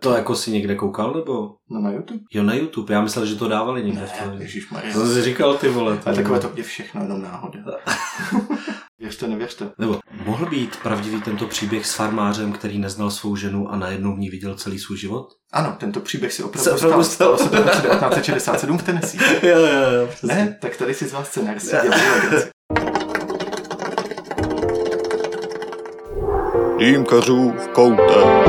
To jako si někde koukal, nebo? No na YouTube. Jo, na YouTube, já myslel, že to dávali někde v televizi. Ježišmarja. Co jsi říkal, ty vole? Ale takové to je všechno jenom náhoda. Věřte, nevěřte. Nebo mohl být pravdivý tento příběh s farmářem, který neznal svou ženu a najednou v ní viděl celý svůj život? Ano, tento příběh si opravdu stalo se to v roce 1967 v Tennessee. Jo, přesně. Ne, tak tady si z vás scenáristí dělali legraci. Dýmkařův koutek.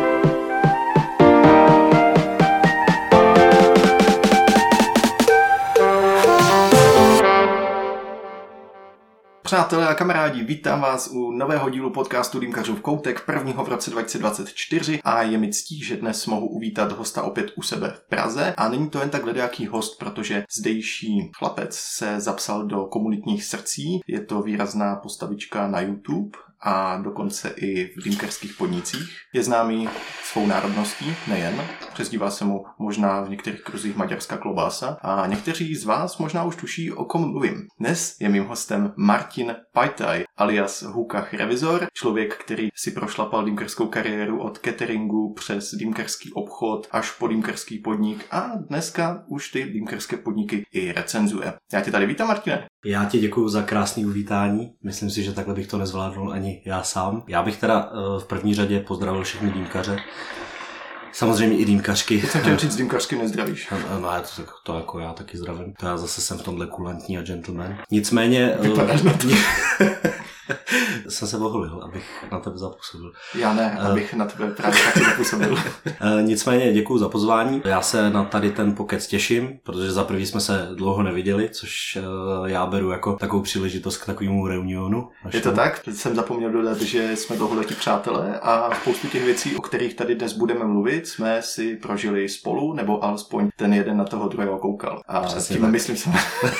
Přátelé a kamarádi, vítám vás u nového dílu podcastu Dýmkařův koutek, prvního v roce 2024 a je mi ctí, že dnes mohu uvítat hosta opět u sebe v Praze a není to jen tak hledajaký host, protože zdejší chlapec se zapsal do komunitních srdcí, je to výrazná postavička na YouTube a dokonce i v dýmkařských podnicích. Je známý svou národností, nejen, přezdívá se mu možná v některých kruzích maďarská klobása a někteří z vás možná už tuší, o kom mluvím. Dnes je mým hostem Martin Pajtaj, alias Hukach Revizor, člověk, který si prošlapal dýmkařskou kariéru od cateringu přes dýmkařský obchod až po dýmkařský podnik a dneska už ty dýmkařské podniky i recenzuje. Já tě tady vítám, Martine. Já ti děkuju za krásný uvítání. Myslím si, že takhle bych to nezvládnul ani já sám. Já bych teda v první řadě pozdravil všechny dýmkaře. Samozřejmě i dýmkařky. Teď jsem chtěl říct, dýmkařky nezdravíš. No, to jako já taky zdravím. To já zase jsem v tomhle kulantní a gentleman. Nicméně... Vypadáš na to. Jsem se oholil, abych na tebe zapůsobil. Já ne, abych na tebe právě taky zapůsobil. Nicméně děkuju za pozvání. Já se na tady ten pokec těším, protože za první jsme se dlouho neviděli, což já beru jako takovou příležitost k takovému reunionu. Je to tak? Jsem zapomněl dodat, že jsme dlouholetí přátelé a spoustu těch věcí, o kterých tady dnes budeme mluvit, jsme si prožili spolu, nebo alespoň ten jeden na toho druhého koukal. A přesně tím tak. Myslím jsem...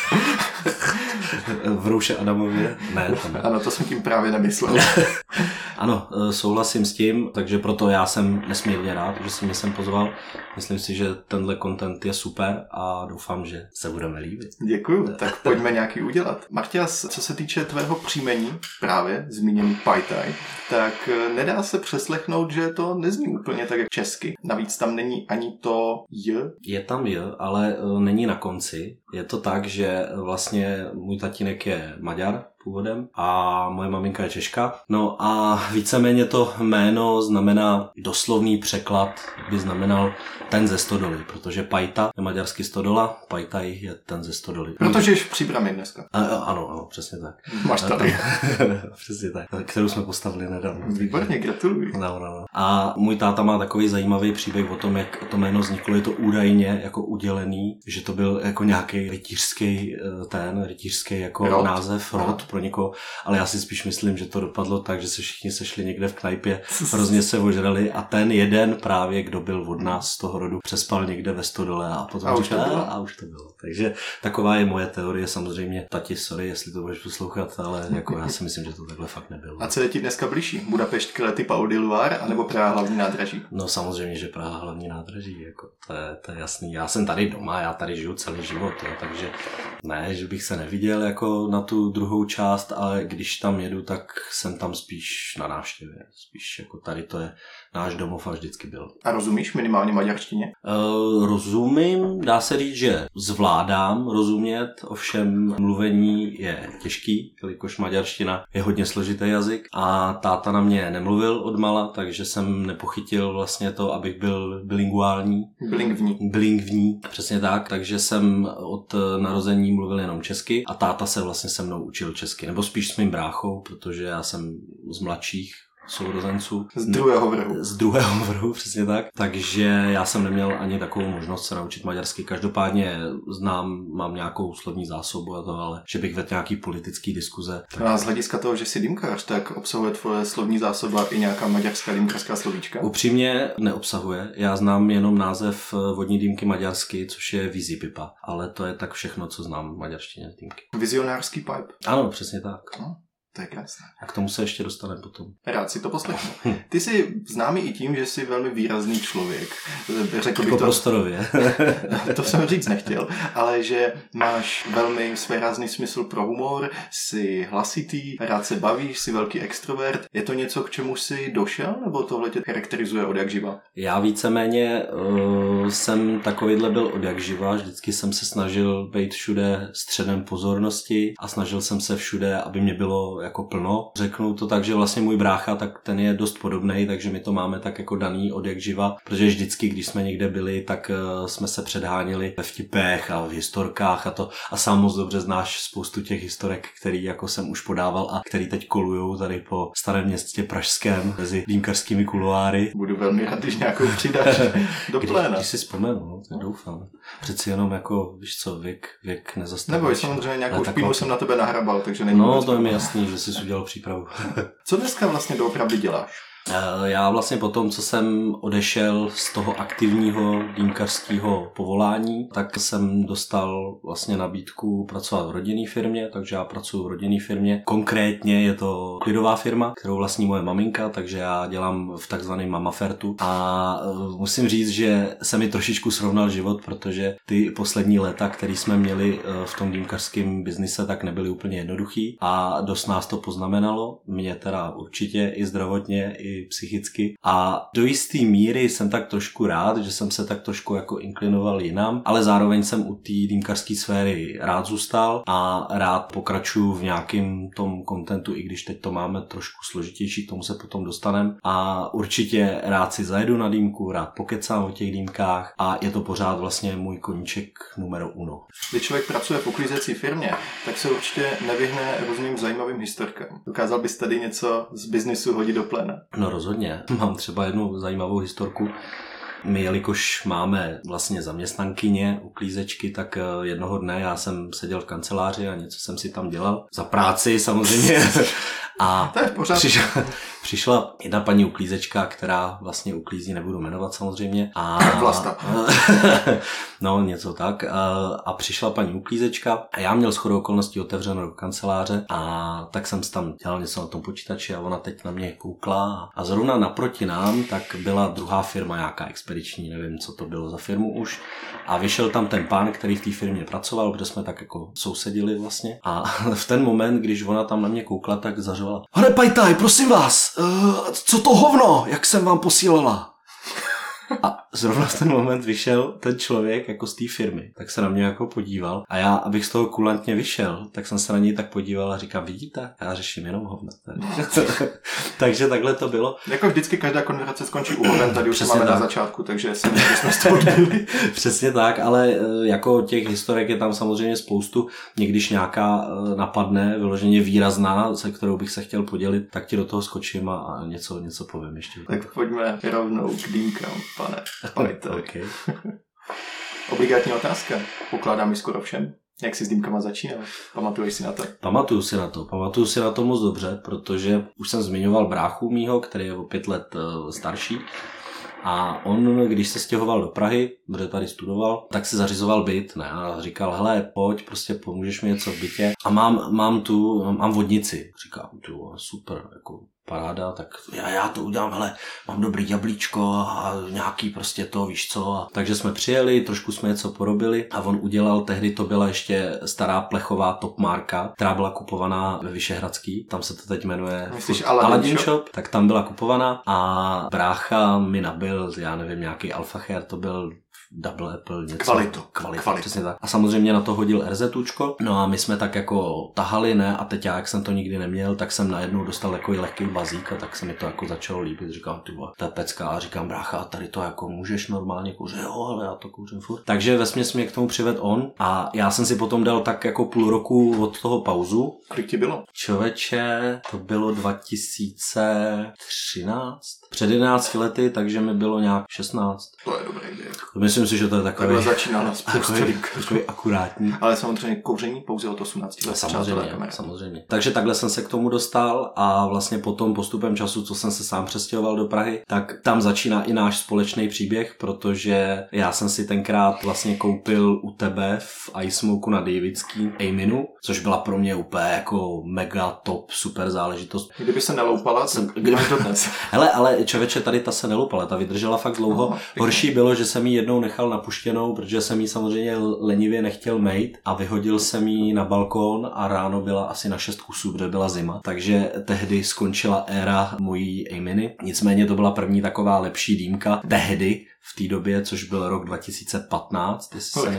V Rouše Adamově? Ne, to ne. Ano, to jsem tím právě nemyslel. Ano, souhlasím s tím, takže proto já jsem nesmírně rád, že jsi mě sem pozval. Myslím si, že tenhle content je super a doufám, že se budeme líbit. Děkuju, tak pojďme nějaký udělat. Martias, co se týče tvého příjmení, právě zmíněný Pajtaj, tak nedá se přeslechnout, že to nezní úplně tak jak česky. Navíc tam není ani to J. Je tam J, ale není na konci. Je to tak, že vlastně můj tatínek je Maďar původem a moje maminka je Češka. No a víceméně to jméno znamená, doslovný překlad by znamenal ten ze stodoly, protože Pajta je maďarsky stodola, Pajtaj je ten ze stodoly. Protože jsi v Příbrami dneska. Ano, přesně tak. Máš tady. Přesně tak, kterou jsme postavili nedávno. Výborně, gratuluji. No. A můj táta má takový zajímavý příběh o tom, jak to jméno vzniklo. Je to údajně jako udělený, že to byl jako nějaký rytířský jako název, rod pro někoho, ale já si spíš myslím, že to dopadlo tak, že se všichni sešli někde v knajpě, hrozně se ožrali a ten jeden právě, kdo byl od nás z toho rodu, přespal někde ve stodole a potom už to bylo. Takže taková je moje teorie, samozřejmě. Tati, sorry, jestli to budeš poslouchat, ale jako já si myslím, že to takhle fakt nebylo. A co je ti dneska blížší? Budapešť, Klety, Paul de Loire, anebo Praha hlavní nádraží? No samozřejmě, že Praha hlavní nádraží, jako to je jasný. Já jsem tady doma, já tady žiju celý život, jo, takže ne, že bych se neviděl jako na tu druhou část, ale když tam jedu, tak jsem tam spíš na návštěvě. Spíš jako tady to je náš domov a vždycky byl. A rozumíš minimálně maďarštině? Rozumím, dá se říct, že zvládám rozumět, ovšem mluvení je těžký, jelikož maďarština je hodně složitý jazyk a táta na mě nemluvil odmala, takže jsem nepochytil vlastně to, abych byl bilinguální. Bilingvní, přesně tak, takže jsem od narození mluvil jenom česky a táta se vlastně se mnou učil česky, nebo spíš s mým bráchou, protože já jsem z mladších sourozenců. Z druhého vrhu, přesně tak. Takže já jsem neměl ani takovou možnost se naučit maďarsky. Každopádně mám nějakou slovní zásobu a to, ale že bych vedl nějaký politický diskuze. Tak... No a z hlediska toho, že jsi dýmkař, tak obsahuje tvoje slovní zásoba i nějaká maďarská dýmkařská slovíčka? Upřímně neobsahuje. Já znám jenom název vodní dýmky maďarsky, což je vízipipa, ale to je tak všechno, co znám v maďarštině dýmky. Vizionářský pipe. Ano, přesně tak. No. To je krásné. A k tomu se ještě dostaneme potom. Rád si to poslechnu. Ty jsi známý i tím, že jsi velmi výrazný člověk. Řekl bych to prostorově. To jsem říct nechtěl, ale že máš velmi svérázný smysl pro humor, jsi hlasitý, rád se bavíš, jsi velký extrovert. Je to něco, k čemu jsi došel, nebo tohle tě charakterizuje od jak živa? Já víceméně jsem takovýhle byl od jak živa. Vždycky jsem se snažil být všude středem pozornosti a snažil jsem se všude, aby mě bylo jako plno. Řeknu to tak, že vlastně můj brácha, tak ten je dost podobný, takže my to máme tak jako daný od jak živa, protože vždycky, když jsme někde byli, tak jsme se předháněli ve vtipech a v historkách a to. A sám moc dobře znáš spoustu těch historek, který jako jsem už podával a který teď kolujou tady po starém městě pražském mezi dýmkařskými kuloáry. Budu velmi rád, když nějakou přidáš do pléna. Když si vzpomenu, no, to doufám. Přeci jenom jako, víš co, věk nezastavíš. Nebo samozřejmě nějakou špínu jsem na tebe nahrabal, takže není. No, to je mi jasný, že jsi udělal přípravu. Co dneska vlastně doopravdy děláš? Já vlastně po tom, co jsem odešel z toho aktivního dýmkařského povolání, tak jsem dostal vlastně nabídku pracovat v rodinné firmě, takže já pracuji v rodinné firmě. Konkrétně je to klidová firma, kterou vlastní moje maminka, takže já dělám v takzvaném mamafertu a musím říct, že se mi trošičku srovnal život, protože ty poslední léta, které jsme měli v tom dýmkařském biznise, tak nebyly úplně jednoduchý a dost nás to poznamenalo, mě teda určitě i zdravotně, i psychicky a do jisté míry jsem tak trošku rád, že jsem se tak trošku jako inklinoval jinam, ale zároveň jsem u té dýmkařské sféry rád zůstal a rád pokračuju v nějakém tom kontentu, i když teď to máme trošku složitější, k tomu se potom dostaneme a určitě rád si zajedu na dýmku, rád pokecám o těch dýmkách a je to pořád vlastně můj koníček numero uno. Když člověk pracuje v uklízecí firmě, tak se určitě nevyhne různým zajímavým historkám. Dokázal bys tady něco z biznisu hodit do pléna? No rozhodně. Mám třeba jednu zajímavou historku. My, jelikož máme vlastně zaměstnankyně, uklízečky, tak jednoho dne já jsem seděl v kanceláři a něco jsem si tam dělal. Za práci samozřejmě. A přišla jedna paní uklízečka, která vlastně uklízí, nebudu jmenovat samozřejmě. Vlasta. No, něco tak. A přišla paní uklízečka a já měl shodou okolností otevřeno do kanceláře a tak jsem tam dělal něco na tom počítači a ona teď na mě koukla. A zrovna naproti nám tak byla druhá firma, nějaká expediční, nevím, co to bylo za firmu už. A vyšel tam ten pán, který v té firmě pracoval, protože jsme tak jako sousedili vlastně. A v ten moment, když ona tam na mě koukla, tak zařvala: Pane Pajtaj, prosím vás, co to hovno, jak jsem vám posílala? A zrovna v ten moment vyšel ten člověk jako z té firmy, tak se na mě jako podíval a já, abych z toho kulantně vyšel, tak jsem se na něj tak podíval a říkám: vidíte, já řeším jenom hovna. Takže takhle to bylo. Jako vždycky každá konverzace skončí úvodem, tady už přesně máme tak na začátku, takže jsem že jsme z toho odbyli. Přesně tak, ale jako těch historek je tam samozřejmě spoustu. Někdyž nějaká napadne, vyloženě výrazná, se kterou bych se chtěl podělit, tak ti do toho skočím a něco povím ještě. Tak pojďme rovnou k dýmkám, pane Pajtaj. Okay. Obligátní otázka. Pokládám ji skoro všem. Jak jsi s dýmkama začínal? Pamatuješ si na to? Pamatuju si na to moc dobře, protože už jsem zmiňoval bráchu mýho, který je o 5 let starší. A on, když se stěhoval do Prahy, protože tady studoval, tak si zařizoval byt, ne? A říkal: hele, pojď, prostě pomůžeš mi něco v bytě. A mám vodnici. Říkám: super, jako paráda, tak já to udělám, hele, mám dobrý jablíčko a nějaký prostě to, víš co. A takže jsme přijeli, trošku jsme něco porobili a on udělal, tehdy to byla ještě stará plechová top marka, která byla kupovaná ve Vyšehradský, tam se to teď jmenuje Aladdin Shop, tak tam byla kupovaná a brácha mi nabil, já nevím, nějaký Alfachér, to byl Double Apple, něco. Kvalitu. Přesně tak. A samozřejmě na to hodil RZUčko. No a my jsme tak jako tahali, ne? A teď já, jak jsem to nikdy neměl, tak jsem najednou dostal takový lehký bazík a tak se mi to jako začalo líbit. Říkám: ty vole, to je pecka. A říkám: brácha, tady to jako můžeš normálně kouřit? Jo, ale já to kouřím furt. Takže vesměs mě k tomu přived on a já jsem si potom dal tak jako půl roku od toho pauzu. Kolik ti bylo? Člověče, to bylo 2013. Před 11 lety, takže mi bylo nějak 16. To je dobrý věk. Myslím si, že to je takový akurátní. Ale samozřejmě kouření pouze od 18 let. Samozřejmě. Takže takhle jsem se k tomu dostal a vlastně potom postupem času, co jsem se sám přestěhoval do Prahy, tak tam začíná i náš společný příběh, protože já jsem si tenkrát vlastně koupil u tebe v iSmoku na Davidský Aminu, což byla pro mě úplně jako mega top, super záležitost. Kdyby se neloupala, máš to dnes. Hele, ale člověče, tady ta se neloupala, ta vydržela fakt dlouho. Horší bylo, že jsem ji jednou nechal napuštěnou, protože jsem ji samozřejmě lenivě nechtěl mejt a vyhodil jsem ji na balkón a ráno byla asi na 6 kusů, protože byla zima. Takže tehdy skončila éra mojí Aminy. Nicméně to byla první taková lepší dýmka tehdy, v té době, což byl rok 2015.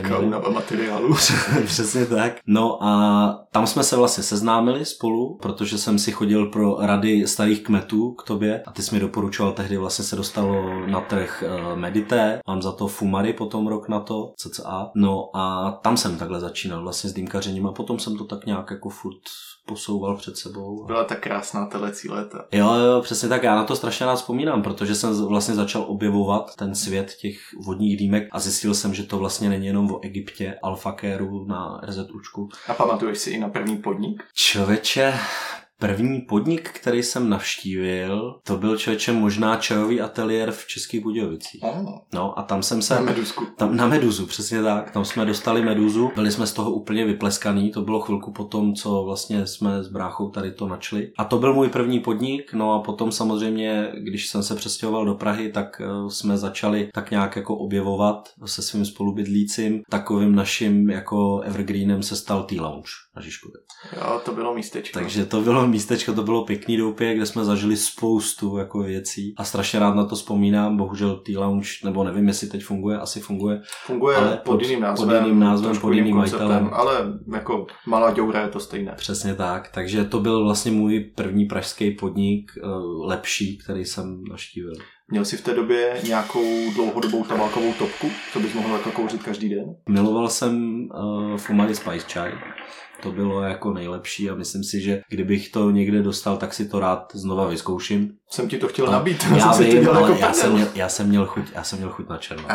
Materiálu. Přesně tak. No a tam jsme se vlastně seznámili spolu, protože jsem si chodil pro rady starých kmetů k tobě a ty jsi mi doporučoval, tehdy vlastně se dostalo na trh Medité, mám za to Fumary potom rok na to, cca. No a tam jsem takhle začínal vlastně s dýmkařením a potom jsem to tak nějak jako furt posouval před sebou. Byla tak krásná telecí léta. Jo, přesně tak, já na to strašně rád vzpomínám, protože jsem vlastně začal objevovat ten svět těch vodních dýmek a zjistil jsem, že to vlastně není jenom o Egyptě, Alfakéru na RZUčku. A pamatuješ si i na první podnik? Člověče, první podnik, který jsem navštívil, to byl člověče možná čajový ateliér v Českých Budějovicích. No a tam jsem se... Na Meduzku. Na Meduzu, přesně tak. Tam jsme dostali Meduzu, byli jsme z toho úplně vypleskaný, to bylo chvilku potom, co vlastně jsme s bráchou tady to načli. A to byl můj první podnik, no a potom samozřejmě, když jsem se přestěhoval do Prahy, tak jsme začali tak nějak jako objevovat se svým spolubydlícím. Takovým naším jako evergreenem se stal Tea Lounge na Žižkově. Jo, to bylo místečko. Takže to bylo místečko, to bylo pěkný doupě, kde jsme zažili spoustu jako věcí a strašně rád na to vzpomínám. Bohužel Tea Lounge, nebo nevím, jestli teď funguje, asi funguje. Funguje pod jiným názvem, pod jiným majitelem. Ale jako Malá Děura je to stejné. Přesně tak, takže to byl vlastně můj první pražský podnik, lepší, který jsem navštívil. Měl jsi v té době nějakou dlouhodobou tabákovou topku, co bys mohl jako kouřit každý den? Miloval jsem Fumary Spice Chai. To bylo jako nejlepší a myslím si, že kdybych to někde dostal, tak si to rád znova vyzkouším. Jsem ti to chtěl nabít. Já vím, ale jako já jsem měl chuť na černo.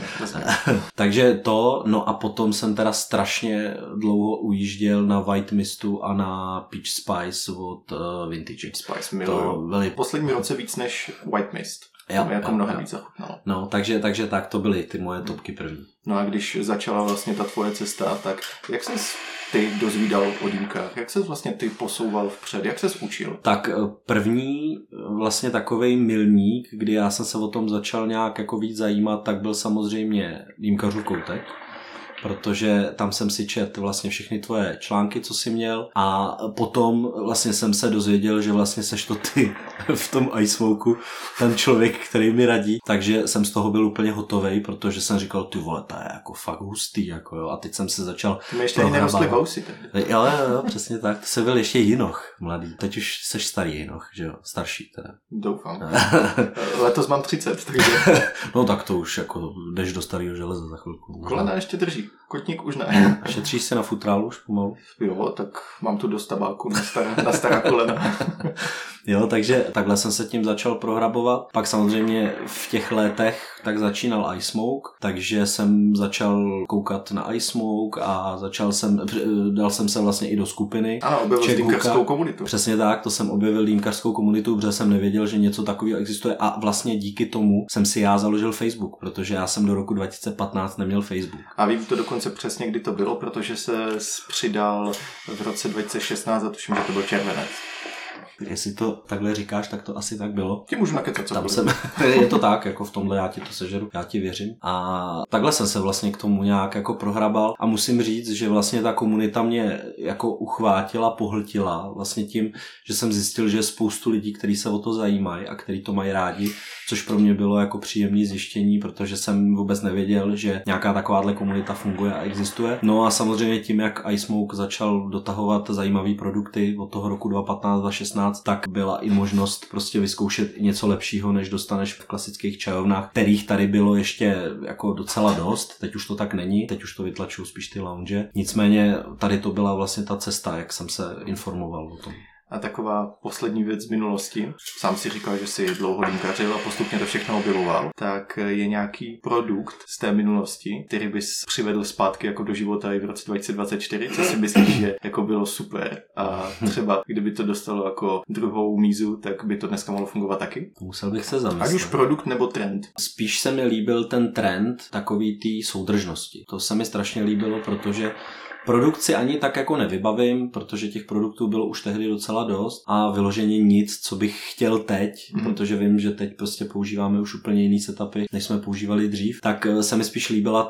Takže to, no a potom jsem teda strašně dlouho ujížděl na White Mistu a na Peach Spice od Vintage. Spice miluju. V posledním roce víc než White Mist. Jako mnohem víc zachutnalo. No, takže tak to byly ty moje topky první. No a když začala vlastně ta tvoje cesta, tak jak ses ty dozvídal o dýmkách? Jak ses vlastně ty posouval vpřed? Jak ses učil? Tak první vlastně takovej milník, kdy já jsem se o tom začal nějak jako víc zajímat, tak byl samozřejmě Dýmkařův koutek, protože tam jsem si četl vlastně všechny tvoje články, co jsi měl a potom vlastně jsem se dozvěděl, že vlastně seš to ty v tom iSmoku, ten člověk, který mi radí, takže jsem z toho byl úplně hotovej, protože jsem říkal, ty vole, to je jako fakt hustý, jako jo, a teď jsem se začal... Ty mi ještě ani nerostly vousy. Jo, přesně tak, to se byl ještě jinoch, mladý, teď už seš starý jinoch, že jo, starší teda. Doufám. Letos mám 30, takže... No tak to už jako jdeš do starého železa za chvilku. Kolena ještě drží. Kotník už ne. Šetříš se na futrálu už pomalu? Jo, tak mám tu dost tabáku na stará kolena. Jo, takže takhle jsem se tím začal prohrabovat. Pak samozřejmě v těch letech tak začínal iSmoke, takže jsem začal koukat na iSmoke a dal jsem se vlastně i do skupiny. Ano, objevil dýmkařskou komunitu. Přesně tak, to jsem objevil dýmkařskou komunitu, protože jsem nevěděl, že něco takového existuje a vlastně díky tomu jsem si já založil Facebook, protože já jsem do roku 2015 neměl Facebook. A vím to dokonce přesně, kdy to bylo, protože se přidal v roce 2016 a tuším, že to byl červenec. Jestli to takhle říkáš, tak to asi tak bylo. Ti můžu nakecat, co je to tak, jako v tomhle já ti to sežeru, já ti věřím. A takhle jsem se vlastně k tomu nějak jako prohrabal a musím říct, že vlastně ta komunita mě jako uchvátila, pohltila vlastně tím, že jsem zjistil, že je spoustu lidí, kteří se o to zajímají a kteří to mají rádi, což pro mě bylo jako příjemné zjištění, protože jsem vůbec nevěděl, že nějaká takováhle komunita funguje a existuje. No a samozřejmě tím, jak iSmoke začal dotahovat zajímavé produkty od toho roku 2015-2016, tak byla i možnost prostě vyzkoušet něco lepšího, než dostaneš v klasických čajovnách, kterých tady bylo ještě jako docela dost. Teď už to tak není, teď už to vytlačují spíš ty lounge. Nicméně tady to byla vlastně ta cesta, jak jsem se informoval o tom. A taková poslední věc z minulosti, sám si říkal, že si dlouho dýmkařil a postupně to všechno objevoval, tak je nějaký produkt z té minulosti, který bys přivedl zpátky jako do života i v roce 2024, co si myslíš, že jako bylo super a třeba kdyby to dostalo jako druhou mízu, tak by to dneska mohlo fungovat taky? Musel bych se zamyslet. Ať už produkt nebo trend. Spíš se mi líbil ten trend takový té soudržnosti. To se mi strašně líbilo, protože produkci ani tak jako nevybavím, protože těch produktů bylo už tehdy docela dost a vyloženě nic, co bych chtěl teď, protože vím, že teď prostě používáme už úplně jiný setupy, než jsme používali dřív, tak se mi spíš líbila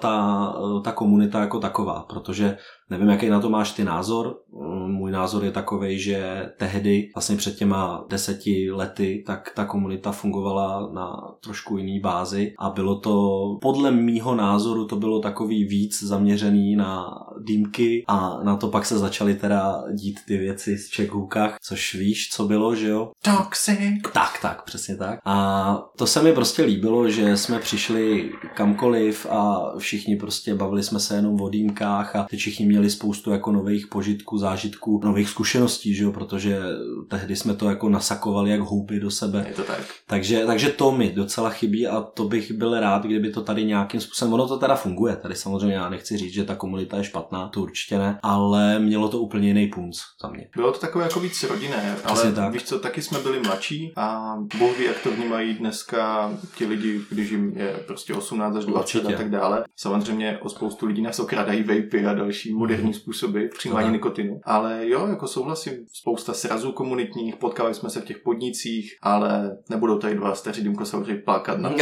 ta komunita jako taková, protože nevím, jaký na to máš ty názor. Můj názor je takovej, že tehdy, vlastně před těma 10 lety, tak ta komunita fungovala na trošku jiný bázi a bylo to, podle mýho názoru, to bylo takový víc zaměřený na dýmky a na to pak se začaly teda dít ty věci z Czechhookách, což víš, co bylo, že jo? Toxic! Tak, přesně tak. A to se mi prostě líbilo, že jsme přišli kamkoliv a všichni prostě bavili jsme se jenom o dýmkách a teď všichni měli spoustu jako nových požitků, zážitků, nových zkušeností, že jo, protože tehdy jsme to jako nasakovali jak houby do sebe. Je to tak. Takže to mi docela chybí a to bych byl rád, kdyby to tady nějakým způsobem, ono to teda funguje, tady samozřejmě já nechci říct, že ta komunita je špatná, to určitě ne, ale mělo to úplně jiný punc za mě. Bylo to takové jako víc rodinné, ale tak. Víš co, taky jsme byli mladší a Bůh ví, jak to vnímají dneska ti lidi, když jim je prostě 18 až 20 určitě. A tak dále. Samozřejmě o spoustu lidí nás okradají vapy a další moderní způsoby přijímání nikotinu. Ale jo, jako souhlasím, spousta srazů komunitních, potkali jsme se v těch podnicích, ale nebudou tady dva staří dýmkosauři plákat na tom,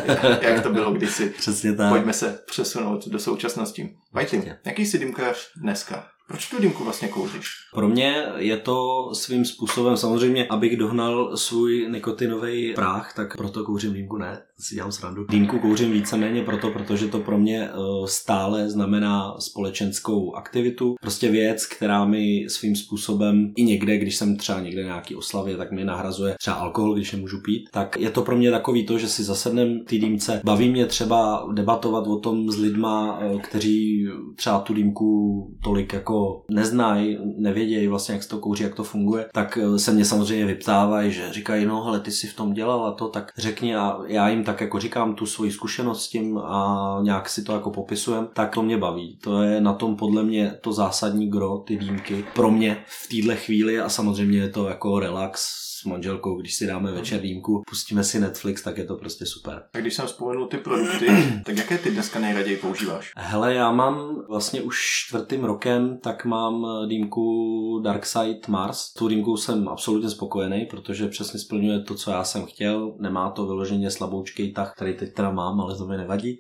jak to bylo kdysi. Přesně tak. Pojďme se přesunout do současnosti. Vajty, jaký jsi dýmkař dneska? Proč tu dýmku vlastně kouříš? Pro mě je to svým způsobem, samozřejmě, abych dohnal svůj nikotinový práh, tak proto kouřím dýmku, ne, si dělám srandu. Dýmku kouřím víceméně protože to pro mě stále znamená společenskou aktivitu. Prostě věc, která mi svým způsobem i někde, když jsem třeba někde nějaký oslavě, tak mi nahrazuje třeba alkohol, když nemůžu pít. Tak je to pro mě takový to, že si zasednem ty dýmce. Baví mě třeba debatovat o tom s lidma, kteří třeba tu dýmku tolik jako neznají, nevědějí vlastně, jak se to kouří, jak to funguje, tak se mě samozřejmě vyptávají, že říkají, no hele, ty jsi v tom dělal a to, tak řekni a já jim tak jako říkám tu svoji zkušenost s tím a nějak si to jako popisujem, tak to mě baví. To je na tom podle mě to zásadní gro, ty dýmky. Pro mě v téhle chvíli a samozřejmě je to jako relax s manželkou, když si dáme večer dýmku, pustíme si Netflix, tak je to prostě super. A když jsem vzpomenul ty produkty, tak jaké ty dneska nejraději používáš? Hele, já mám vlastně už 4. rokem, tak mám dýmku Darkside Mars. Tu dýmku jsem absolutně spokojený, protože přesně splňuje to, co já jsem chtěl. Nemá to vyloženě slaboučkej tah, který teď teda mám, ale to mi nevadí.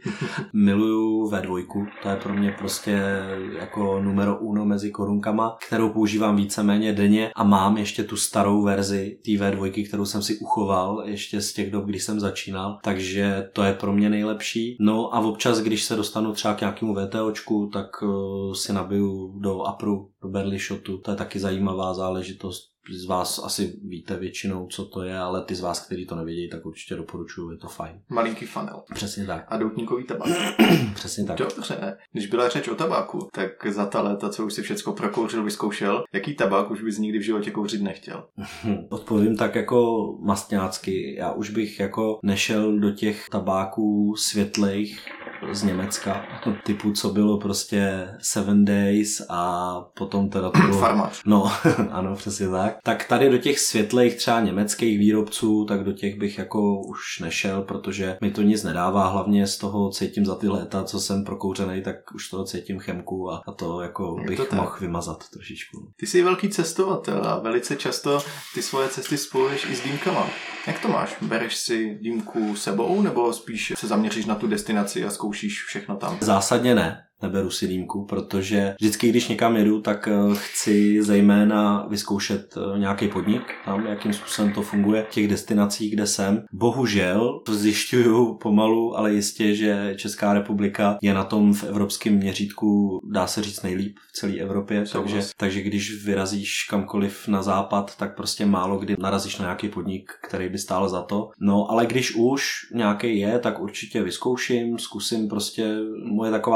Miluju V2, to je pro mě prostě jako numero uno mezi korunkama, kterou používám víceméně denně a mám ještě tu starou verzi té V2, kterou jsem si uchoval ještě z těch dob, kdy jsem začínal, takže to je pro mě nejlepší. No a občas, když se dostanu třeba k nějakému VTOčku, tak si nabiju do Apru, do Berly Shotu, to je taky zajímavá záležitost. Z vás asi víte většinou, co to je, ale ty z vás, kteří to nevědí, tak určitě doporučuju, je to fajn. Malinký funnel. Přesně tak. A doutníkový tabák. Přesně tak. Dobře, když byla řeč o tabáku, tak za ta léta, co už si všecko prokouřil, vyzkoušel, jaký tabák už bys nikdy v životě kouřit nechtěl? Odpovím tak jako mastňácky. Já už bych jako nešel do těch tabáků světlejch z Německa, typu co bylo prostě 7 Days a potom teda to bylo... Farmář. No, ano, přesně tak. Tak tady do těch světlejch třeba německých výrobců, tak do těch bych jako už nešel, protože mi to nic nedává, hlavně z toho cítím za ty léta, co jsem prokouřenej, tak už toho cítím chemku a to jako bych mohl vymazat trošičku. Ty jsi velký cestovatel a velice často ty svoje cesty spojuješ i s dýmkama. Jak to máš? Bereš si dýmku sebou nebo spíš se zaměříš na tu destinaci a zkoušíš všechno tam? Zásadně ne. Neberu si dýmku, protože vždycky, když někam jedu, tak chci zejména vyzkoušet nějaký podnik, tam jakým způsobem to funguje v těch destinacích, kde jsem. Bohužel to zjišťuju pomalu, ale jistě, že Česká republika je na tom v evropském měřítku, dá se říct, nejlíp v celé Evropě, takže když vyrazíš kamkoliv na západ, tak prostě málo kdy narazíš na nějaký podnik, který by stál za to. No, ale když už nějaký je, tak určitě vyzkouším, zkusím prostě, moje taková obligátní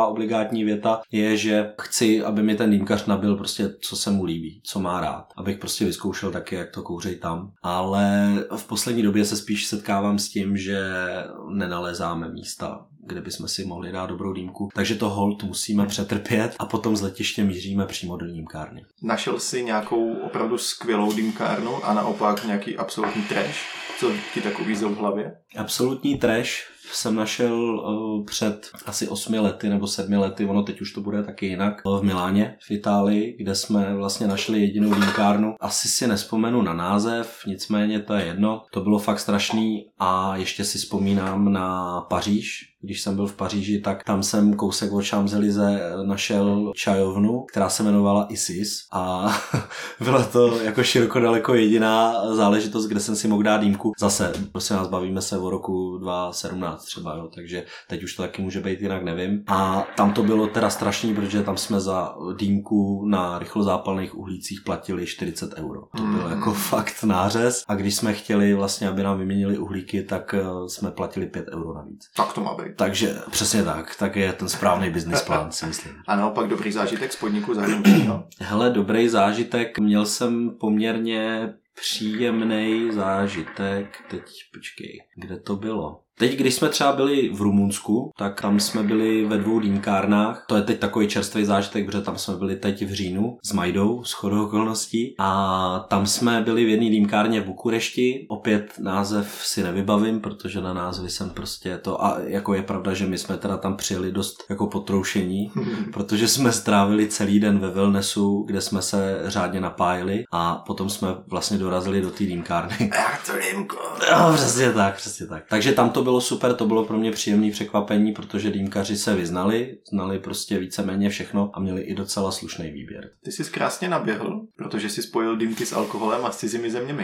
unikátní věta je, že chci, aby mi ten dýmkař nabil prostě, co se mu líbí, co má rád. Abych prostě vyzkoušel taky, jak to kouřej tam. Ale v poslední době se spíš setkávám s tím, že nenalézáme místa, kde bychom si mohli dát dobrou dýmku. Takže to hold musíme přetrpět a potom z letiště míříme přímo do dýmkárny. Našel jsi nějakou opravdu skvělou dýmkárnu a naopak nějaký absolutní trash? Co ti tak uvízlo v hlavě? Absolutní trash jsem našel před asi 8 lety nebo 7 lety, ono teď už to bude taky jinak, v Miláně v Itálii, kde jsme vlastně našli jedinou dýmkárnu. Asi si nespomenu na název, nicméně to je jedno. To bylo fakt strašný a ještě si vzpomínám na Paříž. Když jsem byl v Paříži, tak tam jsem kousek od Champs-Élysées našel čajovnu, která se jmenovala Isis a byla to jako široko daleko jediná záležitost, kde jsem si mohl dát dýmku. Zase, prosím nás, bavíme se o roku 2017 třeba, jo, takže teď už to taky může být jinak, nevím. A tam to bylo teda strašný, protože tam jsme za dýmku na rychlozápalných uhlících platili 40 €. To bylo jako fakt nářez a když jsme chtěli vlastně, aby nám vyměnili uhlíky, tak jsme platili 5 € navíc. Tak to má být. Takže přesně tak je ten správný business plán, si myslím. A naopak dobrý zážitek z podniku zahraničního? Hele, dobrý zážitek, měl jsem poměrně příjemný zážitek, teď počkej, kde to bylo? Teď, když jsme třeba byli v Rumunsku, tak tam jsme byli ve 2 dýmkárnách. To je teď takový čerstvý zážitek, protože tam jsme byli teď v říjnu s Majdou, shodou okolností. A tam jsme byli v jedné dýmkárně v Bukurešti. Opět název si nevybavím, protože na názvy jsem prostě to... A jako je pravda, že my jsme teda tam přijeli dost jako potroušení, protože jsme strávili celý den ve wellnessu, kde jsme se řádně napájeli a potom jsme vlastně dorazili do té dýmkárny. Jak to dýmko? No, přesně tak. Takže tam to bylo super, to bylo pro mě příjemné překvapení, protože dýmkaři se znali prostě víceméně všechno a měli i docela slušný výběr. Ty jsi krásně naběhl, protože jsi spojil dýmky s alkoholem a s cizími zeměmi.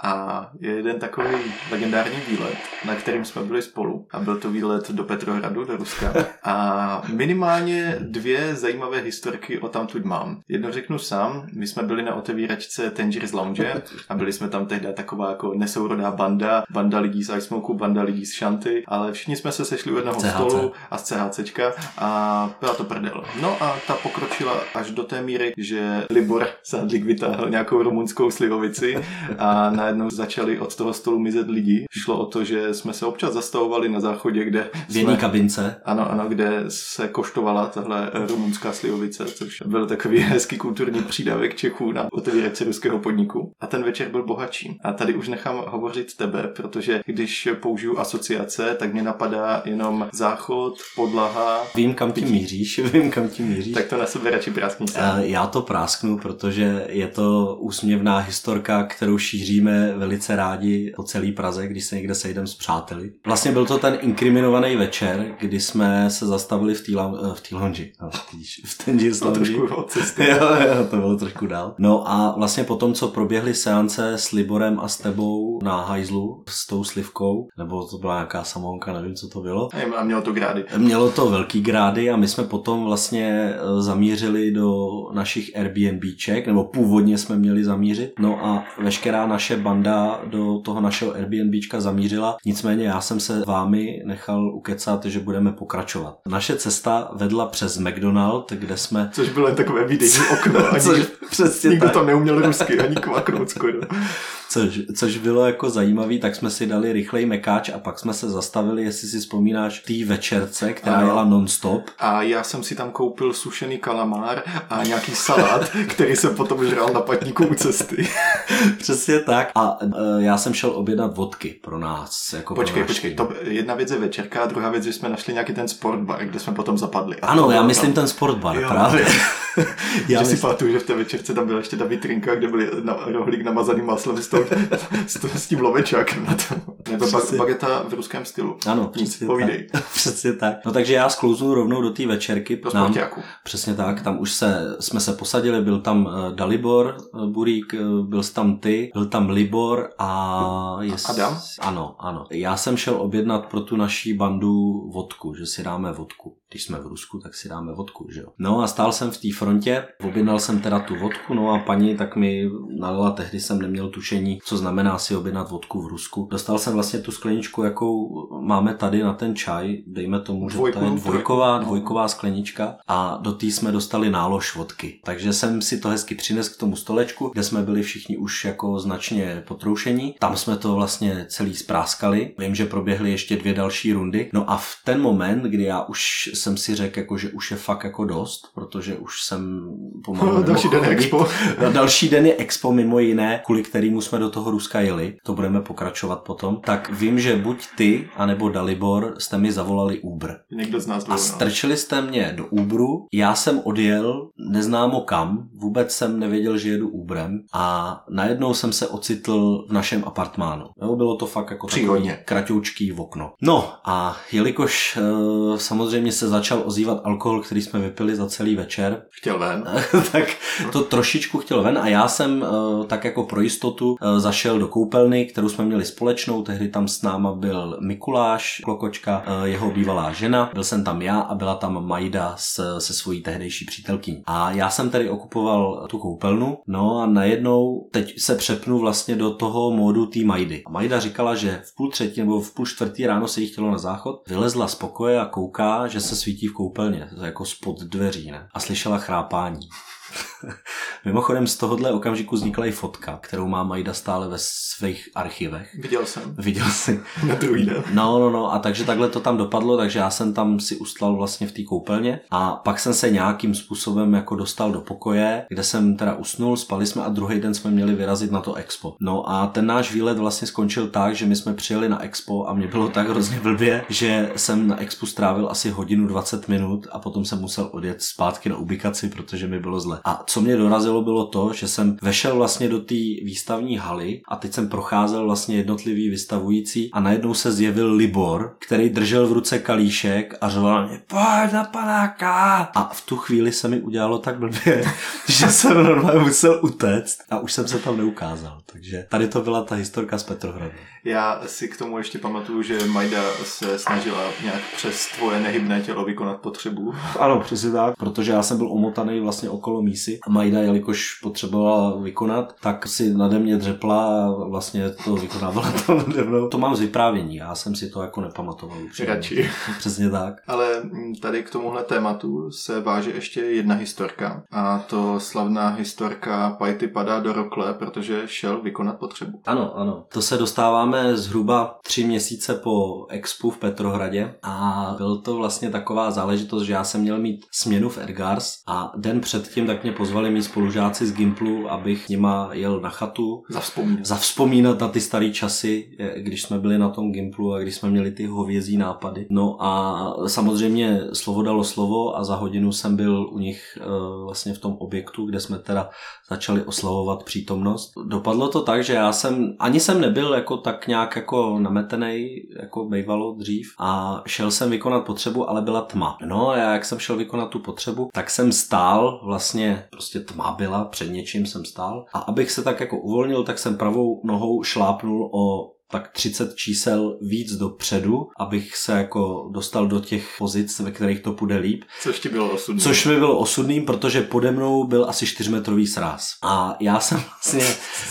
A je jeden takový legendární výlet, na kterým jsme byli spolu. A byl to výlet do Petrohradu, do Ruska. A minimálně 2 zajímavé historky o tamtud mám. Jedno řeknu sám. My jsme byli na otevíračce Tangiers Lounge a byli jsme tam tehdy taková jako nesourodá banda lidí z iSmoku, banda lidí z Šanty, ale všichni jsme se sešli u jednoho stolu a z CHCčka a byla to prdel. No a ta pokročila až do té míry, že Libor Sádlík vytáhl nějakou rumunskou slivovici a najednou začali od toho stolu mizet lidi. Šlo o to, že jsme se občas zastavovali na záchodě, kde v jedné kabince. Ano, kde se koštovala tahle rumunská slivovice, což byl takový hezký kulturní přídavek Čechů na otevíračce ruského podniku. A ten večer byl bohatší. A tady už nechám hovořit tebe, protože když použiju asociace, tak mě napadá jenom záchod, podlaha. Vím, kam tím míříš. Tak to na sebe radši práskni sám. Já to prásknu, protože je to úsměvná historka, kterou šíříme velice rádi po celé Praze, když se někde sejdem s přáteli. Vlastně byl to ten inkriminovaný večer, kdy jsme se zastavili v té lounži. V Tangiers Lounge. Trošku od cesty. Jo, to bylo trošku dál. No a vlastně potom, co proběhly seance s Liborem a s tebou na hajzlu s tou slivkou, nebo to byla nějaká samohonka, nevím, co to bylo. A mělo to grády. Mělo to velký grády a my jsme potom vlastně zamířili do našich Airbnbček, nebo původně jsme měli zamířit. No a veškerá naše banda do toho našeho Airbnbčka zamířila. Nicméně já jsem se vámi nechal ukecat, že budeme pokračovat. Naše cesta vedla přes McDonald, kde jsme... Což bylo jen takové výdejní okno. Nikdo to neuměl rusky, ani kvaknout skoro. Což bylo jako zajímavý, tak jsme si dali rychlej mekáč a pak jsme se zastavili, jestli si vzpomínáš, té večerce, která jela non-stop. A já jsem si tam koupil sušený kalamár a nějaký salát, který jsem potom žral na patníku u cesty. Přesně tak. A já jsem šel objednat vodky pro nás. Jako počkej. To jedna věc je večerka a druhá věc, že jsme našli nějaký ten sportbar, kde jsme potom zapadli. A ano, já myslím ten sportbar, právě. Já si pamatuju, že v té večerce tam byla ještě ta vitrinka, kde byly rohlík namazaný maslem s tím lovečákem na to. Nebo bageta v ruském stylu. Ano, přesně tak. No takže já sklouznu rovnou do té večerky. Do sportáku. Přesně tak, tam už jsme se posadili, byl tam Dalibor Burík, byl tam ty, byl tam Libor a Adam? Ano. Já jsem šel objednat pro tu naší bandu vodku, že si dáme vodku. když jsme v Rusku, tak si dáme vodku, že jo. No a stál jsem v té frontě, objednal jsem teda tu vodku, no a paní tak mi nalila, tehdy jsem neměl tušení, co znamená si objednat vodku v Rusku. Dostal jsem vlastně tu skleničku, jakou máme tady na ten čaj, dejme tomu, že to je dvojková sklenička a do té jsme dostali nálož vodky. Takže jsem si to hezky přinesl k tomu stolečku, kde jsme byli všichni už jako značně potroušení. Tam jsme to vlastně celý spráskali. Vím, že proběhly ještě 2 další rundy. No a v ten moment, kdy já už jsem si řekl, jako, že už je fakt jako dost, protože už jsem pomalu další den je Expo. Další den je Expo mimo jiné, kvůli kterému jsme do toho Ruska jeli. To budeme pokračovat potom. Tak vím, že buď ty, anebo Dalibor jste mi zavolali Uber. Někdo z nás a strčili jste mě do Uberu. Já jsem odjel neznámo kam, vůbec jsem nevěděl, že jedu Uberem a najednou jsem se ocitl v našem apartmánu. Jo, bylo to fakt jako takový kratoučký okno. No a jelikož samozřejmě se začal ozývat alkohol, který jsme vypili za celý večer. Chtěl ven. Tak to trošičku chtěl ven a já jsem tak jako pro jistotu zašel do koupelny, kterou jsme měli společnou. Tehdy tam s náma byl Mikuláš Klokočka, jeho bývalá žena. Byl jsem tam já a byla tam Majda se svojí tehdejší přítelkyní. A já jsem tady okupoval tu koupelnu, no a najednou teď se přepnu vlastně do toho módu té Majdy. A Majda říkala, že v 2:30 nebo v 3:30 ráno se jí chtělo na záchod, vylezla z pokoje a kouká, že se svítí v koupelně, jako spod dveří, ne? A slyšela chrápání. Mimochodem z tohohle okamžiku vznikla i fotka, kterou má Majda stále ve svých archivech. Viděl jsi. Na druhý den. No a takže takhle to tam dopadlo, takže já jsem tam si ustlal vlastně v té koupelně a pak jsem se nějakým způsobem jako dostal do pokoje, kde jsem teda usnul, spali jsme a druhý den jsme měli vyrazit na to Expo. No a ten náš výlet vlastně skončil tak, že my jsme přijeli na Expo a mě bylo tak hrozně blbě, že jsem na Expo strávil asi 1:20 a potom jsem musel odjet zpátky na ubikaci, protože mi bylo zle. A co mě dorazilo bylo to, že jsem vešel vlastně do té výstavní haly a teď jsem procházel vlastně jednotlivý vystavující a najednou se zjevil Libor, který držel v ruce kalíšek a řval mě pojď na panáka. A v tu chvíli se mi udělalo tak blbě, že jsem normálně musel utéct a už jsem se tam neukázal. Takže tady to byla ta historka z Petrohradu. Já si k tomu ještě pamatuju, že Majda se snažila nějak přes tvoje nehybné tělo vykonat potřebu. Ano, přesně tak, protože já jsem byl omotaný vlastně okolo mísy a Majda, jelikož potřebovala vykonat, tak si nade mě dřepla a vlastně to vykonávala to nade mnou. To mám z vyprávění, já jsem si to jako nepamatoval. Radši. Přesně tak. Ale tady k tomuhle tématu se váže ještě jedna historka a to slavná historka Pajty padá do rokle, protože šel vykonat potřebu. Ano. To se dostáváme zhruba 3 měsíce po Expu v Petrohradě a byl to vlastně taková záležitost, že já jsem měl mít směnu v Ergars a den předtím tak mě pozvali mý spolužáci z Gimplu, abych nima jel na chatu. Zavzpomínat na ty staré časy, když jsme byli na tom Gimplu a když jsme měli ty hovězí nápady. No a samozřejmě slovo dalo slovo a za hodinu jsem byl u nich vlastně v tom objektu, kde jsme teda začali oslavovat přítomnost. Dopadlo to tak, že já jsem nebyl jako tak nějak jako nametenej, jako bejvalo dřív a šel jsem vykonat potřebu, ale byla tma. No a já, jak jsem šel vykonat tu potřebu, tak jsem stál, vlastně prostě tma byla, před něčím jsem stál a abych se tak jako uvolnil, tak jsem pravou nohou šlápnul o tak 30 čísel víc dopředu, abych se jako dostal do těch pozic, ve kterých to půjde líp. Což ti bylo osudný. Což mi bylo osudným, protože pode mnou byl asi 4metrový sráz. A já jsem vlastně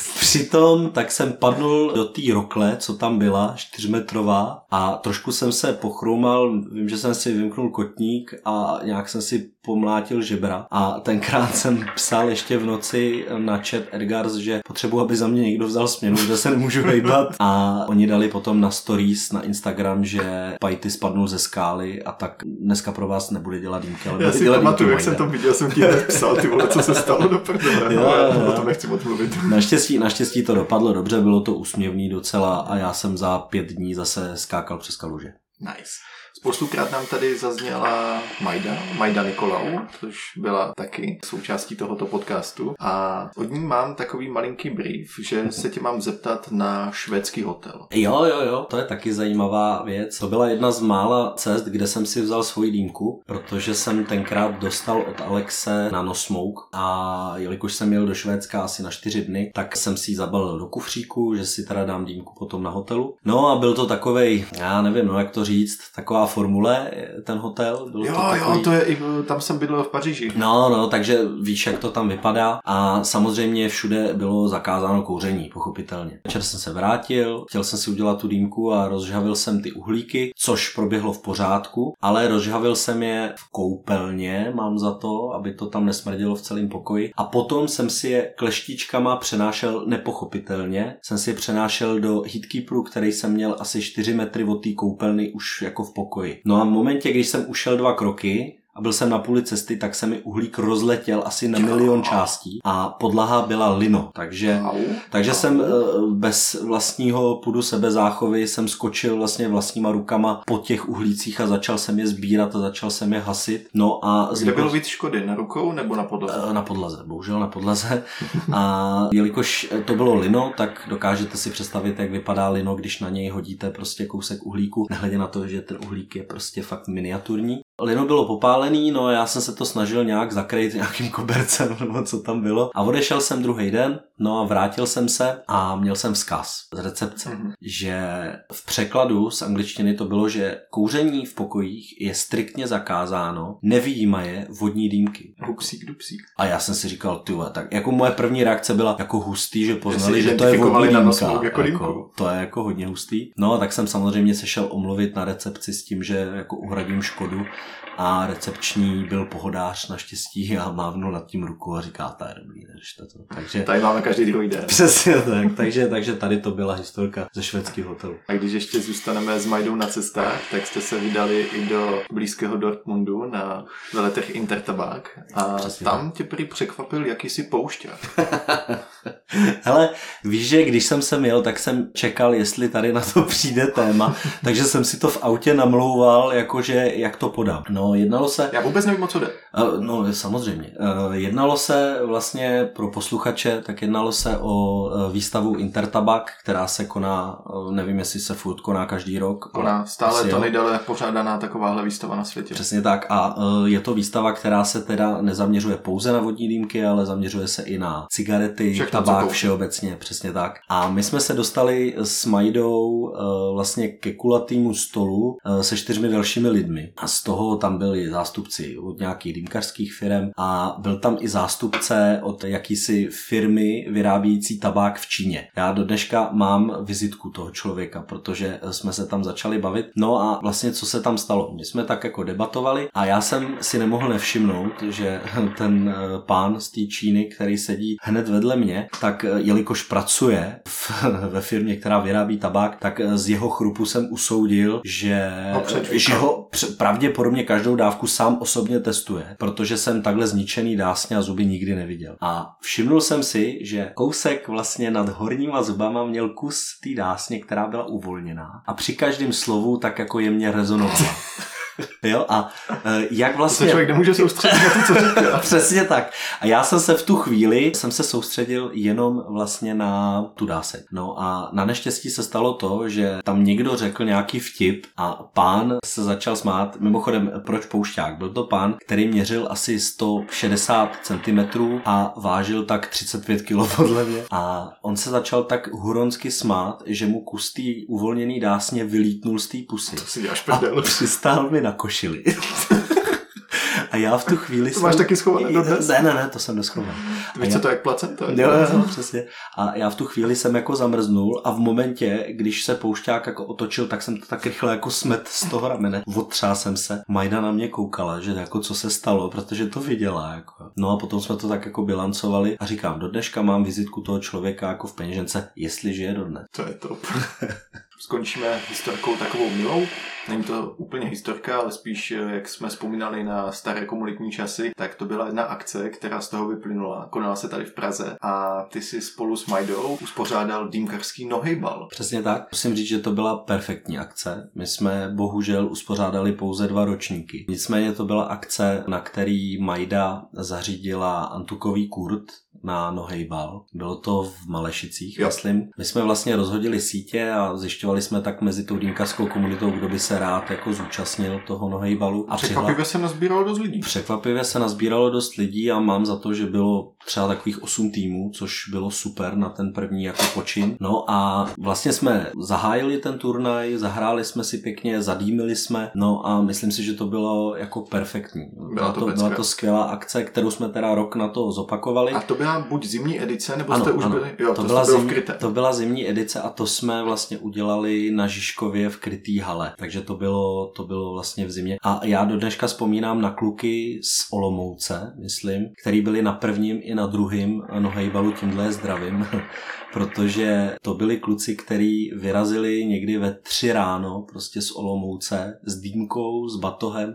přitom, tak jsem padnul do té rokle, co tam byla, 4metrová a trošku jsem se pochroumal, vím, že jsem si vymknul kotník a nějak jsem si pomlátil žebra a tenkrát jsem psal ještě v noci na chat Ergars, že potřebuji, aby za mě někdo vzal směnu, že se nemůžu hejbat a oni dali potom na stories na Instagram, že Pajty spadnul ze skály a tak dneska pro vás nebude dělat dýmky, ale já si pamatuju, jak jsem to viděl, jsem ti hned psal, ty vole, co se stalo do prdele, o tom nechci moc mluvit. Naštěstí to dopadlo dobře, bylo to úsměvný docela a já jsem za 5 dní zase skákal přes kaluže. Nice. Spoustukrát nám tady zazněla Majda Nikolau, což byla taky součástí tohoto podcastu. A od ní mám takový malinký brief, že se tě mám zeptat na švédský hotel. Jo, to je taky zajímavá věc. To byla jedna z mála cest, kde jsem si vzal svoji dýmku, protože jsem tenkrát dostal od Alexe nanosmoke a jelikož jsem jel do Švédska asi na 4 dny, tak jsem si ji zabalil do kufříku, že si teda dám dýmku potom na hotelu. No a byl to takovej, já nevím, jak to říct, taková formule, ten hotel. Bylo to je i, tam jsem bydlel v Paříži. No, takže víš, jak to tam vypadá a samozřejmě všude bylo zakázáno kouření, pochopitelně. Večer jsem se vrátil, chtěl jsem si udělat tu dýmku a rozžhavil jsem ty uhlíky, což proběhlo v pořádku, ale rozžhavil jsem je v koupelně, mám za to, aby to tam nesmrdilo v celém pokoji. A potom jsem si je kleštíčkama přenášel nepochopitelně, jsem si je přenášel do heatkeeperu, který jsem měl asi 4 metry od té koupelny už jako v pokoji. No a v momentě, když jsem ušel 2 kroky, a byl jsem na půli cesty, tak se mi uhlík rozletěl asi na 1 milion částí a podlaha byla lino. Takže jsem bez vlastního půdu sebezáchovy jsem skočil vlastně vlastníma rukama po těch uhlících a začal jsem je sbírat a začal jsem je hasit. No a kde bylo víc škody? Na rukou nebo na podlaze? Na podlaze, bohužel na podlaze. A jelikož to bylo lino, tak dokážete si představit, jak vypadá lino, když na něj hodíte prostě kousek uhlíku, nehledě na to, že ten uhlík je prostě fakt miniaturní. Lino bylo popálený, no já jsem se to snažil nějak zakrýt nějakým kobercem, nebo co tam bylo. A odešel jsem druhý den, no a vrátil jsem se a měl jsem vzkaz z recepce, že v překladu z angličtiny to bylo, že kouření v pokojích je striktně zakázáno, nevyjímaje vodní dýmky. Huksík, dupsík. A já jsem si říkal, tak jako moje první reakce byla jako hustý, že poznali, že to je vodní dýmka. Jako, to je jako hodně hustý. No a tak jsem samozřejmě se šel omluvit na recepci s tím, že jako uhradím škodu. A recepční byl pohodář naštěstí a mávnul nad tím rukou a říká, to je dobrý, neřešte to. Takže tady máme každý druhý den. Přesně tak, takže tady to byla historka ze švédského hotelu. A když ještě zůstaneme s Majdou na cestách, tak jste se vydali i do blízkého Dortmundu na veletrh Intertabák a přesně tam tě prý překvapil jakýsi poušťák. Hele, víš, že když jsem sem jel, tak jsem čekal, jestli tady na to přijde téma, takže jsem si to v autě namlouval, jakože jak to podám. No, jednalo se... Já vůbec nevím, o co jde. No, samozřejmě. Jednalo se vlastně pro posluchače, tak jednalo se o výstavu Intertabak, která se koná, nevím, jestli se furt koná každý rok. Koná stále to nejdéle pořádaná takováhle výstava na světě. Přesně tak a je to výstava, která se teda nezaměřuje pouze na vodní dýmky, ale zaměřuje se i na cigarety, všechno, tabák všeobecně, přesně tak. A my jsme se dostali s Majdou vlastně ke kulatýmu stolu se 4 dalšími lidmi a z toho tam byli zástupci od nějakých dýmkařských firm a byl tam i zástupce od jakýsi firmy vyrábějící tabák v Číně. Já do dneška mám vizitku toho člověka, protože jsme se tam začali bavit. No a vlastně co se tam stalo? My jsme tak jako debatovali a já jsem si nemohl nevšimnout, že ten pán z té Číny, který sedí hned vedle mě, tak jelikož pracuje ve firmě, která vyrábí tabák, tak z jeho chrupu jsem usoudil, že ho pravděpodobně každou dávku sám osobně testuje, protože jsem takhle zničený dásně a zuby nikdy neviděl. A všimnul jsem si, že kousek vlastně nad horníma zubama měl kus té dásně, která byla uvolněná a při každém slovu tak jako jemně rezonovala. Jo, a jak vlastně... To člověk nemůže soustředit na to, co říká. Přesně tak. A já jsem se v tu chvíli soustředil jenom vlastně na tu dáseň. No a na neštěstí se stalo to, že tam někdo řekl nějaký vtip a pán se začal smát. Mimochodem, proč poušťák? Byl to pán, který měřil asi 160 cm a vážil tak 35 kg podle mě. A on se začal tak huronsky smát, že mu kus té uvolněný dásně vylítnul z té pusy. To si děláš prdel. A přistál mi na košili. A já v tu chvíli to máš taky schované dodnes? Ne, to jsem neschoval. Víš, co to je jak placenta? Jo, přesně. A já v tu chvíli jsem jako zamrznul a v momentě, když se poušťák jako otočil, tak jsem to tak rychle jako smet z toho ramene. Otřásl jsem se. Majda na mě koukala, že jako co se stalo, protože to viděla. Jako. No a potom jsme to tak jako bilancovali a říkám, do dneška mám vizitku toho člověka jako v peněžence, jestli žije dodnes. To je top. Skončíme historkou takovou milou. Není to úplně historka, ale spíš, jak jsme vzpomínali na staré komunitní časy, tak to byla jedna akce, která z toho vyplynula. Konala se tady v Praze a ty si spolu s Majdou uspořádal dýmkařský nohejbal. Přesně tak. Musím říct, že to byla perfektní akce. My jsme bohužel uspořádali pouze 2 ročníky. Nicméně to byla akce, na který Majda zařídila antukový kurt, na nohejbal. Bylo to v Malešicích, myslím. My jsme vlastně rozhodili sítě a zjišťovali jsme tak mezi tou dýmkařskou komunitou, kdo by se rád jako zúčastnil toho nohejbalu. A překvapivě se nazbíralo dost lidí. Překvapivě se nazbíralo dost lidí a mám za to, že bylo třeba takových 8 týmů, což bylo super na ten první jako počin. No a vlastně jsme zahájili ten turnaj, zahráli jsme si pěkně, zadýmili jsme, no a myslím si, že to bylo jako perfektní. Byla to skvělá akce, kterou jsme teda rok na to zopakovali. A to byla buď zimní edice, nebo jste už byli? Jo, to byla zimní edice a to jsme vlastně udělali na Žižkově v krytý hale. Takže to bylo vlastně v zimě. A já do dneška vzpomínám na kluky z Olomouce, myslím, který byli na prvním i na druhém nohejbalu, tímhle zdravím, protože to byli kluci, kteří vyrazili někdy ve 3 ráno prostě z Olomouce s dýmkou, s batohem.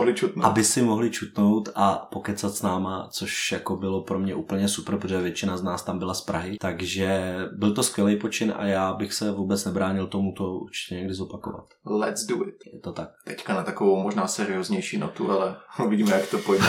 Aby si mohli čutnout a pokecat s náma, což jako bylo pro mě úplně super, protože většina z nás tam byla z Prahy. Takže byl to skvělý počin a já bych se vůbec nebránil tomu to určitě někdy zopakovat. Let's do it. Je to tak. Teďka na takovou možná serióznější notu, ale uvidíme, jak to pojde.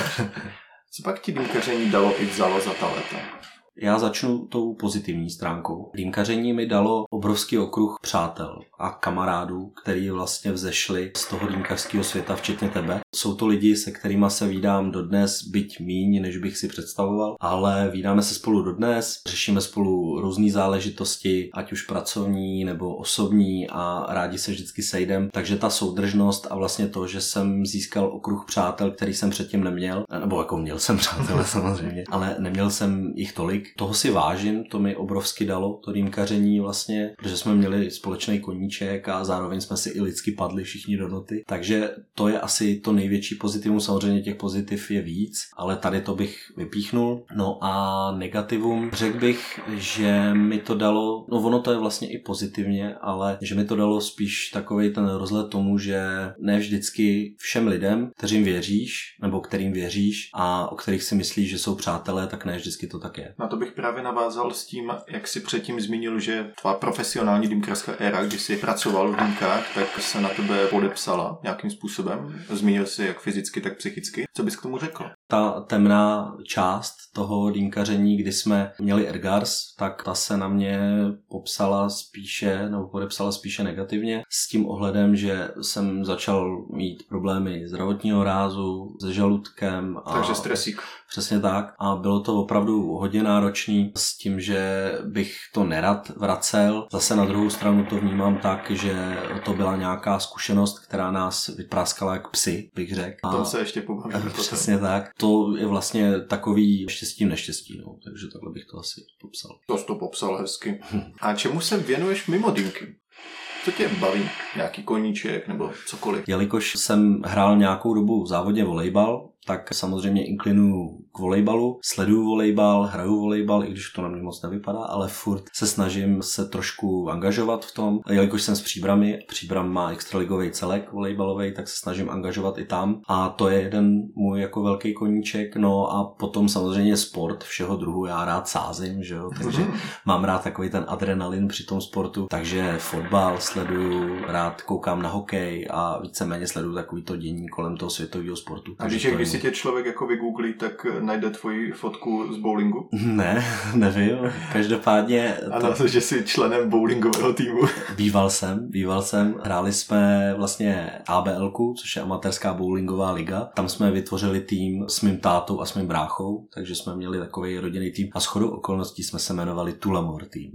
Co pak ti dýmkaření dalo i vzalo za ta léta? Já začnu tou pozitivní stránkou. Dýmkaření mi dalo obrovský okruh přátel a kamarádů, který vlastně vzešli z toho dýmkařského světa, včetně tebe. Jsou to lidi, se kterými se vídám dodnes, byť míň, než bych si představoval, ale vídáme se spolu dodnes, řešíme spolu různé záležitosti, ať už pracovní nebo osobní a rádi se vždycky sejdem. Takže ta soudržnost a vlastně to, že jsem získal okruh přátel, který jsem předtím neměl, nebo jako měl jsem přátelé samozřejmě, ale neměl jsem jich tolik. Toho si vážím, to mi obrovsky dalo, to dýmkaření vlastně, protože jsme měli společný koníček a zároveň jsme si i lidsky padli všichni do noty. Takže to je asi to největší pozitivum, samozřejmě těch pozitiv je víc, ale tady to bych vypíchnul. No a negativum, řekl bych, že mi to dalo, no ono to je vlastně i pozitivně, ale že mi to dalo spíš takovej ten rozhled tomu, že ne vždycky všem lidem, kterým věříš a o kterých si myslíš, že jsou přátelé, tak ne vždycky to tak je. Na to bych právě navázal s tím, jak si předtím zmínil, že tvá profesionální dýmkařská éra, kdy jsi pracoval v dýmkách, tak se na tebe podepsala nějakým způsobem. Zmínil jsi jak fyzicky, tak psychicky. Co bys k tomu řekl? Ta temná část toho dýmkaření, kdy jsme měli ergars, tak ta se na mě podepsala spíše negativně s tím ohledem, že jsem začal mít problémy zdravotního rázu, se žaludkem. Takže stresík. Přesně tak. A bylo to opravdu hodně náročný s tím, že bych to nerad vracel. Zase na druhou stranu to vnímám tak, že to byla nějaká zkušenost, která nás vypraskala jak psy, bych řekl. O tom se ještě pobavíme. Přesně tak. To je vlastně takový štěstí neštěstí, no. Takže takhle bych to asi popsal. To jsi to popsal hezky. A čemu se věnuješ mimo dýmky? Co tě baví? Nějaký koníček nebo cokoliv? Jelikož jsem hrál nějakou dobu v závodě volejbal, tak samozřejmě inklinuju k volejbalu, sleduju volejbal, hraju volejbal, i když to na mě moc nevypadá, ale furt se snažím se trošku angažovat v tom. Jelikož jsem z Příbrami, Příbram má extraligový celek volejbalový, tak se snažím angažovat i tam a to je jeden můj jako velký koníček. No a potom samozřejmě sport všeho druhu, já rád sázím, že jo, takže mám rád takový ten adrenalin při tom sportu, takže fotbal sleduju, rád koukám na hokej a víceméně sleduju takový to dění kolem toho světového sportu. A když si tě člověk jako vygooglí, tak najde tvoji fotku z bowlingu? Ne, nevím. Každopádně... Ano, že jsi členem bowlingového týmu. Býval jsem. Hráli jsme vlastně ABL-ku, což je amatérská bowlingová liga. Tam jsme vytvořili tým s mým tátou a s mým bráchou, takže jsme měli takový rodinný tým a shodou okolností jsme se jmenovali Tulamor tým.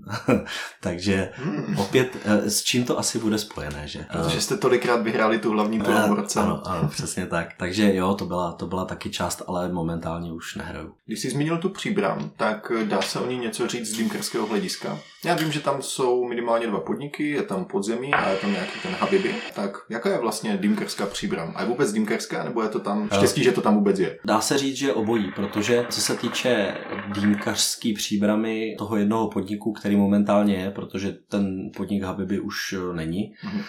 Takže opět, s čím to asi bude spojené, že? Protože jste tolikrát vyhráli tu hlavní Tulamorce. Ano, přesně tak. Takže jo, to byla taky část, ale momentálně už nehraju. Když jsi zmínil tu Příbram, tak dá se o ní něco říct z dýmkařského hlediska? Já vím, že tam jsou minimálně 2 podniky, je tam Podzemí a je tam nějaký ten Habibi. Tak jaká je vlastně dýmkařská Příbram? A je vůbec dýmkařská, nebo je to tam štěstí, že to tam vůbec je? Dá se říct, že obojí, protože co se týče dýmkařský Příbramy toho jednoho podniku, který momentálně je, protože ten podnik Habibi už není,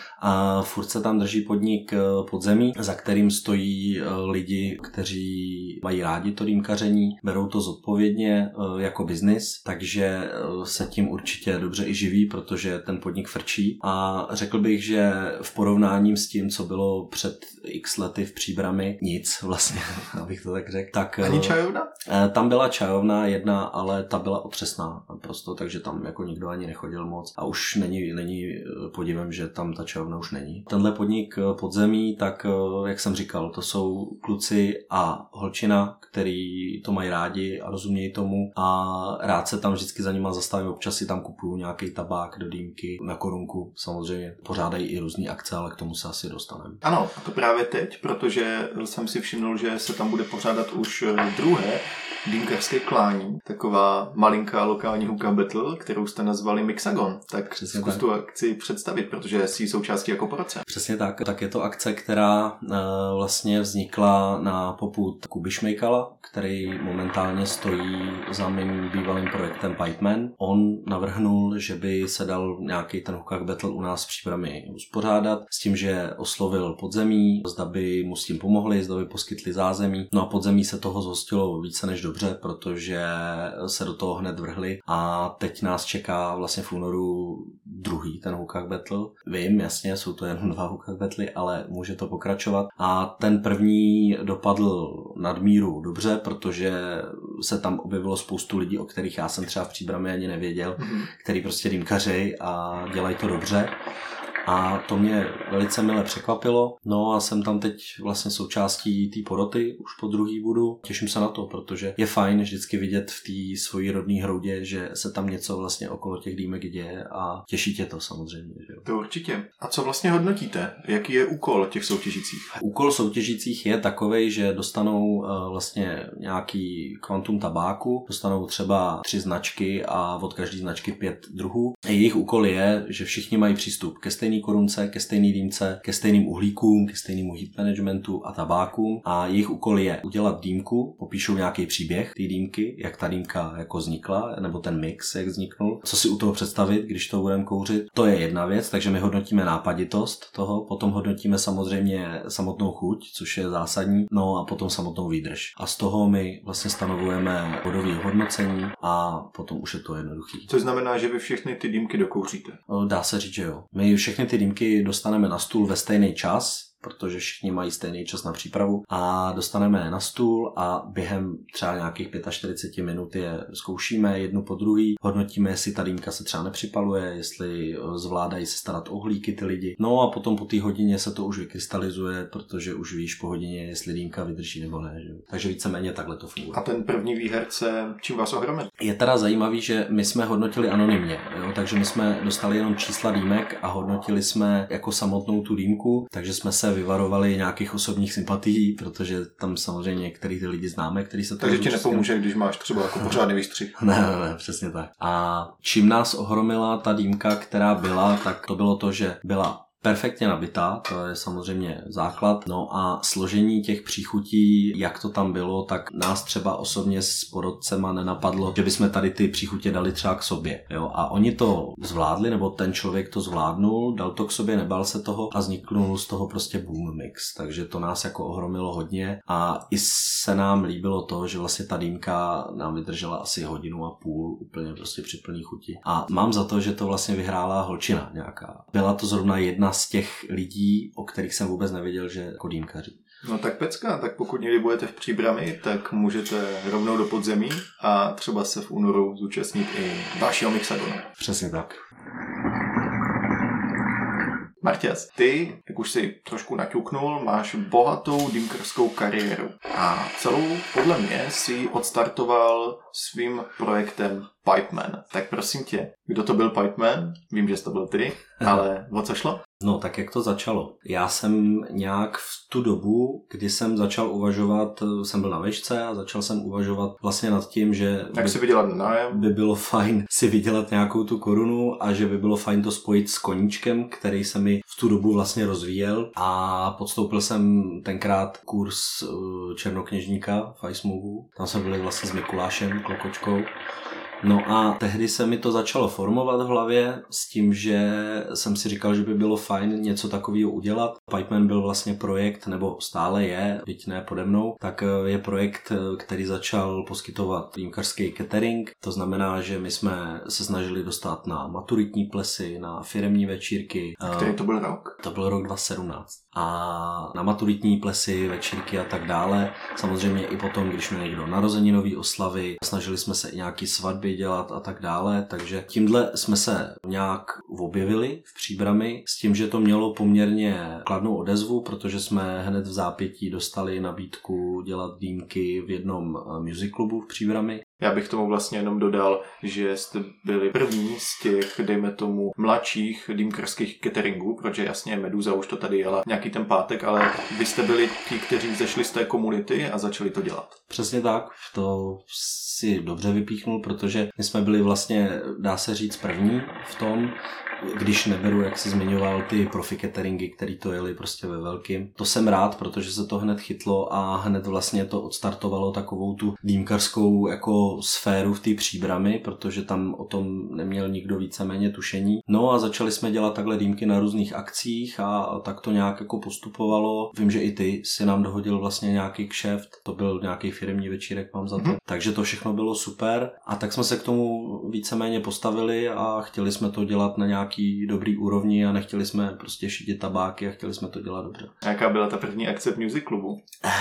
a furt se tam drží podnik Podzemí, za kterým stojí lidi, kteří mají rádi to dýmkaření, berou to zodpovědně jako biznis, takže se tím určitě dobře i živí, protože ten podnik frčí. A řekl bych, že v porovnání s tím, co bylo před x lety v Příbrami, nic vlastně, abych to tak řekl. Tak, ani čajovna? Tam byla čajovna jedna, ale ta byla otřesná prostě, takže tam jako nikdo ani nechodil moc a už není podivem, že tam ta čajovna už není. Tenhle podnik podzemí, tak jak jsem říkal, to jsou kluci a holčina, který to mají rádi a rozumějí tomu a rád se tam vždycky za nima zastavím, občas si tam kupuju nějaký tabák do dýmky na korunku, samozřejmě pořádají i různý akce, ale k tomu se asi dostaneme. Ano, a to právě teď, protože jsem si všimnul, že se tam bude pořádat už druhé dýmkařské klání, taková malinká lokální hookah battle, kterou jste nazvali Mixagon. Tak zkus tu akci představit, protože jsi součástí jako poradce. Přesně tak. Tak je to akce, která vlastně vznikla na popud Kuby Šmejkala, který momentálně stojí za mým bývalým projektem Pipeman. On navrhnul, že by se dal nějaký ten hookah battle u nás v Příbrami uspořádat s tím, že oslovil podzemí, zda by mu s tím pomohli, zda by poskytli zázemí. No a podzemí se toho zhostilo více než dobře, protože se do toho hned vrhli a teď nás čeká vlastně v únoru druhý ten hookah battle. Vím, jasně, jsou to jen 2 hookah battle, ale může to pokračovat. A ten první dopadl nadmíru dobře, protože se tam objevilo spoustu lidí, o kterých já jsem třeba v Příbrami ani nevěděl, který prostě dýmkařej a dělají to dobře. A to mě velice mile překvapilo. No a jsem tam teď vlastně součástí té poroty, už po druhý budu. Těším se na to, protože je fajn vždycky vidět v té svojí rodné hroudě, že se tam něco vlastně okolo těch dýmek děje a těší tě to samozřejmě. Že jo? To určitě. A co vlastně hodnotíte? Jaký je úkol těch soutěžících? Úkol soutěžících je takovej, že dostanou vlastně nějaký kvantum tabáku, dostanou třeba 3 značky a od každé značky 5 druhů. A jejich úkol je, že všichni mají přístup ke stejné korunce, ke stejné dýmce, ke stejným uhlíkům, ke stejnému heat managementu a tabákům a jejich úkol je udělat dýmku, popíšou nějaký příběh té dýmky, jak ta dýmka jako vznikla, nebo ten mix, jak vzniknul, co si u toho představit, když to budeme kouřit. To je jedna věc, takže my hodnotíme nápaditost toho, potom hodnotíme samozřejmě samotnou chuť, což je zásadní, no a potom samotnou výdrž. A z toho my vlastně stanovujeme bodové hodnocení a potom už je to jednoduchý. Což znamená, že vy všechny ty dýmky dokouříte? Dá se říct, že jo. My všechny ty dýmky dostaneme na stůl ve stejný čas, protože všichni mají stejný čas na přípravu a dostaneme na stůl a během třeba nějakých 45 minut je zkoušíme jednu po druhý, hodnotíme, jestli ta dýmka se třeba nepřipaluje, jestli zvládají se starat o uhlíky ty lidi. No a potom po té hodině se to už vykrystalizuje, protože už víš po hodině, jestli dýmka vydrží nebo ne. Že? Takže víceméně takhle to funguje. A ten první výherce, čím vás ohromil? Je teda zajímavý, že my jsme hodnotili anonymně, jo? Takže my jsme dostali jenom čísla dýmek a hodnotili jsme jako samotnou tu dýmku, takže jsme se vyvarovali nějakých osobních sympatií, protože tam samozřejmě některý ty lidi známe, který se to... Takže ti nepomůže, když máš třeba jako pořádný výstřih. Ne, přesně tak. A čím nás ohromila ta dýmka, která byla, tak to bylo to, že byla perfektně nabitá, to je samozřejmě základ. No a složení těch příchutí, jak to tam bylo, tak nás třeba osobně s porodcema nenapadlo, že bychom tady ty příchutě dali třeba k sobě. Jo? A oni to zvládli, nebo ten člověk to zvládnul, dal to k sobě, nebál se toho a vzniknul z toho prostě boom mix. Takže to nás jako ohromilo hodně a i se nám líbilo to, že vlastně ta dýmka nám vydržela asi 1,5 hodiny úplně prostě při plný chuti. A mám za to, že to vlastně vyhrála holčina nějaká. Byla to zrovna jedna z těch lidí, o kterých jsem vůbec nevěděl, že jako dýmkaří. No tak pecka, tak pokud někdy budete v Příbrami, tak můžete rovnou do podzemí a třeba se v únoru zúčastnit i dalšího Mixagonu. Přesně tak. Marťas, ty, jak už si trošku naťuknul, máš bohatou dýmkařskou kariéru a celou podle mě si odstartoval svým projektem Pipeman. Tak prosím tě, kdo to byl Pipeman? Vím, že jsi to byl ty, ale o co šlo? No, tak jak to začalo? Já jsem nějak v tu dobu, kdy jsem začal uvažovat, jsem byl na vešce a začal jsem uvažovat vlastně nad tím, že by bylo fajn si vydělat nějakou tu korunu a že by bylo fajn to spojit s koníčkem, který se mi v tu dobu vlastně rozvíjel a podstoupil jsem tenkrát kurz černokněžníka v iSmogu. Tam jsme byli vlastně s Mikulášem Klokočkou. No a tehdy se mi to začalo formovat v hlavě s tím, že jsem si říkal, že by bylo fajn něco takového udělat. Pipeman byl vlastně projekt, nebo stále je, byť ne pode mnou, tak je projekt, který začal poskytovat dýmkařský catering. To znamená, že my jsme se snažili dostat na maturitní plesy, na firemní večírky. Který to byl rok? To byl rok 2017. A na maturitní plesy, večírky a tak dále. Samozřejmě i potom, když měl někdo narozeninový oslavy, snažili jsme se i nějaký svatby dělat a tak dále, takže tímhle jsme se nějak objevili v Příbrami s tím, že to mělo poměrně kladnou odezvu, protože jsme hned v zápětí dostali nabídku dělat dýmky v jednom music klubu v Příbrami. Já bych tomu vlastně jenom dodal, že jste byli první z těch, dejme tomu, mladších dýmkařských cateringů, protože jasně Meduza už to tady jela nějaký ten pátek, ale vy jste byli ti, kteří zešli z té komunity a začali to dělat. Přesně tak, to si dobře vypíchnul, protože my jsme byli vlastně, dá se říct, první v tom, když neberu, jak jsi zmiňoval, ty profi cateringy, který to jeli prostě ve velkým. To jsem rád, protože se to hned chytlo a hned vlastně to odstartovalo takovou tu dýmkařskou jako sféru v té Příbrami, protože tam o tom neměl nikdo víceméně tušení. No a začali jsme dělat takhle dýmky na různých akcích a tak to nějak jako postupovalo. Vím, že i ty si nám dohodil vlastně nějaký kšeft, to byl nějaký firemní večírek, mám za to. Takže to všechno bylo super a tak jsme se k tomu víceméně postavili a chtěli jsme to dělat na nějaký dobrý úrovni a nechtěli jsme prostě šítit tabáky a chtěli jsme to dělat dobře. A jaká byla ta první akce v music klubu?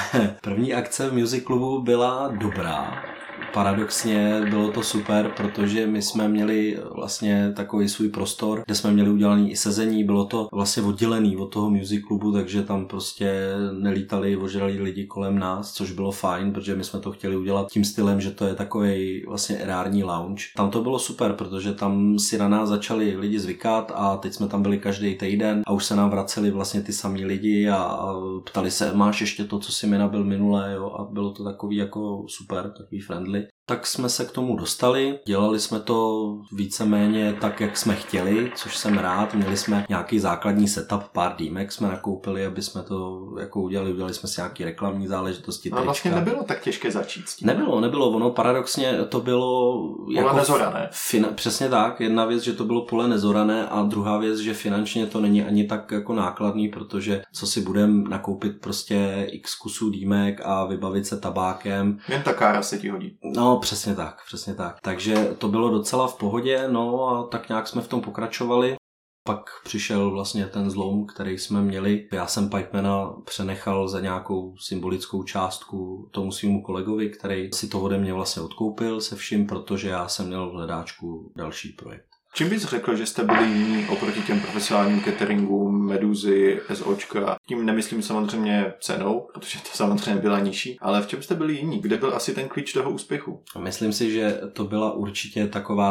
První akce v music klubu byla dobrá. Paradoxně bylo to super, protože my jsme měli vlastně takový svůj prostor, kde jsme měli udělaný i sezení, bylo to vlastně oddělený od toho music klubu, takže tam prostě nelítali ožralí lidi kolem nás, což bylo fajn, protože my jsme to chtěli udělat tím stylem, že to je takový vlastně erární lounge. Tam to bylo super, protože tam si na nás začali lidi zvykat a teď jsme tam byli každý týden a už se nám vraceli vlastně ty samý lidi a ptali se, máš ještě to, co si mi nabil minule, jo, a bylo to takový jako super, takový friendly. Tak jsme se k tomu dostali, dělali jsme to víceméně tak, jak jsme chtěli, což jsem rád, měli jsme nějaký základní setup, pár dýmek jsme nakoupili, aby jsme to jako udělali jsme si nějaký reklamní záležitosti. A vlastně nebylo tak těžké začít s tím. Nebylo, ono paradoxně to bylo pole nezorané. Přesně tak, jedna věc, že to bylo pole nezorané a druhá věc, že finančně to není ani tak jako nákladný, protože co si budem nakoupit prostě x kusů dýmek a vybavit se tabákem. Jen ta kára se ti hodí. No, přesně tak. Takže to bylo docela v pohodě, no a tak nějak jsme v tom pokračovali. Pak přišel vlastně ten zlom, který jsme měli. Já jsem Pipemana přenechal za nějakou symbolickou částku tomu svýmu kolegovi, který si to ode mě vlastně odkoupil se vším, protože já jsem měl v hledáčku další projekt. Čím bys řekl, že jste byli jiní oproti těm profesionálním cateringům, Meduzy, SOčka? Tím nemyslím samozřejmě cenou, protože to samozřejmě byla nižší, ale v čem jste byli jiní? Kde byl asi ten klíč toho úspěchu? Myslím si, že to byla určitě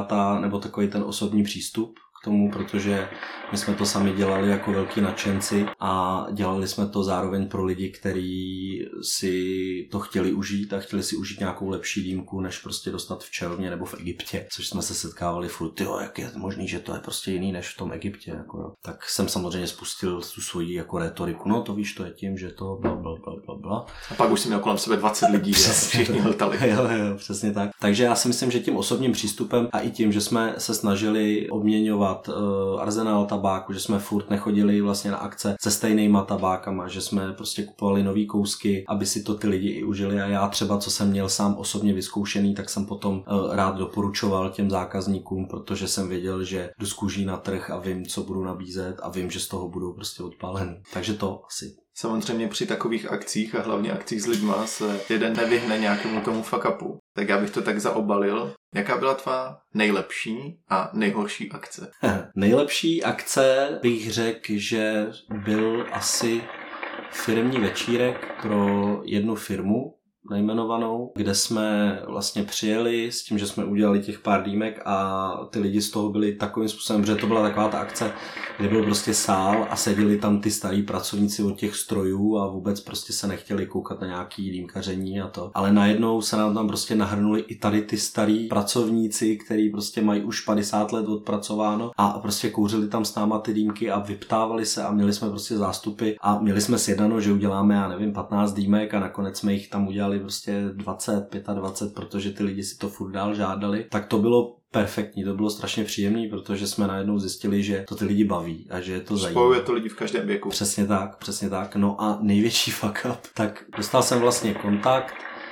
takový ten osobní přístup k tomu, protože my jsme to sami dělali jako velký nadšenci a dělali jsme to zároveň pro lidi, kteří si to chtěli užít a chtěli si užít nějakou lepší dýmku, než prostě dostat v Čelmě nebo v Egyptě, což jsme se setkávali furt, jak je možný, že to je prostě jiný než v tom Egyptě. Jako, jo. Tak jsem samozřejmě spustil tu svoji jako retoriku, no to víš, to je tím, že to bla. A pak už si měl kolem sebe 20 lidí a všichni hltali. Jo, přesně tak. Takže já si myslím, že tím osobním přístupem a i tím, že jsme se snažili obměňovat arzenál tabáku, že jsme furt nechodili vlastně na akce se stejnýma tabákama, že jsme prostě kupovali nový kousky, aby si to ty lidi i užili a já třeba, co jsem měl sám osobně vyzkoušený, tak jsem potom rád doporučoval těm zákazníkům, protože jsem věděl, že jdu z kůží na trh a vím, co budu nabízet a vím, že z toho budou prostě odpálený. Takže to asi. Samozřejmě při takových akcích a hlavně akcích s lidma se jeden nevyhne nějakému tomu fuck upu. Tak já bych to tak zaobalil. Jaká byla tvá nejlepší a nejhorší akce? Nejlepší akce bych řekl, že byl asi firemní večírek pro jednu firmu nejmenovanou, kde jsme vlastně přijeli s tím, že jsme udělali těch pár dýmek a ty lidi z toho byli takovým způsobem, že to byla taková ta akce, kde byl prostě sál a seděli tam ty starý pracovníci od těch strojů a vůbec prostě se nechtěli koukat na nějaký dýmkaření a to. Ale najednou se nám tam prostě nahrnuli i tady ty starý pracovníci, který prostě mají už 50 let odpracováno a prostě kouřili tam s náma ty dýmky a vyptávali se a měli jsme prostě zástupy a měli jsme sjednano, že uděláme, já nevím, 15 dýmek a nakonec jsme jich tam udělali dali prostě 20, 25, protože ty lidi si to furt dál žádali, tak to bylo perfektní, to bylo strašně příjemný, protože jsme najednou zjistili, že to ty lidi baví a že je to zajímavé. Spojuje to lidi v každém věku. Přesně tak. No a největší fuck up, tak dostal jsem vlastně kontakt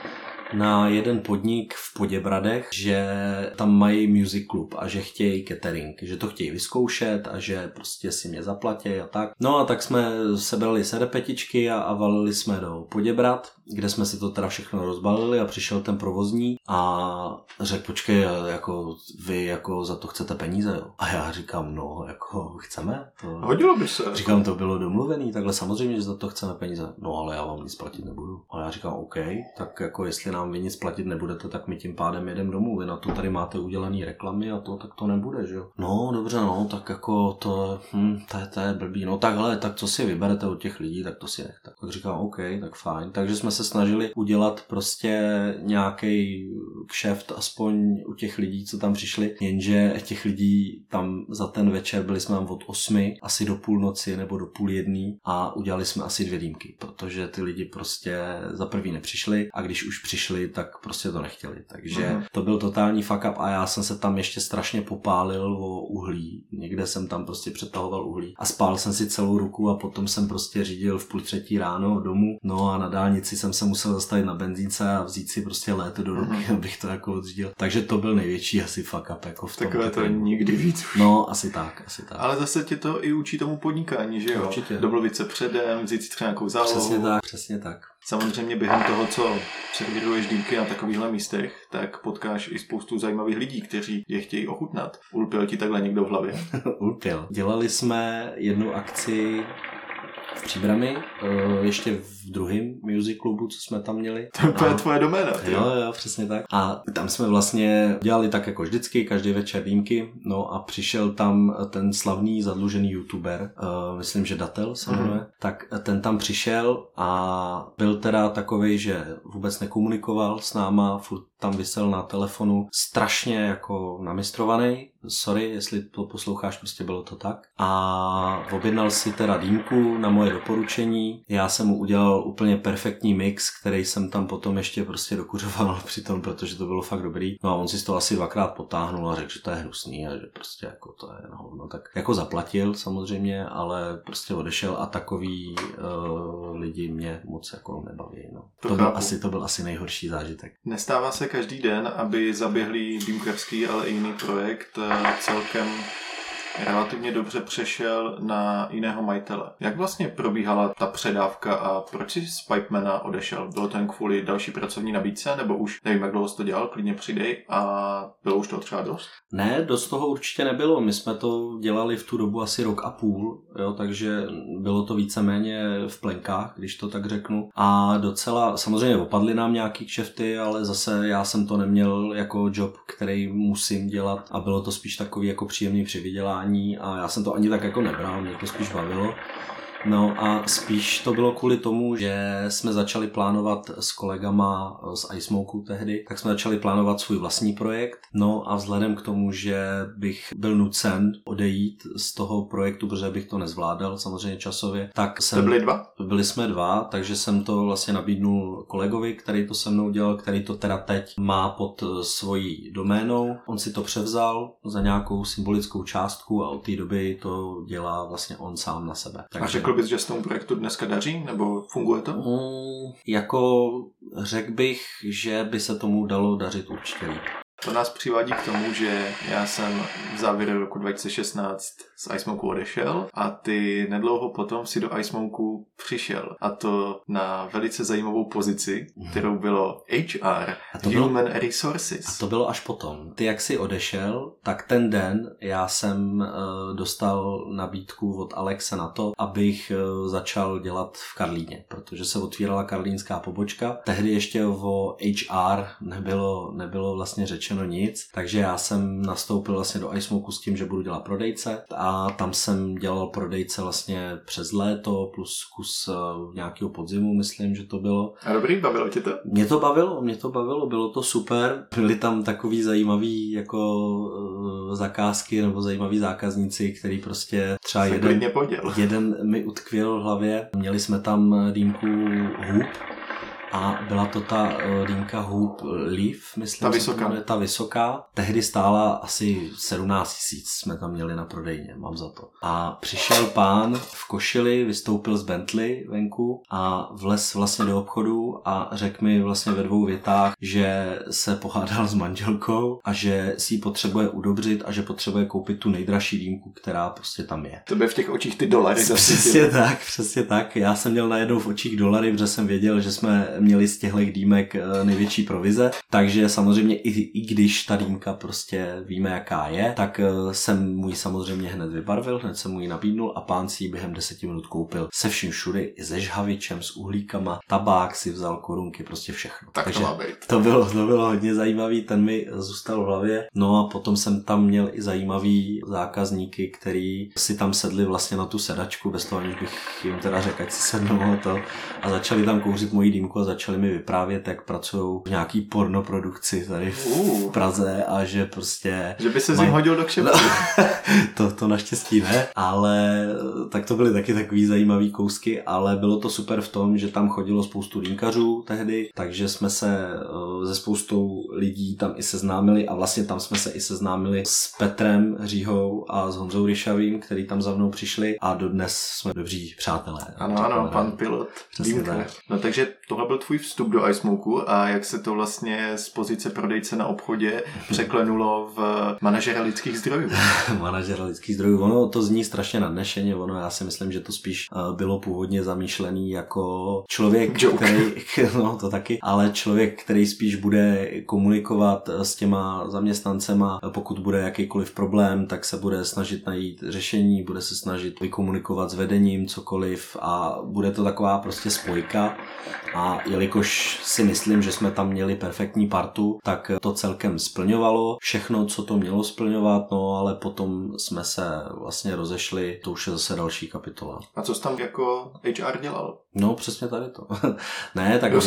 na jeden podnik v Poděbradech, že tam mají music club a že chtějí catering, že to chtějí vyzkoušet a že prostě si mě zaplatí a tak. No a tak jsme sebrali sedepetičky a valili jsme do Poděbrad, kde jsme si to teda všechno rozbalili a přišel ten provozní a řekl, počkej, jako vy jako za to chcete peníze, jo? A já říkám, no, jako chceme. To... Hodilo by se. Říkám, to bylo domluvený, takhle samozřejmě, že za to chceme peníze. No ale já vám nic platit nebudu. A já říkám, OK, tak jako jestli nám vy nic platit nebudete, tak my tím pádem jedem domů. Vy na to tady máte udělaný reklamy a to, tak to nebude, že jo? No, dobře, no, tak jako to je blbý. No takhle, tak co si vyberete od těch lidí, tak to si nechte. Tak říkám, OK, tak fajn. Takže jsme se snažili udělat prostě nějaký kšeft aspoň u těch lidí, co tam přišli, jenže těch lidí tam za ten večer byli jsme tam od 8 asi do půlnoci nebo do 12:30 a udělali jsme asi 2 dýmky, protože ty lidi prostě za prvý nepřišli a když už přišli, tak prostě to nechtěli. Takže to byl totální fuck up a já jsem se tam ještě strašně popálil o uhlí. Někde jsem tam prostě přetahoval uhlí a spál jsem si celou ruku a potom jsem prostě řídil v 2:30 ráno domů. No a na dálnici jsem se musel zastavit na benzínce a vzít si prostě léto do ruky, abych to jako odřídil. Takže to byl největší asi fuck up jako v tom. Takové to nikdy víc už. No, asi tak. Ale zase tě to i učí tomu podnikání, že jo? Určitě. Domluvit se předem, vzít si třeba nějakou zálohu. Přesně tak. Samozřejmě během toho, co servíruješ dýmky na takovýchhle místech, tak potkáš i spoustu zajímavých lidí, kteří je chtějí ochutnat. Ulpěl ti takhle někdo v hlavě? Ulpěl. Dělali jsme jednu akci v Příbrami, ještě v druhém music klubu, co jsme tam měli. To je tvoje doména. Jo, přesně tak. A tam jsme vlastně dělali tak jako vždycky, každý večer dýmky, no a přišel tam ten slavný zadlužený youtuber, myslím, že Datel se jmenuje, tak ten tam přišel a byl teda takovej, že vůbec nekomunikoval s náma, furt tam visel na telefonu, strašně jako namistrovaný, sorry, jestli to posloucháš, prostě bylo to tak. A objednal si teda dýmku na moje doporučení, já jsem mu udělal úplně perfektní mix, který jsem tam potom ještě prostě dokuřoval přitom, protože to bylo fakt dobrý. No a on si to asi 2krát potáhnul a řekl, že to je hnusný a že prostě jako to je na hovno. Tak jako zaplatil samozřejmě, ale prostě odešel a takový lidi mě moc jako nebaví. No. To byl asi nejhorší zážitek. Nestává se každý den, aby zaběhlý dýmkarský, ale i jiný projekt celkem relativně dobře přešel na jiného majitele. Jak vlastně probíhala ta předávka a proč si z Pipemana odešel? Bylo to jen kvůli další pracovní nabídce, nebo už nevím, jak dlouho jsi to dělal, klidně přidej a bylo už to třeba dost? Ne, dost toho určitě nebylo. My jsme to dělali v tu dobu asi 1,5 roku, jo, takže bylo to víceméně v plenkách, když to tak řeknu. A docela, samozřejmě opadly nám nějaký kšefty, ale zase já jsem to neměl jako job, který musím dělat a bylo to spíš takový jako příjemný přivydělání a já jsem to ani tak jako nebral, mě to spíš bavilo. No a spíš to bylo kvůli tomu, že jsme začali plánovat s kolegama z iSmoku tehdy, tak jsme začali plánovat svůj vlastní projekt. No a vzhledem k tomu, že bych byl nucen odejít z toho projektu, protože bych to nezvládal samozřejmě časově, tak jsem... To byli 2? Byli jsme 2, takže jsem to vlastně nabídnul kolegovi, který to se mnou dělal, který to teda teď má pod svojí doménou. On si to převzal za nějakou symbolickou částku a od té doby to dělá vlastně on sám na sebe. Takže... A řekl bys, že se tomu projektu dneska daří, nebo funguje to? Jako řekl bych, že by se tomu dalo dařit určitě líp. To nás přivádí k tomu, že já jsem v závěru roku 2016 z iSmoku odešel a ty nedlouho potom si do iSmoku přišel. A to na velice zajímavou pozici, kterou bylo HR, Human Resources. A to bylo až potom. Ty jak jsi odešel, tak ten den já jsem dostal nabídku od Alexe na to, abych začal dělat v Karlíně, protože se otvírala karlínská pobočka. Tehdy ještě o HR nebylo vlastně řečeno nic, takže já jsem nastoupil vlastně do iSmoku s tím, že budu dělat prodejce a tam jsem dělal prodejce vlastně přes léto plus kus nějakého podzimu, myslím, že to bylo. A dobrý, bavilo tě to? Mě to bavilo, bylo to super. Byli tam takový zajímavý jako zakázky nebo zajímaví zákazníci, který prostě třeba jeden mi utkvěl v hlavě. Měli jsme tam dýmku Hoop, a byla to ta dýmka Hoop Leaf, myslím, ta vysoká. Tehdy stála asi 17 000, jsme tam měli na prodejně, mám za to. A přišel pán v košili, vystoupil z Bentley venku a vlez vlastně do obchodu a řekl mi vlastně ve 2 větách, že se pohádal s manželkou a že si ji potřebuje udobřit a že potřebuje koupit tu nejdražší dýmku, která prostě tam je. To by v těch očích ty dolary. Přesně tak. Já jsem měl najednou v očích dolary, protože jsem věděl, že jsme měli z těchto dýmek největší provize, takže samozřejmě i když ta dýmka prostě víme, jaká je, tak jsem mu ji samozřejmě hned vybarvil, hned jsem mu ji nabídnul a pán si ji během 10 minut koupil se vším všudy, i se žhavičem, s uhlíkama, tabák si vzal, korunky, prostě všechno. Takže to má být. To bylo hodně zajímavý, ten mi zůstal v hlavě. No a potom jsem tam měl i zajímavý zákazníky, který si tam sedli vlastně na tu sedačku, bez toho, aniž bych jim teda řekl, ať si sednou na to, a začali tam kouřit moji dýmku a začali mi vyprávět, jak pracují v nějaký pornoprodukci tady v Praze a že prostě... Že by se jim hodil do kšeftu. To naštěstí ne, ale tak to byly taky takový zajímavý kousky, ale bylo to super v tom, že tam chodilo spoustu dýmkařů tehdy, takže jsme se se spoustou lidí tam i seznámili a vlastně tam jsme se i seznámili s Petrem Hříhou a s Honzou Ryšavým, který tam za mnou přišli a dodnes jsme dobří přátelé. Ano, pan pilot. Tak. No takže tohle byl tvůj vstup do iSmoku a jak se to vlastně z pozice prodejce na obchodě překlenulo v manažera lidských zdrojů? Manažera lidských zdrojů, ono to zní strašně nadnešeně, já si myslím, že to spíš bylo původně zamýšlený jako člověk, no to taky, ale člověk, který spíš bude komunikovat s těma zaměstnancema, pokud bude jakýkoliv problém, tak se bude snažit najít řešení, bude se snažit vykomunikovat s vedením cokoliv a bude to taková prostě spojka a jelikož si myslím, že jsme tam měli perfektní partu, tak to celkem splňovalo všechno, co to mělo splňovat, no ale potom jsme se vlastně rozešli, to už je zase další kapitola. A co jsi tam jako HR dělal? No přesně tady to. Ne, tak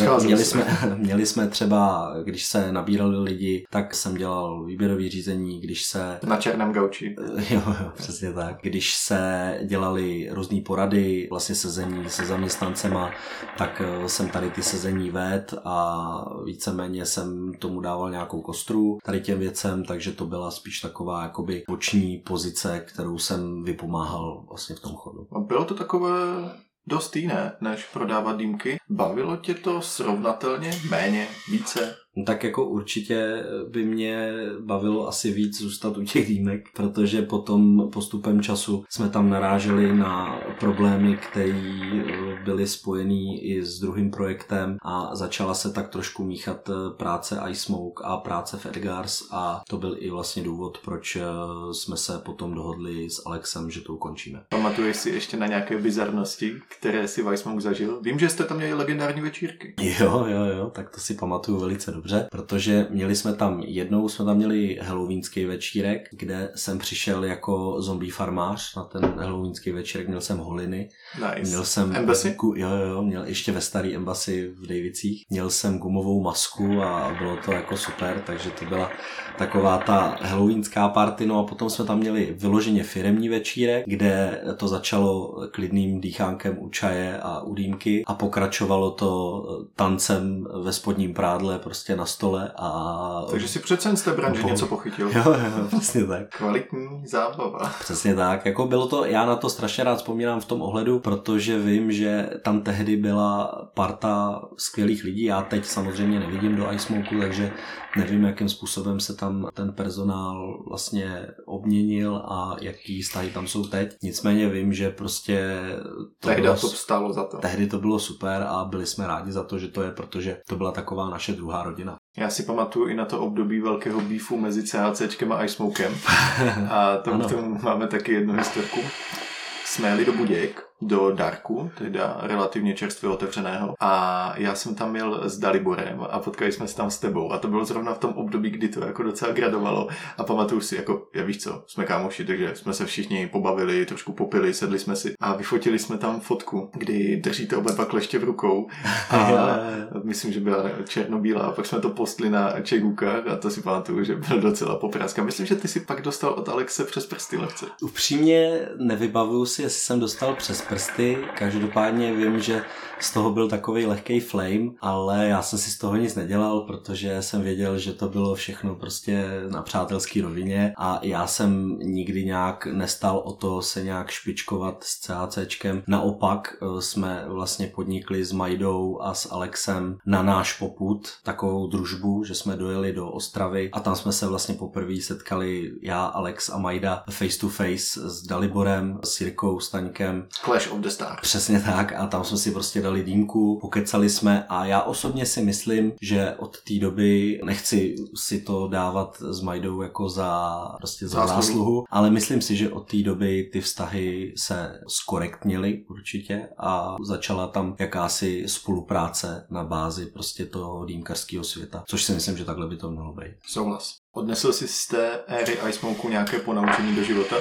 měli jsme třeba, když se nabírali lidi, tak jsem dělal výběrový řízení, když se... Na černém gauči. Jo, přesně tak. Když se dělali různý porady, vlastně sezení se zaměstnancema, tak jsem tady ty sezení ved a víceméně jsem tomu dával nějakou kostru tady těm věcem, takže to byla spíš taková jakoby boční pozice, kterou jsem vypomáhal vlastně v tom chodu. A bylo to takové dost jiné, než prodávat dýmky. Bavilo tě to srovnatelně, méně, více? Tak jako určitě by mě bavilo asi víc zůstat u těch dýmek, protože potom postupem času jsme tam naráželi na problémy, které byly spojený i s druhým projektem a začala se tak trošku míchat práce iSmoke a práce v Edgars a to byl i vlastně důvod, proč jsme se potom dohodli s Alexem, že to ukončíme. Pamatuješ si ještě na nějaké bizarnosti, které si v iSmoke zažil? Vím, že jste tam měli legendární večírky. Jo, tak to si pamatuju velice dobře, protože jednou jsme tam měli halloweenský večírek, kde jsem přišel jako zombie farmář na ten halloweenský večírek, měl jsem holiny. Nice. Měl jsem Embassy? Měl ještě ve starý Embassy v Davicích. Měl jsem gumovou masku a bylo to jako super, takže to byla taková ta halloweenská party, no a potom jsme tam měli vyloženě firemní večírek, kde to začalo klidným dýchánkem u čaje a u dýmky a pokračovalo to tancem ve spodním prádle prostě na stole a... Takže si přece jen z té branže něco pochytil. Jo, přesně tak. Kvalitní zábava. Přesně tak, jako bylo to, já na to strašně rád vzpomínám v tom ohledu, protože vím, že tam tehdy byla parta skvělých lidí, já teď samozřejmě nevidím do iSmoku, takže nevím, jakým způsobem se tam ten personál vlastně obměnil a jaký vztahy tam jsou teď. Nicméně vím, že prostě tehdy to stálo za to. Tehdy to bylo super a byli jsme rádi za to, že to je, protože to byla taková naše druhá rodina. Já si pamatuju i na to období velkého beefu mezi CHCčkem a iSmokem. A k tomu máme taky jednu historku. Jsme jeli do Budějk, do Darku, teda relativně čerstvě otevřeného. A já jsem tam jel s Daliborem a potkali jsme se tam s tebou. A to bylo zrovna v tom období, kdy to jako docela gradovalo. A pamatuju si, jako, já víš co, jsme kámoši, takže jsme se všichni pobavili, trošku popili, sedli jsme si a vyfotili jsme tam fotku, kdy držíte oba dva kleště v rukou. A myslím, že byla černobílá. A pak jsme to postli na Čegukách a to si pamatuju, že byl docela popráska. Myslím, že ty si pak dostal od Alexe přes prsty lehce. Upřímně nevybavuju si, jestli jsem dostal přes prsty. Každopádně vím, že z toho byl takový lehký flame, ale já jsem si z toho nic nedělal, protože jsem věděl, že to bylo všechno prostě na přátelský rovině a já jsem nikdy nějak nestal o to se nějak špičkovat s CACčkem. Naopak jsme vlastně podnikli s Majdou a s Alexem na náš popud takovou družbu, že jsme dojeli do Ostravy a tam jsme se vlastně poprvé setkali já, Alex a Majda face to face s Daliborem, s Jirkou Staňkem. Clash of the Stars. Přesně tak a tam jsme si prostě dali dýmku, pokecali jsme a já osobně si myslím, že od té doby nechci si to dávat s Majdou jako za zásluhu, ale myslím si, že od té doby ty vztahy se zkorektnily určitě a začala tam jakási spolupráce na bázi prostě toho dýmkarského světa, což si myslím, že takhle by to mělo být. Souhlas. Odnesl jsi z té éry Ice Smoku nějaké ponaučení do života?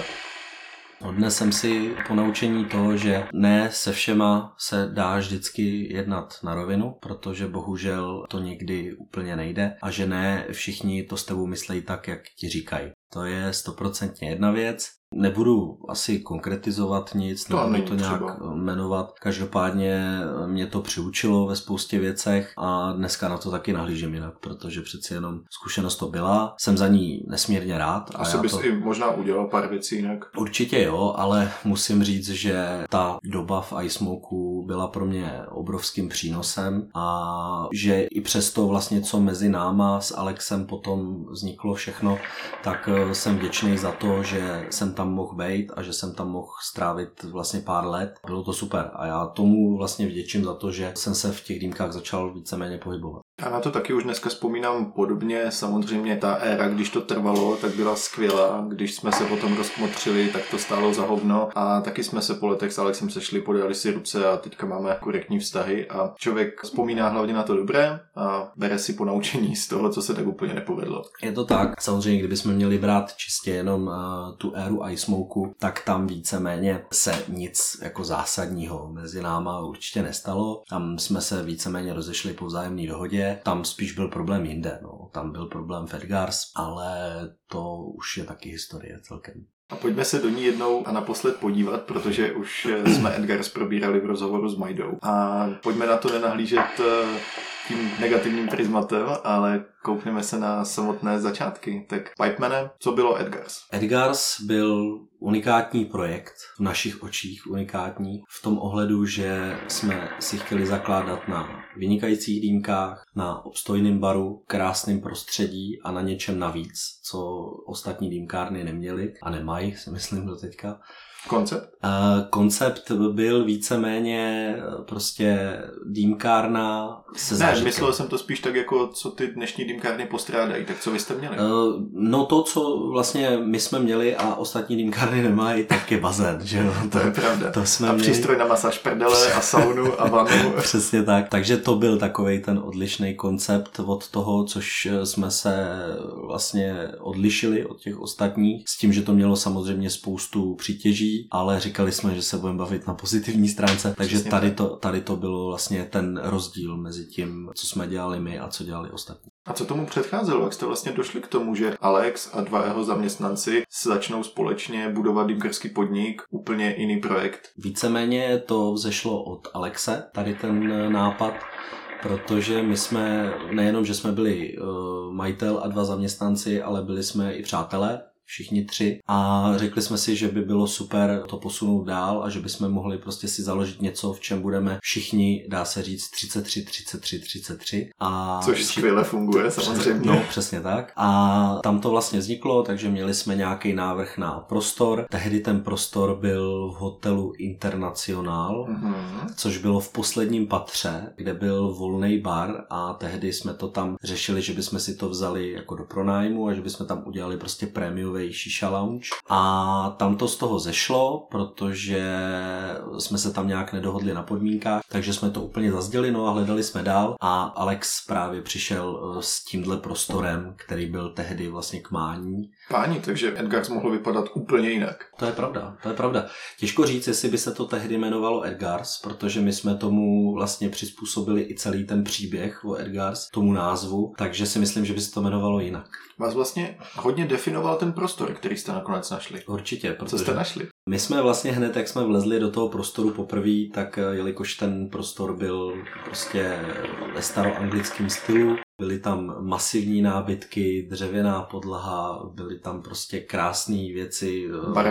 Odnesem si ponaučení to, že ne se všema se dá vždycky jednat na rovinu, protože bohužel to někdy úplně nejde a že ne všichni to s tebou myslejí tak, jak ti říkají. To je 100% jedna věc. Nebudu asi konkretizovat nic, nebudu to nějak jmenovat. Každopádně mě to přiučilo ve spoustě věcech a dneska na to taky nahlížím jinak, protože přeci jenom zkušenost to byla. Jsem za ní nesmírně rád. Asi bys i možná udělal pár věcí jinak. Určitě jo, ale musím říct, že ta doba v Ice Smoku byla pro mě obrovským přínosem a že i přesto vlastně, co mezi náma s Alexem potom vzniklo všechno, tak jsem vděčný za to, že jsem tam mohl být a že jsem tam mohl strávit vlastně pár let. Bylo to super a já tomu vlastně vděčím za to, že jsem se v těch dýmkách začal víceméně pohybovat. Já na to taky už dneska vzpomínám podobně. Samozřejmě ta éra, když to trvalo, tak byla skvělá. Když jsme se potom rozkmotřili, tak to stálo za hovno. A taky jsme se po letech s Alexem sešli, podali si ruce a teďka máme korektní vztahy. A člověk vzpomíná hlavně na to dobré a bere si ponaučení z toho, co se tak úplně nepovedlo. Je to tak. Samozřejmě, kdybychom měli brát čistě jenom tu éru Ice Smoku, tak tam víceméně se nic jako zásadního mezi náma určitě nestalo. Tam jsme se víceméně rozešli po vzájemné dohodě. Tam spíš byl problém jinde, no. Tam byl problém v Edgars, ale to už je taky historie celkem. A pojďme se do ní jednou a naposled podívat, protože už jsme Edgars probírali v rozhovoru s Majdou. A pojďme na to nenahlížet tím negativním prismatem, ale koukneme se na samotné začátky. Tak Pipemane, co bylo Edgars? Edgars byl unikátní projekt, v našich očích unikátní, v tom ohledu, že jsme si chtěli zakládat na vynikajících dýmkách, na obstojném baru, krásném prostředí a na něčem navíc, co ostatní dýmkárny neměly a nemají, si myslím do teďka. Koncept? Koncept byl víceméně prostě dýmkárna se zážitkem. Ne, myslel jsem to spíš tak, jako co ty dnešní dýmkárny postrádají, tak co vy jste měli? No to, co vlastně my jsme měli a ostatní dýmkárny nemají, tak je bazén, že jo? To je pravda. To jsme a měli... přístroj na masáž prdele a saunu a vanu. Přesně tak. Takže to byl takovej ten odlišný koncept od toho, což jsme se vlastně odlišili od těch ostatních, s tím, že to mělo samozřejmě spoustu přítěží, ale říkali jsme, že se budeme bavit na pozitivní stránce, takže tady to bylo vlastně ten rozdíl mezi tím, co jsme dělali my a co dělali ostatní. A co tomu předcházelo? Jak jste vlastně došli k tomu, že Alex a dva jeho zaměstnanci začnou společně budovat dýmkarský podnik, úplně jiný projekt? Víceméně to vzešlo od Alexe, tady ten nápad, protože my jsme, nejenom, že jsme byli majitel a dva zaměstnanci, ale byli jsme i přátelé, všichni tři a řekli jsme si, že by bylo super to posunout dál a že bychom mohli prostě si založit něco, v čem budeme všichni, dá se říct, 33. A což skvěle funguje, samozřejmě. No, přesně tak. A tam to vlastně vzniklo, takže měli jsme nějaký návrh na prostor. Tehdy ten prostor byl v hotelu Internacional, což bylo v posledním patře, kde byl volný bar a tehdy jsme to tam řešili, že bychom si to vzali jako do pronájmu a že bychom tam udělali prostě prémiový shisha lounge a tam to z toho zešlo, protože jsme se tam nějak nedohodli na podmínkách, takže jsme to úplně zazděli, no a hledali jsme dál a Alex právě přišel s tímhle prostorem, který byl tehdy vlastně k mání. Páni, takže Edgars mohl vypadat úplně jinak. To je pravda. Těžko říct, jestli by se to tehdy jmenovalo Edgars, protože my jsme tomu vlastně přizpůsobili i celý ten příběh o Edgars, tomu názvu, takže si myslím, že by se to jmenovalo jinak. Vás vlastně hodně definoval ten prostor, který jste nakonec našli. Určitě. Co jste našli? My jsme vlastně hned, jak jsme vlezli do toho prostoru poprvé, tak jelikož ten prostor byl prostě ve staroanglickém stylu, byly tam masivní nábytky, dřevěná podlaha, byly tam prostě krásné věci.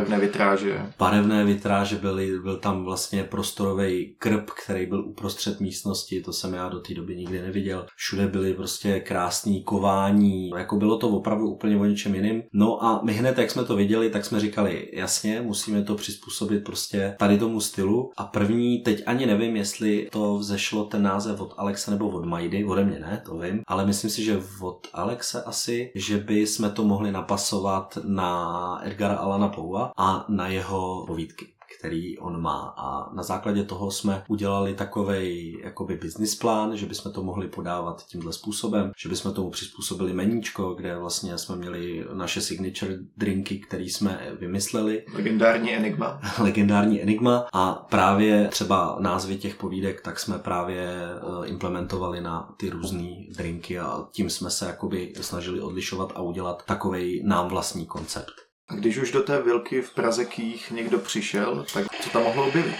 Barevné vitráže byl tam vlastně prostorový krb, který byl uprostřed místnosti, to jsem já do té doby nikdy neviděl. Všude byly prostě krásný kování, jako bylo to opravdu úplně o něčem jiným. No a my hned, jak jsme to viděli, tak jsme říkali, jasně, musíme to přizpůsobit prostě tady tomu stylu. A první, teď ani nevím, jestli to vzešlo ten název od Alexe nebo od Majdy, ode mě ne, to vím, ale myslím si, že od Alexe asi, že by jsme to mohli napasovat na Edgara Allana Poea a na jeho povídky, který on má. A na základě toho jsme udělali takovej jakoby business plán, že bychom to mohli podávat tímhle způsobem, že bychom tomu přizpůsobili meníčko, kde vlastně jsme měli naše signature drinky, které jsme vymysleli. Legendární Enigma a právě třeba názvy těch povídek, tak jsme právě implementovali na ty různý drinky a tím jsme se jakoby snažili odlišovat a udělat takovej nám vlastní koncept. Když už do té vilky v Praze Kých někdo přišel, tak co tam mohlo objevit?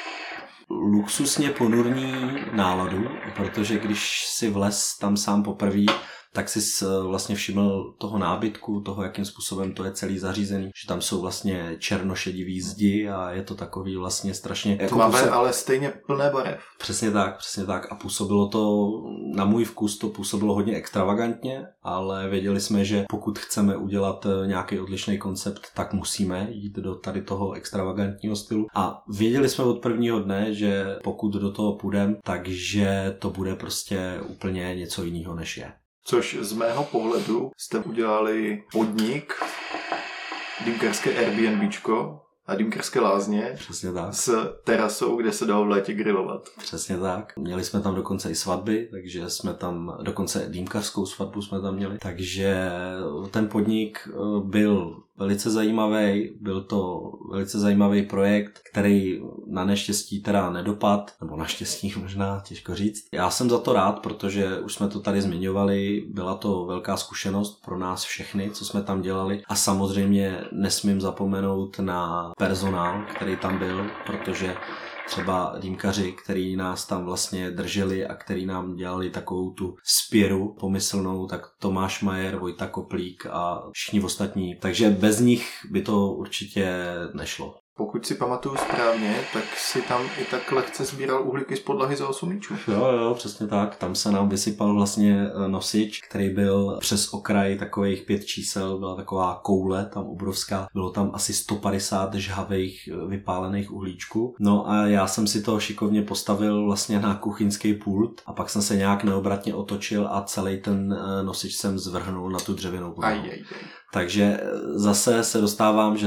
Luxusně ponurní náladu, protože když si vlez tam sám poprvé, tak si vlastně všiml toho nábytku, toho, jakým způsobem to je celý zařízený, že tam jsou vlastně černošedivý zdi a je to takový vlastně strašně... Tmavé, ale stejně plné barev. Přesně tak. A působilo to, na můj vkus to působilo hodně extravagantně, ale věděli jsme, že pokud chceme udělat nějaký odlišný koncept, tak musíme jít do tady toho extravagantního stylu. A věděli jsme od prvního dne, že pokud do toho půjdeme, takže to bude prostě úplně něco jiného, než je. Což z mého pohledu jste udělali podnik, dýmkerské Airbnbčko a dýmkerské lázně. Přesně tak. S terasou, kde se dalo v létě grilovat. Přesně tak. Měli jsme tam dokonce i svatby, takže jsme tam, dokonce dýmkařskou svatbu jsme tam měli. Takže ten podnik byl velice zajímavý, byl to velice zajímavý projekt, který na neštěstí teda nedopad, nebo naštěstí možná, těžko říct. Já jsem za to rád, protože už jsme to tady zmiňovali, byla to velká zkušenost pro nás všechny, co jsme tam dělali a samozřejmě nesmím zapomenout na personál, který tam byl, protože třeba dýmkaři, který nás tam vlastně drželi a který nám dělali takovou tu spěru pomyslnou, tak Tomáš Majer, Vojta Koplík a všichni ostatní. Takže bez nich by to určitě nešlo. Pokud si pamatuju správně, tak si tam i tak lehce sbíral uhlíky z podlahy za 8 míčů. Jo, přesně tak. Tam se nám vysypal vlastně nosič, který byl přes okraj takových 5 čísel, byla taková koule tam obrovská. Bylo tam asi 150 žhavých vypálených uhlíčků. No a já jsem si to šikovně postavil vlastně na kuchyňský pult a pak jsem se nějak neobratně otočil a celý ten nosič jsem zvrhnul na tu dřevěnou podlahu. Takže zase se dostávám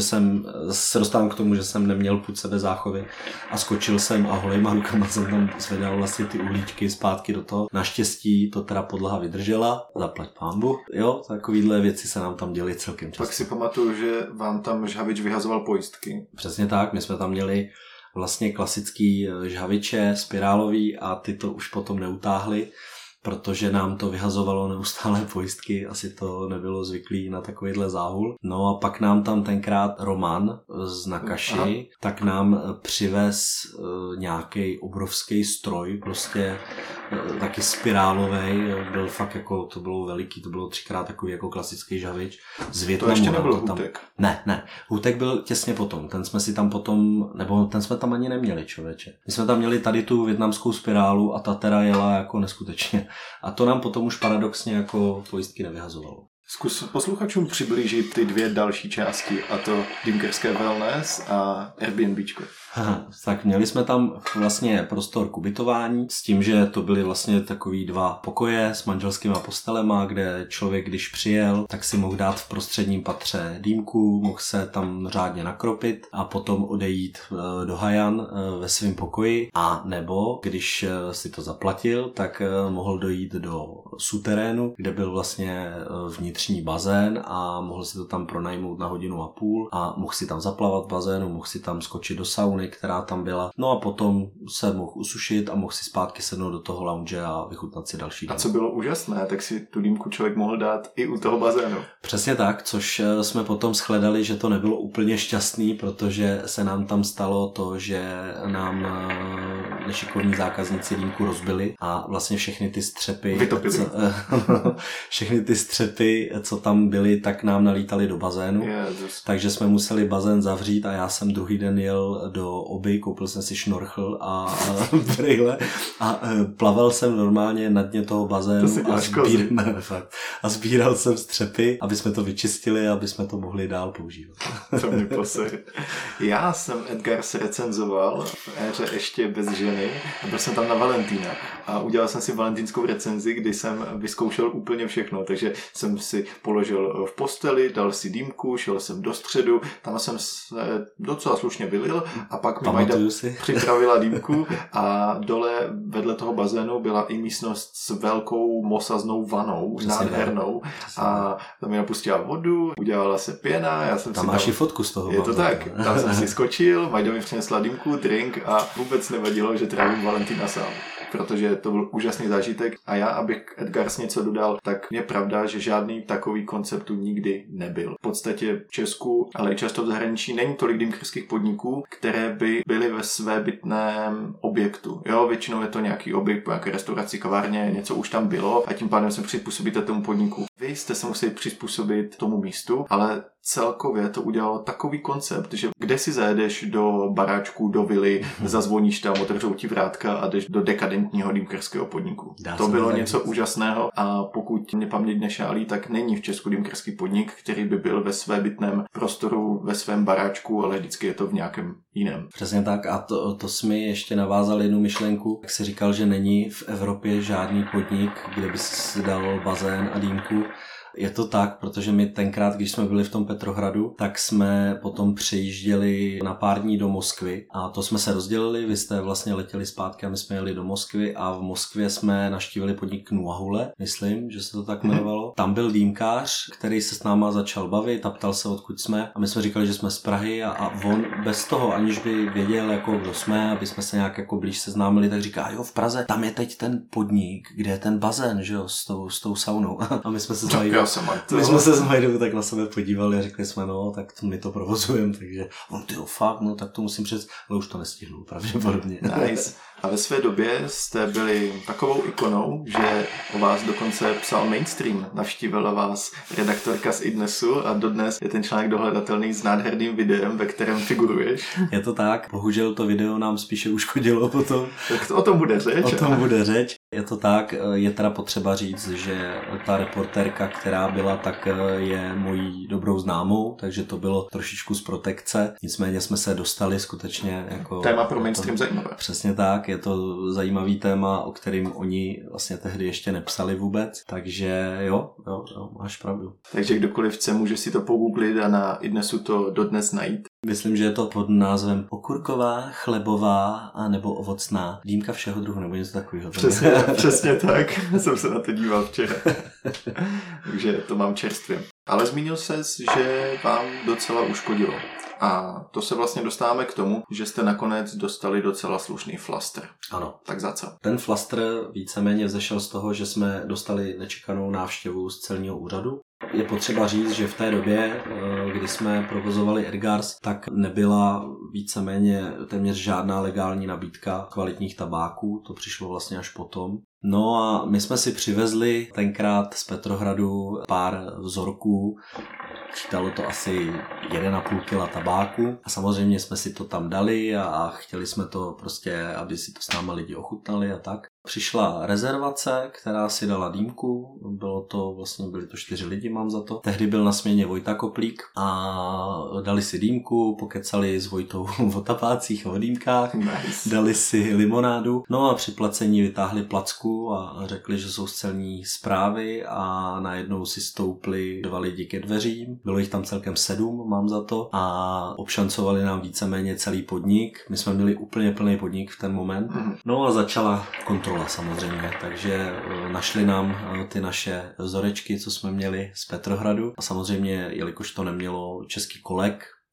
k tomu, že jsem neměl půd sebezáchovy a skočil jsem a holejma rukama jsem tam zvedal vlastně ty uhlíčky zpátky do toho. Naštěstí to teda podlaha vydržela, zaplať pánbu. Jo, takovýhle věci se nám tam děly celkem často. Pak si pamatuju, že vám tam žhavič vyhazoval pojistky. Přesně tak, my jsme tam měli vlastně klasický žhaviče, spirálový a ty to už potom neutáhli, protože nám to vyhazovalo neustále pojistky, asi to nebylo zvyklý na takovýhle záhul. No a pak nám tam tenkrát Roman z Nakaši, tak nám přivez nějaký obrovský stroj, prostě taky spirálovej, byl fakt jako, to bylo veliký, to bylo 3x takový jako klasický žhavič z Vietnamu. To ještě nebyl Hůtek? Ne, Hůtek byl těsně potom, ten jsme si tam potom, nebo ten jsme tam ani neměli, člověče. My jsme tam měli tady tu vietnamskou spirálu a ta teda jela jako neskutečně. A to nám potom už paradoxně jako pojistky nevyhazovalo. Zkus posluchačům přiblížit ty 2 další části, a to dýmkerské wellness a Airbnbčko. Tak měli jsme tam vlastně prostor k ubytování s tím, že to byly vlastně takový 2 pokoje s manželskýma postelema, kde člověk, když přijel, tak si mohl dát v prostředním patře dýmku, mohl se tam řádně nakropit a potom odejít do hajan ve svém pokoji, a nebo když si to zaplatil, tak mohl dojít do suterénu, kde byl vlastně vnitřní bazén a mohl si to tam pronajmout na 1,5 hodiny a mohl si tam zaplavat v bazénu, mohl si tam skočit do sauny sifony, která tam byla. No a potom se mohl usušit a mohl si zpátky sednout do toho lounge a vychutnat si další den. A co bylo úžasné, tak si tu dýmku člověk mohl dát i u toho bazénu. Přesně tak, což jsme potom shledali, že to nebylo úplně šťastný, protože se nám tam stalo to, že nám nešikovní zákazníci dýmku rozbili a vlastně všechny ty střepy, všechny ty střepy, co tam byly, tak nám nalítaly do bazénu. Jezus. Takže jsme museli bazén zavřít a já jsem druhý den jel do Oby, koupil jsem si šnorchl a brejle a plaval jsem normálně na dně toho bazénu a sbíral jsem střepy, aby jsme to vyčistili, aby jsme to mohli dál používat. To mě poser. Já jsem Edgars recenzoval v éře ještě bez ženy a byl jsem tam na Valentína a udělal jsem si valentínskou recenzi, kdy jsem vyzkoušel úplně všechno, takže jsem si položil v posteli, dal si dýmku, šel jsem do středu, tam jsem se docela slušně vylil a pak mi Majda připravila dýmku a dole vedle toho bazénu byla i místnost s velkou mosaznou vanou, nádhernou a tam mi napustila vodu, udělala se pěna, já jsem tam máš i fotku z toho. Je to tak, tam jsem si skočil, Majda mi přinesla dýmku, drink a vůbec nevadilo, že trávím Valentína sám, protože to byl úžasný zážitek a já, abych Edgars něco dodal, tak je pravda, že žádný takový koncept tu nikdy nebyl. V podstatě v Česku, ale i často v zahraničí není tolik dýmkerských podniků, které by byly ve svébytném objektu. Jo, většinou je to nějaký objekt po nějaké restauraci, kavárně, něco už tam bylo a tím pádem se přizpůsobíte tomu podniku. Vy jste se museli přizpůsobit tomu místu, ale celkově to udělalo takový koncept, že kde si zajedeš do baráčku, do vily, zazvoníš tam, otevřou ti vrátka a jdeš do dekadentního dýmkerského podniku. To bylo něco úžasného a pokud mě paměť nešálí, tak není v Česku dýmkerský podnik, který by byl ve svébytném prostoru, ve svém baráčku, ale vždycky je to v nějakém jiném. Přesně tak a to jsme ještě navázali jednu myšlenku, jak jsi říkal, že není v Evropě žádný podnik, kde by si dal bazén a dýmku. Je to tak, protože my tenkrát, když jsme byli v tom Petrohradu, tak jsme potom přejížděli na pár dní do Moskvy a to jsme se rozdělili, vy jste vlastně letěli zpátky a my jsme jeli do Moskvy a v Moskvě jsme navštívili podnik Nuahule, myslím, že se to tak jmenovalo. Tam byl dýmkář, který se s náma začal bavit a ptal se, odkud jsme a my jsme říkali, že jsme z Prahy a on bez toho, aniž by věděl, jako kdo jsme, aby jsme se nějak jako blíž seznámili, tak říká, jo, v Praze, tam je teď ten podnik, kde je ten bazén, že jo, s tou saunou. A my jsme se s Majdou tak na sebe podívali a řekli jsme, no, tak my to provozujeme, takže on tyjo, fakt, no, tak to musím ale už to nestihnu, pravděpodobně. Nice. A ve své době jste byli takovou ikonou, že o vás dokonce psal Mainstream. Navštívila vás redaktorka z iDnesu a dodnes je ten článek dohledatelný s nádherným videem, ve kterém figuruješ. Je to tak. Bohužel to video nám spíše uškodilo potom. Tak o tom bude řeč. O tom bude řeč. Je to tak. Je teda potřeba říct, že ta reportérka, která byla, tak je mojí dobrou známou, takže to bylo trošičku z protekce. Nicméně jsme se dostali skutečně jako... Téma pro Mainstream zajímavé. Přesně tak. Je to zajímavý téma, o kterým oni vlastně tehdy ještě nepsali vůbec, takže jo, máš pravdu. Takže kdokoliv chce, může si to pogooglit a na iDnesu to dodnes najít. Myslím, že je to pod názvem okurková, chlebová a nebo ovocná dýmka všeho druhu, nebo něco takového. Přesně tak, jsem se na to díval včera. Takže to mám čerstvě. Ale zmínil ses, že vám docela uškodilo. A to se vlastně dostáváme k tomu, že jste nakonec dostali docela slušný flastr. Ano. Tak za co? Ten flastr víceméně vzešel z toho, že jsme dostali nečekanou návštěvu z celního úřadu. Je potřeba říct, že v té době, kdy jsme provozovali Edgars, tak nebyla víceméně téměř žádná legální nabídka kvalitních tabáků, to přišlo vlastně až potom. No a my jsme si přivezli tenkrát z Petrohradu pár vzorků, čítalo to asi 1,5 kg tabáku a samozřejmě jsme si to tam dali a chtěli jsme to prostě, aby si to s námi lidi ochutnali a tak. Přišla rezervace, která si dala dýmku, byli to 4 lidi, mám za to. Tehdy byl na směně Vojta Koplík a dali si dýmku, pokecali s Vojtou o tabácích a o dýmkách, nice. Dali si limonádu, no a při placení vytáhli placku a řekli, že jsou z celní správy a najednou si stoupli 2 lidi ke dveřím, bylo jich tam celkem 7, mám za to, a obšancovali nám víceméně celý podnik. My jsme měli úplně plný podnik v ten moment, no a začala kontrola samozřejmě, takže našli nám ty naše vzorečky, co jsme měli z Petrohradu a samozřejmě, jelikož to nemělo český kolek,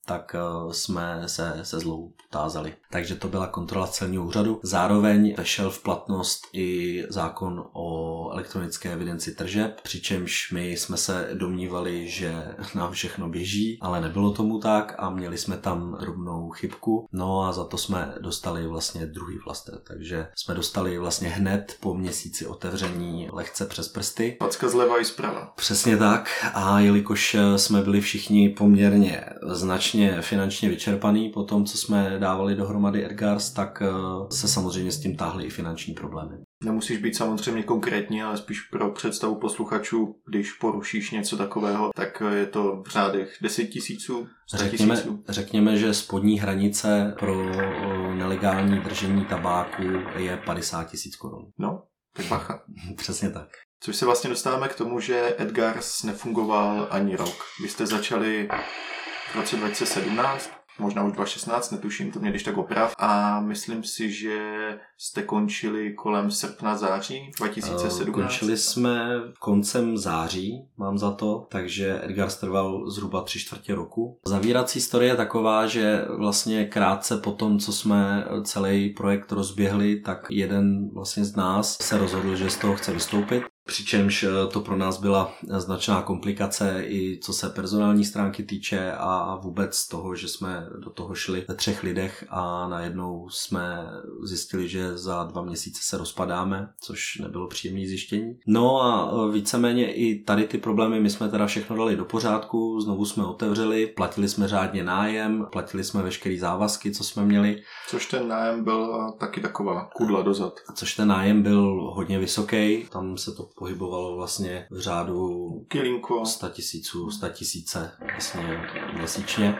tak jsme se zlou potázali. Takže to byla kontrola celního úřadu. Zároveň vešel v platnost i zákon o elektronické evidenci tržeb, přičemž my jsme se domnívali, že nám všechno běží, ale nebylo tomu tak a měli jsme tam drobnou chybku. No a za to jsme dostali vlastně druhý flaster, takže jsme dostali vlastně hned po měsíci otevření lehce přes prsty. Packa zleva i zprava. Přesně tak, a jelikož jsme byli všichni poměrně značně finančně vyčerpaný po tom, co jsme dávali dohromady Edgars, tak se samozřejmě s tím táhly i finanční problémy. Nemusíš být samozřejmě konkrétní, ale spíš pro představu posluchačů, když porušíš něco takového, tak je to v řádech 10 000, 100 000. Řekněme, že spodní hranice pro nelegální držení tabáku je 50 000 korun. No, tak bacha. Přesně tak. Což se vlastně dostáváme k tomu, že Edgars nefungoval ani rok. Vy jste začali v roce 2017, možná už 2016, netuším, to mě když tak oprav. A myslím si, že jste končili kolem srpna, září 2017. Končili jsme koncem září, mám za to, takže Edgars trval zhruba 3/4 roku. Zavírací historie je taková, že vlastně krátce po tom, co jsme celý projekt rozběhli, tak jeden vlastně z nás se rozhodl, že z toho chce vystoupit. Přičemž to pro nás byla značná komplikace i co se personální stránky týče a vůbec toho, že jsme do toho šli ve 3 lidech a najednou jsme zjistili, že za 2 měsíce se rozpadáme, což nebylo příjemné zjištění. No a víceméně i tady ty problémy my jsme teda všechno dali do pořádku, znovu jsme otevřeli, platili jsme řádně nájem, platili jsme veškerý závazky, co jsme měli. Což ten nájem byl taky taková kudla dozad. Což ten nájem byl hodně vysoký, tam se to pohybovalo vlastně v řádu Kilinko. 100 000 vlastně měsíčně.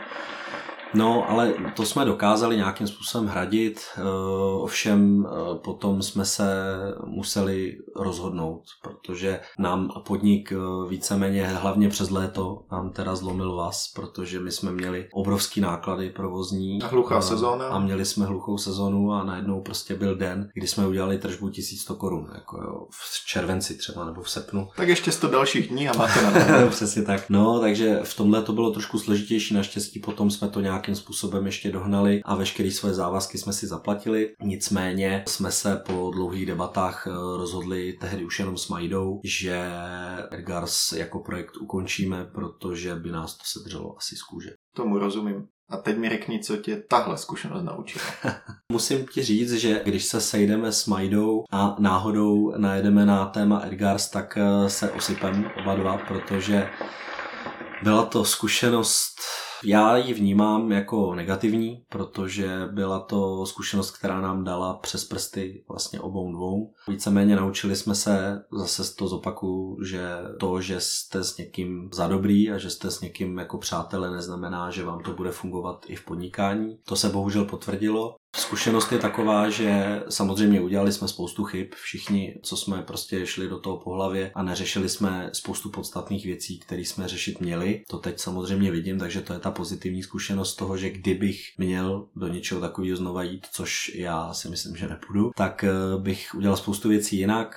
No, ale to jsme dokázali nějakým způsobem hradit, ovšem potom jsme se museli rozhodnout, protože nám podnik víceméně hlavně přes léto nám teda zlomil vaz, protože my jsme měli obrovský náklady provozní. A hluchá sezóna. A měli jsme hluchou sezónu a najednou prostě byl den, kdy jsme udělali tržbu 1100 korun, jako jo, v červenci třeba nebo v srpnu. Tak ještě 100 dalších dní a máte na to. Přesně tak. No, takže v tomhle to bylo trošku složitější, naštěstí potom jsme to nějakým způsobem ještě dohnali a veškeré svoje závazky jsme si zaplatili. Nicméně jsme se po dlouhých debatách rozhodli tehdy už jenom s Majdou, že Edgars jako projekt ukončíme, protože by nás to sedřelo asi z kůže. Tomu rozumím. A teď mi řekni, co tě tahle zkušenost naučila. Musím ti říct, že když se sejdeme s Majdou a náhodou najedeme na téma Edgars, tak se osypem oba dva, protože byla to zkušenost, já ji vnímám jako negativní, protože byla to zkušenost, která nám dala přes prsty vlastně obou dvou. Víceméně naučili jsme se, zase to zopakuju, že to, že jste s někým za dobrý a že jste s někým jako přátelé, neznamená, že vám to bude fungovat i v podnikání. To se bohužel potvrdilo. Zkušenost je taková, že samozřejmě udělali jsme spoustu chyb, všichni, co jsme prostě šli do toho po hlavě a neřešili jsme spoustu podstatných věcí, které jsme řešit měli. To teď samozřejmě vidím, takže to je ta pozitivní zkušenost toho, že kdybych měl do něčeho takového znova jít, což já si myslím, že nepůjdu, tak bych udělal spoustu věcí jinak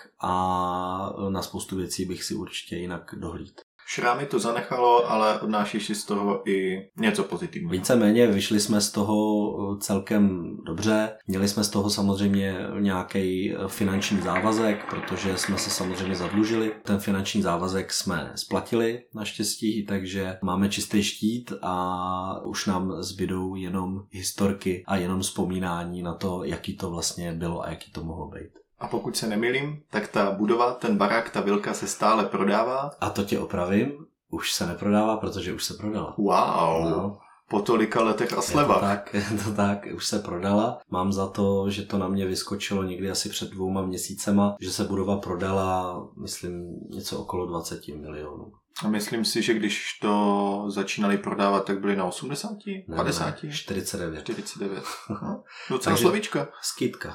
a na spoustu věcí bych si určitě jinak dohlídl. Šrámy to zanechalo, ale odnášíš si z toho i něco pozitivního. Víceméně vyšli jsme z toho celkem dobře. Měli jsme z toho samozřejmě nějaký finanční závazek, protože jsme se samozřejmě zadlužili. Ten finanční závazek jsme splatili naštěstí, takže máme čistý štít a už nám zbydou jenom historky a jenom vzpomínání na to, jaký to vlastně bylo a jaký to mohlo být. A pokud se nemýlím, tak ta budova, ten barák, ta vilka se stále prodává. A to tě opravím, už se neprodává, protože už se prodala. Wow, no. Po tolika letech a slevách. Je to tak, už se prodala. Mám za to, že to na mě vyskočilo někdy asi před 2 měsícema, že se budova prodala, myslím, něco okolo 20 milionů. A myslím si, že když to začínali prodávat, tak byli na 80? 50? Ne, 49. 49. Docela slovíčka. Skýtka.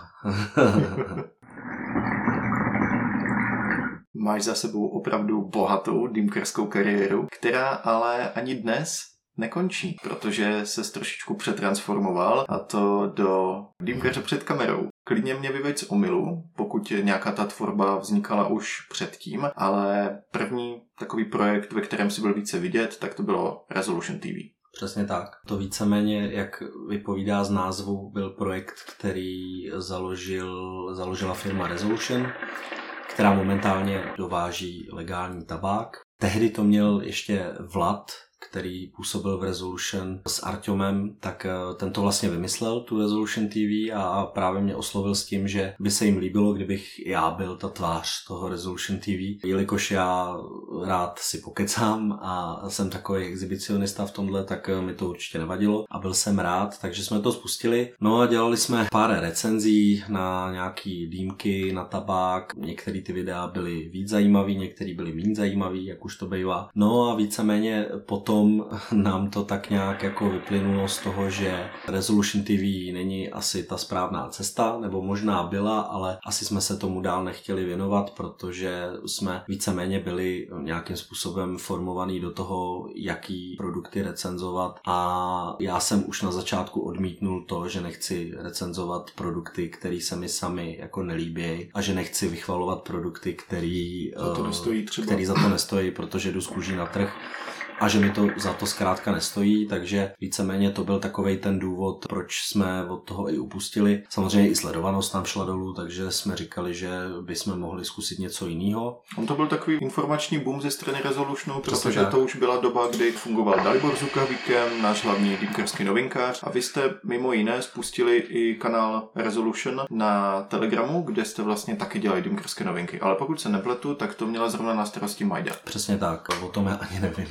Máš za sebou opravdu bohatou dýmkarskou kariéru, která ale ani dnes nekončí, protože ses trošičku přetransformoval, a to do dýmkaře před kamerou. Klidně mě vyveď z omylu, pokud nějaká ta tvorba vznikala už předtím, ale první takový projekt, ve kterém si byl více vidět, tak to bylo Resolution TV. Přesně tak. To víceméně, jak vypovídá z názvu, byl projekt, který založila firma Resolution, která momentálně dováží legální tabák. Tehdy to měl ještě Vlad, který působil v Resolution s Arťomem, tak ten to vlastně vymyslel, tu Resolution TV, a právě mě oslovil s tím, že by se jim líbilo, kdybych já byl ta tvář toho Resolution TV, jelikož já rád si pokecám a jsem takový exhibicionista v tomhle, tak mi to určitě nevadilo a byl jsem rád, takže jsme to spustili. No a dělali jsme pár recenzí na nějaký dýmky, na tabák, některé ty videa byly víc zajímavý, některé byly méně zajímavý, jak už to bývá. No a víceméně potom nám to tak nějak jako vyplynulo z toho, že Resolution TV není asi ta správná cesta, nebo možná byla, ale asi jsme se tomu dál nechtěli věnovat, protože jsme víceméně byli nějakým způsobem formovaný do toho, jaký produkty recenzovat, a já jsem už na začátku odmítnul to, že nechci recenzovat produkty, které se mi sami jako nelíbí, a že nechci vychvalovat produkty, který za to nestojí, protože jdu z kůží na trh. A že mi to za to zkrátka nestojí, takže víceméně to byl takovej ten důvod, proč jsme od toho i upustili. Samozřejmě i sledovanost nám šla dolů, takže jsme říkali, že bychom mohli zkusit něco jiného. On to byl takový informační boom ze strany Resolutionu, protože to už byla doba, kdy fungoval Dalibor Zukavíkem, náš hlavní dýmkarský novinkář, a vy jste mimo jiné spustili i kanál Resolution na Telegramu, kde jste vlastně taky dělali dýmkarské novinky. Ale pokud se nepletu, tak to měla zrovna na starosti Majda. Přesně tak, o tom já ani nevím.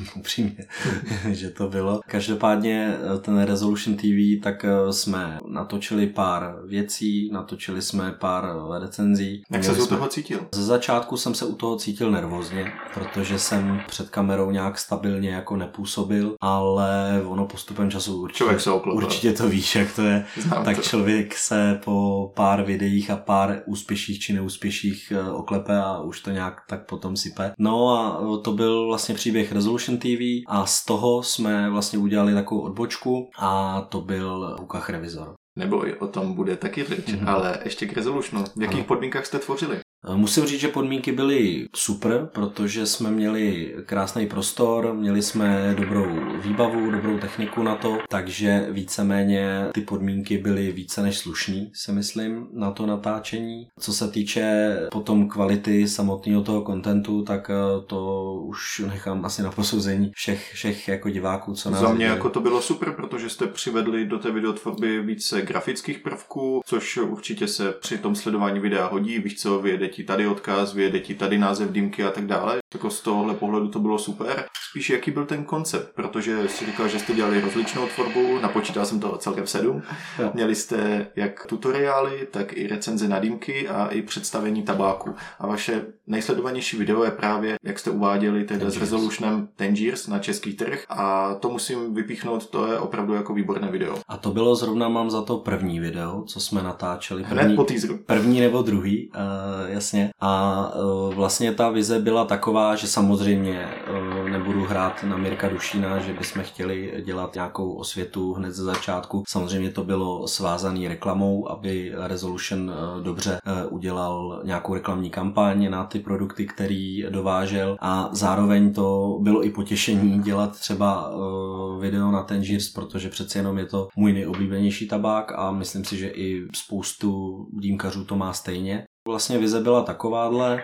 Že to bylo. Každopádně ten Resolution TV, tak jsme natočili pár věcí, natočili jsme pár recenzí. Jak se u toho cítil? Ze začátku jsem se u toho cítil nervózně, protože jsem před kamerou nějak stabilně jako nepůsobil, ale ono postupem času určitě to víš, jak to je. Tak člověk se po pár videích a pár úspěších či neúspěších oklepe a už to nějak tak potom sype. No a to byl vlastně příběh Resolution TV, a z toho jsme vlastně udělali takovou odbočku, a to byl Hukach Revizor. Neboj, o tom bude taky řeč, ale ještě k Resolutionu. V jakých podmínkách jste tvořili? Musím říct, že podmínky byly super, protože jsme měli krásný prostor, měli jsme dobrou výbavu, dobrou techniku na to, takže víceméně ty podmínky byly více než slušný, si myslím, na to natáčení. Co se týče potom kvality samotného toho kontentu, tak to už nechám asi na posouzení všech jako diváků, co nás za mě jako to bylo super, protože jste přivedli do té videotvorby více grafických prvků, což určitě se při tom sledování videa hodí, víš co, vyjede ti tady odkaz, vyjede ti tady název dýmky a tak dále. Jako z tohohle pohledu to bylo super. Spíš jaký byl ten koncept, protože jsi říkal, že jste dělali rozličnou tvorbu, napočítal jsem to celkem 7. Jo. Měli jste jak tutoriály, tak i recenze na dýmky a i představení tabáku. A vaše nejsledovanější video je právě, jak jste uváděli tehdy s Resolutionem Tangiers na český trh, a to musím vypíchnout, to je opravdu jako výborné video. A to bylo zrovna, mám za to první video, co jsme natáčeli. Hned po teaseru. První nebo druhý, jasně. A vlastně ta vize byla taková, že samozřejmě nebudu hrát na Mirka Dušína, že bychom chtěli dělat nějakou osvětu hned ze začátku. Samozřejmě to bylo svázaný reklamou, aby Resolution dobře udělal nějakou reklamní kampaň na ty produkty, který dovážel, a zároveň to bylo i potěšení dělat třeba video na Tangiers, protože přeci jenom je to můj nejoblíbenější tabák a myslím si, že i spoustu dýmkařů to má stejně. Vlastně vize byla takováhle,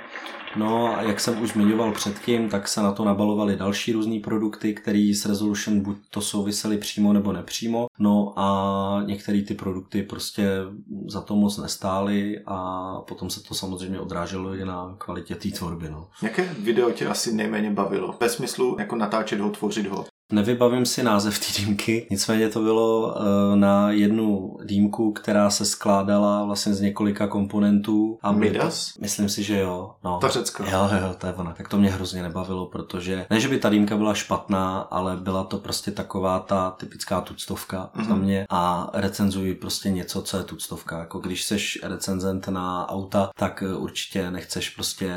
no a jak jsem už zmiňoval předtím, tak se na to nabalovaly další různý produkty, které s Resolution buď to souvisely přímo nebo nepřímo, no a některé ty produkty prostě za to moc nestály a potom se to samozřejmě odráželo i na kvalitě té tvorby. No. Jaké video tě asi nejméně bavilo? Ve smyslu jako natáčet ho, tvořit ho? Nevybavím si název té dýmky, nicméně to bylo na jednu dýmku, která se skládala vlastně z několika komponentů. A Midas? Myslím si, že jo. No. Ta řecka. Jo, to je ona. Tak to mě hrozně nebavilo, protože ne, že by ta dýmka byla špatná, ale byla to prostě taková ta typická tuctovka za mě a recenzuji prostě něco, co je tuctovka. Jako když seš recenzent na auta, tak určitě nechceš prostě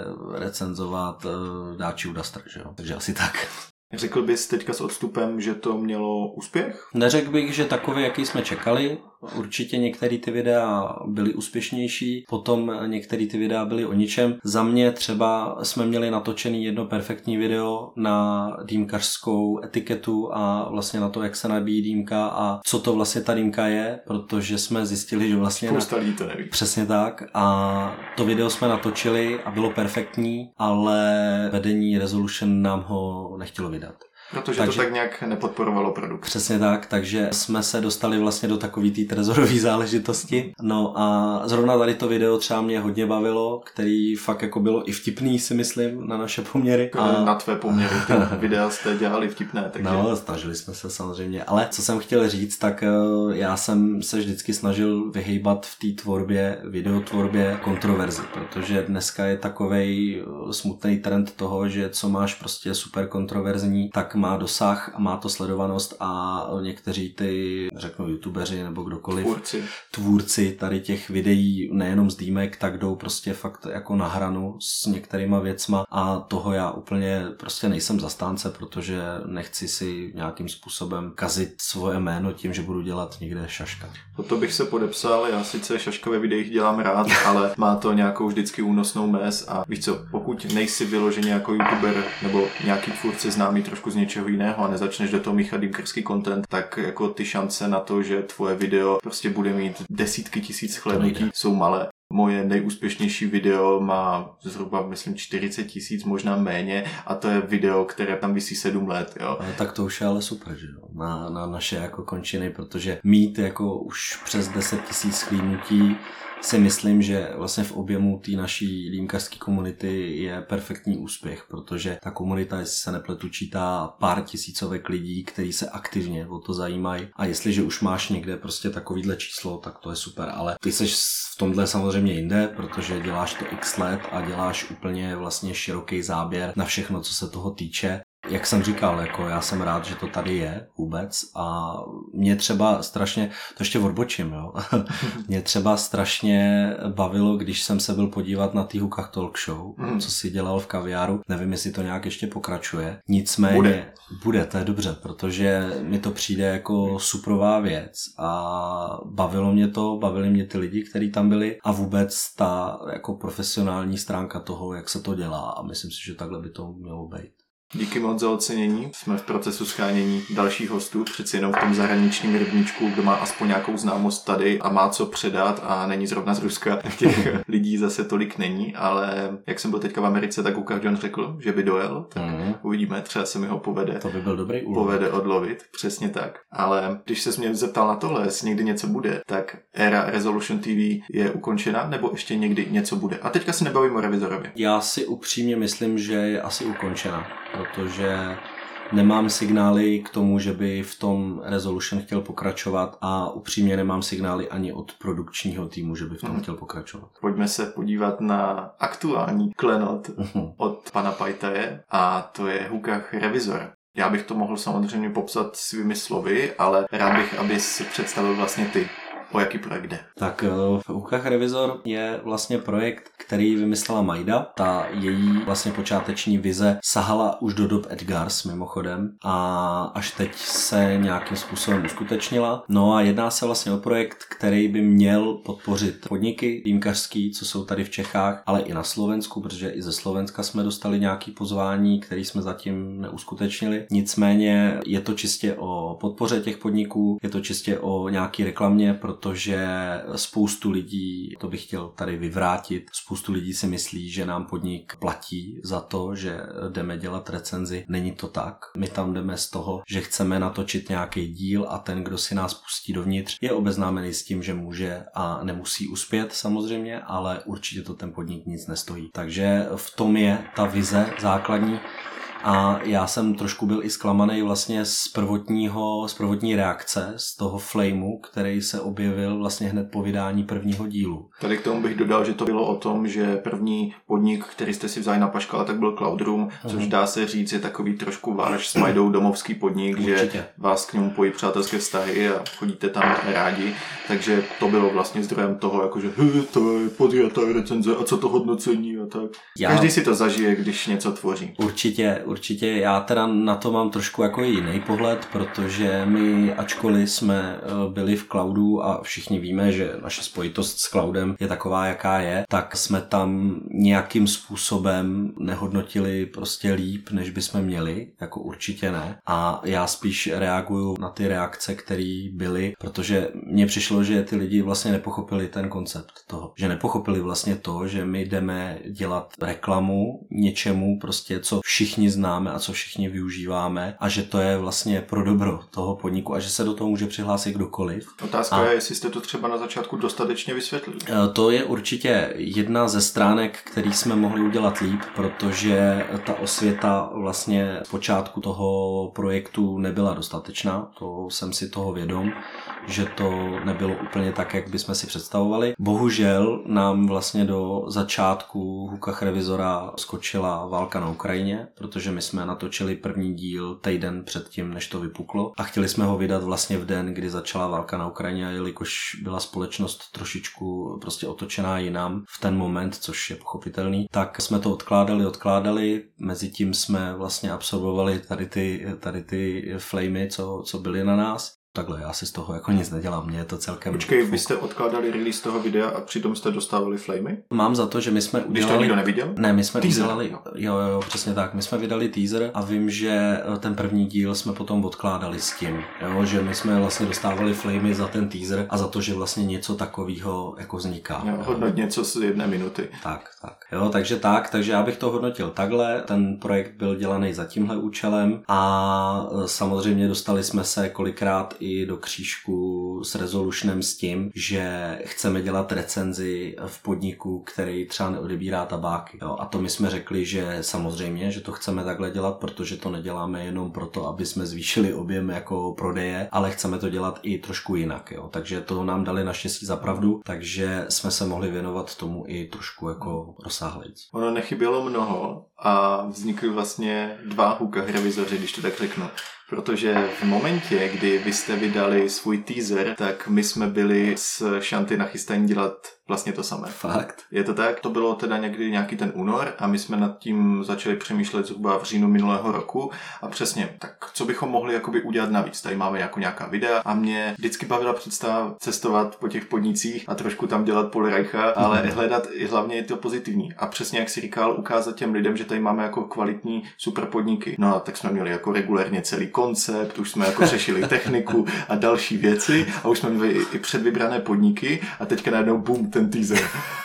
recenzovat Dacia Duster, že jo. Takže asi tak. Řekl bys teďka s odstupem, že to mělo úspěch? Neřekl bych, že takový, jaký jsme čekali. určitě některé ty videa byly úspěšnější, potom některé ty videa byly o ničem. Za mě třeba jsme měli natočený jedno perfektní video na dýmkařskou etiketu a vlastně na to, jak se nabíjí dýmka a co to vlastně ta dýmka je, protože jsme zjistili, že vlastně... Spousta lidí to neví. Přesně tak a to video jsme natočili a bylo perfektní, ale vedení Resolution nám ho nechtělo vydat. Protože to tak nějak nepodporovalo produkt. Přesně tak, takže jsme se dostali vlastně do takový té trezorové záležitosti. No a zrovna tady to video třeba mě hodně bavilo, který fakt jako bylo i vtipný, si myslím, na naše poměry. Na tvé poměry, ty videa jste dělali vtipné, takže... No, snažili jsme se samozřejmě, ale co jsem chtěl říct, tak já jsem se vždycky snažil vyhejbat v té tvorbě, videotvorbě kontroverzi, protože dneska je takovej smutný trend toho, že co máš prostě super kontroverzní, tak má dosah a má to sledovanost a někteří ty, řeknu youtubeři nebo kdokoliv, tvůrci tady těch videí nejenom z dýmek, tak jdou prostě fakt jako na hranu s některýma věcma a toho já úplně prostě nejsem zastánce, protože nechci si nějakým způsobem kazit svoje jméno tím, že budu dělat někde šaška. To bych se podepsal, já sice šaška ve videích dělám rád, ale má to nějakou vždycky únosnou mez a víš co, pokud nejsi vyloženě jako youtuber nebo nějaký tvůrce známý trošku z něčeho jiného a nezačneš do toho míchat dýmkarský content, tak jako ty šance na to, že tvoje video prostě bude mít desítky tisíc shlédnutí, jsou malé. Moje nejúspěšnější video má zhruba, myslím, 40 000, možná méně a to je video, které tam visí 7 let, jo. No, tak to už je ale super, že jo, na naše jako končiny, protože mít jako už přes 10 000 shlédnutí si myslím, že vlastně v objemu té naší dýmkařské komunity je perfektní úspěch, protože ta komunita, jestli se nepletu, čítá pár tisícovek lidí, kteří se aktivně o to zajímají a jestliže už máš někde prostě takovýhle číslo, tak to je super, ale ty seš v tomhle samozřejmě jinde, protože děláš to x let a děláš úplně vlastně široký záběr na všechno, co se toho týče. Jak jsem říkal, jako já jsem rád, že to tady je vůbec a mě třeba strašně, to ještě odbočím, jo, mě třeba strašně bavilo, když jsem se byl podívat na T-Hookah Talk Show, co si dělal v kaviáru, nevím, jestli to nějak ještě pokračuje, nicméně bude, to je dobře, protože mi to přijde jako suprová věc a bavili mě ty lidi, kteří tam byli a vůbec ta jako profesionální stránka toho, jak se to dělá a myslím si, že takhle by to mělo být. Díky moc za ocenění. Jsme v procesu shánění dalších hostů, přeci jenom v tom zahraničním rybníčku, kdo má aspoň nějakou známost tady a má co předat a není zrovna z Ruska. Těch lidí zase tolik není, ale jak jsem byl teďka v Americe, tak Lukáš John řekl, že by dojel, tak uvidíme, třeba se mi ho povede. To by byl dobrý povede odlovit, přesně tak. Ale když se mě zeptal na tohle, jestli někdy něco bude, tak éra Resolution TV je ukončena, nebo ještě někdy něco bude. A teďka se nebavím o Revizorově. Já si upřímně myslím, že je asi ukončena, protože nemám signály k tomu, že by v tom Resolution chtěl pokračovat a upřímně nemám signály ani od produkčního týmu, že by v tom chtěl pokračovat. Pojďme se podívat na aktuální klenot od pana Pajtaje a to je Hookah Revizor. Já bych to mohl samozřejmě popsat svými slovy, ale rád bych, abys si představil vlastně ty. O jaký projekt jde? Tak Hookah Revizor je vlastně projekt, který vymyslela Majda. Ta její vlastně počáteční vize sahala už do dob Edgars mimochodem a až teď se nějakým způsobem uskutečnila. No a jedná se vlastně o projekt, který by měl podpořit podniky dýmkařský, co jsou tady v Čechách, ale i na Slovensku, protože i ze Slovenska jsme dostali nějaký pozvání, který jsme zatím neuskutečnili. Nicméně je to čistě o podpoře těch podniků, je to čistě o nějaký reklamě, protože spoustu lidí, to bych chtěl tady vyvrátit, spoustu lidí si myslí, že nám podnik platí za to, že jdeme dělat recenzi. Není to tak. My tam jdeme z toho, že chceme natočit nějaký díl a ten, kdo si nás pustí dovnitř, je obeznámený s tím, že může a nemusí uspět samozřejmě, ale určitě to ten podnik nic nestojí. Takže v tom je ta vize základní. A já jsem trošku byl i zklamaný vlastně z prvotní reakce, z toho flameu, který se objevil vlastně hned po vydání prvního dílu. Tady k tomu bych dodal, že to bylo o tom, že první podnik, který jste si vzali na paškala, tak byl Cloudroom, což dá se říct je takový trošku váš s Majdou domovský podnik, určitě. Že vás k němu pojí přátelské vztahy a chodíte tam rádi, takže to bylo vlastně zdrojem toho, jakože to je podjatá recenze a co to hodnocení a tak. Každý si to zažije, když něco tvoří. Určitě určitě. Já teda na to mám trošku jako jiný pohled, protože my, ačkoliv jsme byli v cloudu a všichni víme, že naše spojitost s cloudem je taková, jaká je, tak jsme tam nějakým způsobem nehodnotili prostě líp, než bychom měli, jako určitě ne. A já spíš reaguju na ty reakce, které byly, protože mně přišlo, že ty lidi vlastně nepochopili ten koncept toho. Že nepochopili vlastně to, že my jdeme dělat reklamu něčemu prostě, co všichni známe a co všichni využíváme a že to je vlastně pro dobro toho podniku a že se do toho může přihlásit kdokoliv. Otázka je, jestli jste to třeba na začátku dostatečně vysvětlili. To je určitě jedna ze stránek, který jsme mohli udělat líp, protože ta osvěta vlastně z počátku toho projektu nebyla dostatečná. To jsem si toho vědom, že to nebylo úplně tak, jak bychom si představovali. Bohužel nám vlastně do začátku Hukach Revizora skočila válka na Ukrajině, protože my jsme natočili první díl týden předtím, než to vypuklo a chtěli jsme ho vydat vlastně v den, kdy začala válka na Ukrajině, a jelikož byla společnost trošičku prostě otočená jinam v ten moment, což je pochopitelný, tak jsme to odkládali, mezitím jsme vlastně absorbovali tady ty flamy, co byly na nás. Takhle, já si z toho jako nic nedělám, mě je to celkem... Počkej, vy jste odkládali release toho videa a přitom jste dostávali flamy? Mám za to, že my jsme udělali... Když to nikdo neviděl? Ne, my jsme teaser. udělali... Jo, přesně tak. My jsme vydali teaser a vím, že ten první díl jsme potom odkládali s tím, jo, že my jsme vlastně dostávali flamy za ten teaser a za to, že vlastně něco takového jako vzniká. Jo, hodnot něco z 1 minuty. Tak. Jo, takže já bych to hodnotil takhle. Ten projekt byl dělaný za tímhle účelem a samozřejmě dostali jsme se kolikrát i do křížku s Resolutionem s tím, že chceme dělat recenzi v podniku, který třeba neodebírá tabáky. Jo? A to my jsme řekli, že samozřejmě, že to chceme takhle dělat, protože to neděláme jenom proto, aby jsme zvýšili objem jako prodeje, ale chceme to dělat i trošku jinak. Jo? Takže to nám dali naštěstí za pravdu, takže jsme se mohli věnovat tomu i trošku jako rozsáhlejc. Ono nechybělo mnoho a vznikly vlastně 2 Hukach Revizoři, když to tak řeknu. Protože v momentě, kdy vy jste vydali svůj teaser, tak my jsme byli s Šanty nachystaní dělat vlastně to samé. Fakt? Je to tak? To bylo teda někdy nějaký ten únor a my jsme nad tím začali přemýšlet zhruba v říjnu minulého roku a přesně, tak co bychom mohli jakoby udělat navíc? Tady máme jako nějaká videa a mě vždycky bavila představa cestovat po těch podnicích a trošku tam dělat Polreicha, ale hledat i hlavně je to pozitivní. A přesně jak si říkal, ukázat těm lidem, že tady máme jako kvalitní super podniky. No a tak jsme měli jako regulérně celý koncept, už jsme jako řešili techniku a další věci a už jsme měli i předvybrané podniky a teďka najednou bum, ten teaser.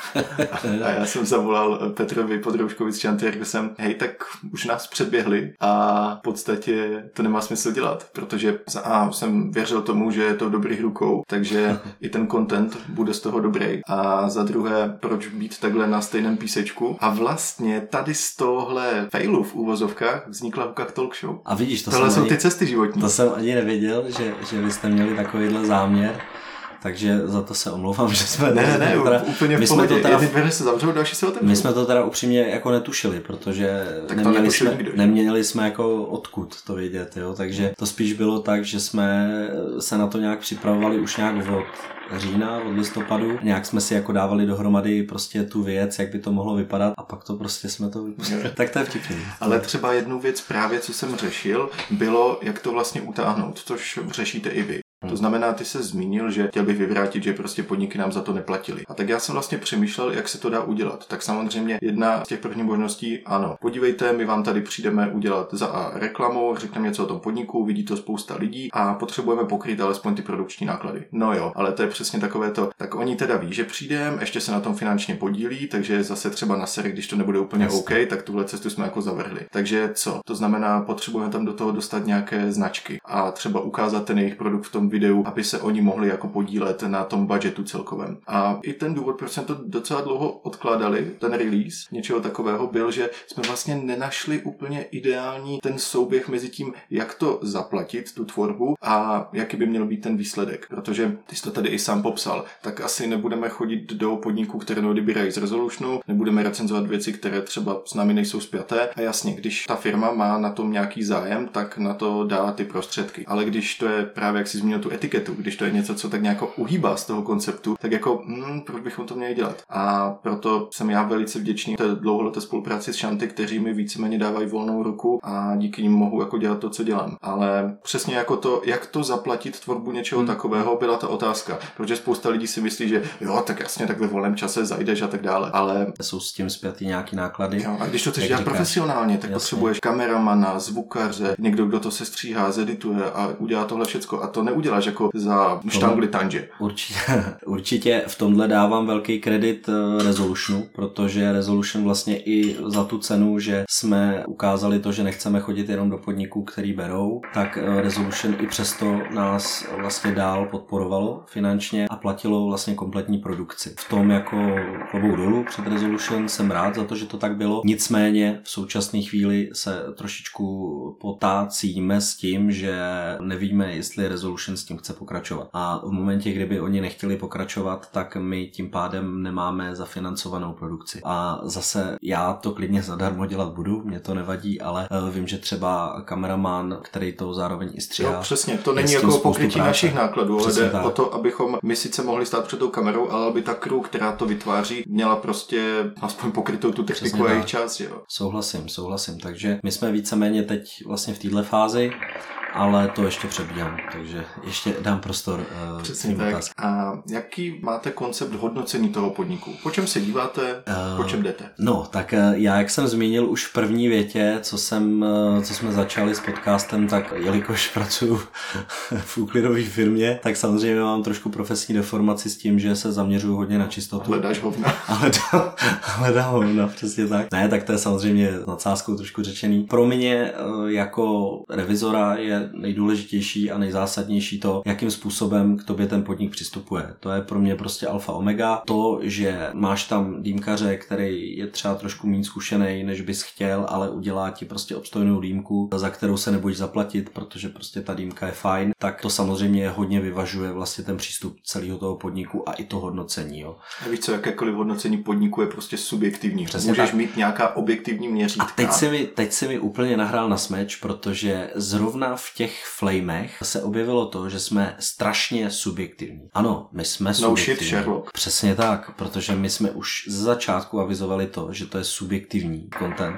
A já jsem zavolal Petrovi Podrouškovi z Šanty, řekl jsem, hej, tak už nás předběhli a v podstatě to nemá smysl dělat, protože jsem věřil tomu, že je to v dobrých rukou, takže i ten content bude z toho dobrý. A za druhé, proč být takhle na stejném písečku? A vlastně tady z tohle failu v úvozovkách vznikla Hukach Talk Show. A vidíš, tohle jsou ty cesty životní. To jsem ani nevěděl, že vy jste měli takovýhle záměr. Takže za to se omlouvám, že jsme... Ne, úplně v pohodě. Jedny dveře se zavřou, další se otevřou. My jsme to teda upřímně jako netušili, protože neměli jsme jako odkud to vědět, jo. Takže to spíš bylo tak, že jsme se na to nějak připravovali už nějak od října, od listopadu. Nějak jsme si jako dávali dohromady prostě tu věc, jak by to mohlo vypadat a pak to prostě jsme to vypustili. Tak to je vtipný. Ale třeba jednu věc právě, co jsem řešil, bylo, jak to vlastně utáhnout, což řešíte i vy. To znamená, ty se zmínil, že chtěl bych vyvrátit, že prostě podniky nám za to neplatili. A tak já jsem vlastně přemýšlel, jak se to dá udělat. Tak samozřejmě jedna z těch prvních možností, ano, podívejte, my vám tady přijdeme udělat za A reklamu, řekneme něco o tom podniku, vidí to spousta lidí a potřebujeme pokryt alespoň ty produkční náklady. No jo, ale to je přesně takové to. Tak oni teda ví, že přijdeme, ještě se na tom finančně podílí, takže zase třeba na seri, když to nebude úplně OK, tak tuhle cestu jsme jako zavrhli. Takže co? To znamená, potřebujeme tam do toho dostat nějaké značky a třeba ukázat ten jejich produkt v tom videu, aby se oni mohli jako podílet na tom budgetu celkovém. A i ten důvod, proč jsme to docela dlouho odkládali, ten release něčeho takového, byl, že jsme vlastně nenašli úplně ideální ten souběh mezi tím, jak to zaplatit, tu tvorbu a jaký by měl být ten výsledek. Protože ty jsi to tady i sám popsal, tak asi nebudeme chodit do podniků, které neodebírají z Resolutionu, nebudeme recenzovat věci, které třeba s námi nejsou spjaté. A jasně, když ta firma má na tom nějaký zájem, tak na to dá ty prostředky. Ale když to je právě, jak si zmínil změnil tu etiketu, když to je něco, co tak nějak uhýbá z toho konceptu, tak jako proč bychom to měli dělat. A proto jsem já velice vděčný té dlouholeté spolupráci s Šanty, kteří mi víceméně dávají volnou ruku a díky nim mohu jako dělat to, co dělám. Ale přesně jako to, jak to zaplatit tvorbu něčeho takového, byla ta otázka. Protože spousta lidí si myslí, že jo, tak jasně, tak ve volném čase zajdeš a tak dále, ale jsou s tím zpětý nějaký náklady. Jo, a když to chceš dělat profesionálně, tak potřebuješ kameramana, zvukaře, někdo, kdo to sestříhá, zedituje a udělá tohle všecko. A to neuděláš jako za štangli tanže. Určitě v tomhle dávám velký kredit Resolutionu, protože Resolution vlastně i za tu cenu, že jsme ukázali to, že nechceme chodit jenom do podniků, který berou, tak Resolution i přesto nás vlastně dál podporovalo finančně a platilo vlastně kompletní produkci. V tom jako klobouk dolů před Resolution jsem rád za to, že to tak bylo. Nicméně v současné chvíli se trošičku potácíme s tím, že nevíme, jestli Resolution s tím chce pokračovat. A v momentě, kdyby oni nechtěli pokračovat, tak my tím pádem nemáme zafinancovanou produkci. A zase já to klidně zadarmo dělat budu, mě to nevadí, ale vím, že třeba kameraman, který to zároveň i stříhá. No přesně, to není jako pokrytí našich nákladů, ale jde o to, abychom my sice mohli stát před tou kamerou, ale aby ta crew, která to vytváří, měla prostě aspoň pokrytou tu techniku a jejich část, jo. Souhlasím, takže my jsme víceméně teď vlastně v této fázi, ale to ještě přebíhám, takže ještě dám prostor přesně tak. Otázky. A jaký máte koncept hodnocení toho podniku? Po čem se díváte, po čem jdete? No, tak já, jak jsem zmínil už v první větě, co jsme začali s podcastem, tak jelikož pracuji v úklidové firmě, tak samozřejmě mám trošku profesní deformaci s tím, že se zaměřuju hodně na čistotu. Hledáš hovna. Hledám hovna, přesně tak. Ne, tak to je samozřejmě s nadsázkou trošku řečený. Pro mě jako revizora je nejdůležitější a nejzásadnější to, jakým způsobem k tobě ten podnik přistupuje. To je pro mě prostě alfa omega. To, že máš tam dýmkaře, který je třeba trošku méně zkušený, než bys chtěl, ale udělá ti prostě obstojnou dýmku, za kterou se nebojíš zaplatit, protože prostě ta dýmka je fajn, tak to samozřejmě hodně vyvažuje vlastně ten přístup celého toho podniku a i to hodnocení. Jo. A víš co, jakékoliv hodnocení podniku je prostě subjektivní. Přesně můžeš mít nějaká objektivní měřítka. A teď si mi úplně nahrál na smeč, protože zrovna v těch flamech se objevilo to, že jsme strašně subjektivní. Ano, my jsme subjektivní. No shit, Sherlock. Přesně tak, protože my jsme už z začátku avizovali to, že to je subjektivní content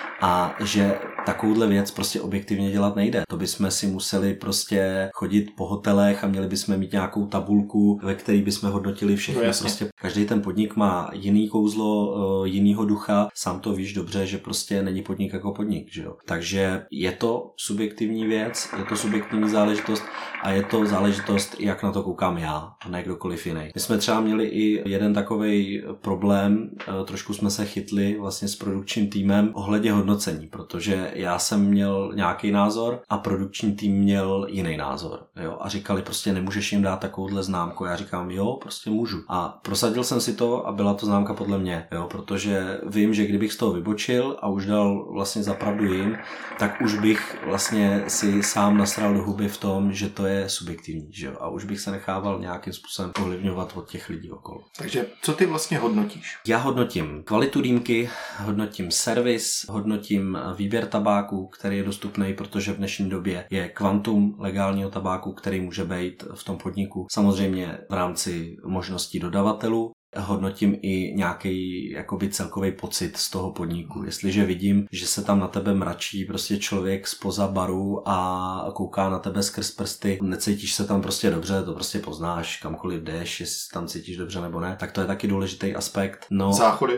a že takovouhle věc prostě objektivně dělat nejde. To bychom si museli prostě chodit po hotelech a měli bychom mít nějakou tabulku, ve které bychom hodnotili všechno. No, prostě každý ten podnik má jiný kouzlo, jinýho ducha. Sám to víš dobře, že prostě není podnik jako podnik, že jo. Takže je to subjektivní věc, je to subjektivní záležitost a je to záležitost, jak na to koukám já a ne kdokoliv jiný. My jsme třeba měli i jeden takovej problém, trošku jsme se chytli vlastně s produkčním týmem ohledně hodnocení, protože já jsem měl nějaký názor a produkční tým měl jiný názor. Jo? A říkali, prostě nemůžeš jim dát takovouhle známku. Já říkám, jo, prostě můžu. A prosadil jsem si to a byla to známka podle mě, jo? Protože vím, že kdybych z toho vybočil a už dal vlastně za pravdu jim, tak už bych vlastně si sám nasral do huby v tom, že to je subjektivní, že jo? A už bych se nechával nějakým způsobem ovlivňovat od těch lidí okolo. Takže co ty vlastně hodnotíš? Já hodnotím kvalitu dýmky, hodnotím servis, hodnotím výběr tabáku, který je dostupný, protože v dnešní době je kvantum legálního tabáku, který může být v tom podniku. Samozřejmě v rámci možností dodavatelů. Hodnotím i nějaký jakoby celkový pocit z toho podniku. Jestliže vidím, že se tam na tebe mračí prostě člověk spoza baru a kouká na tebe skrz prsty, necítíš se tam prostě dobře, to prostě poznáš, kamkoliv jdeš, jestli tam cítíš dobře nebo ne, tak to je taky důležitý aspekt. No,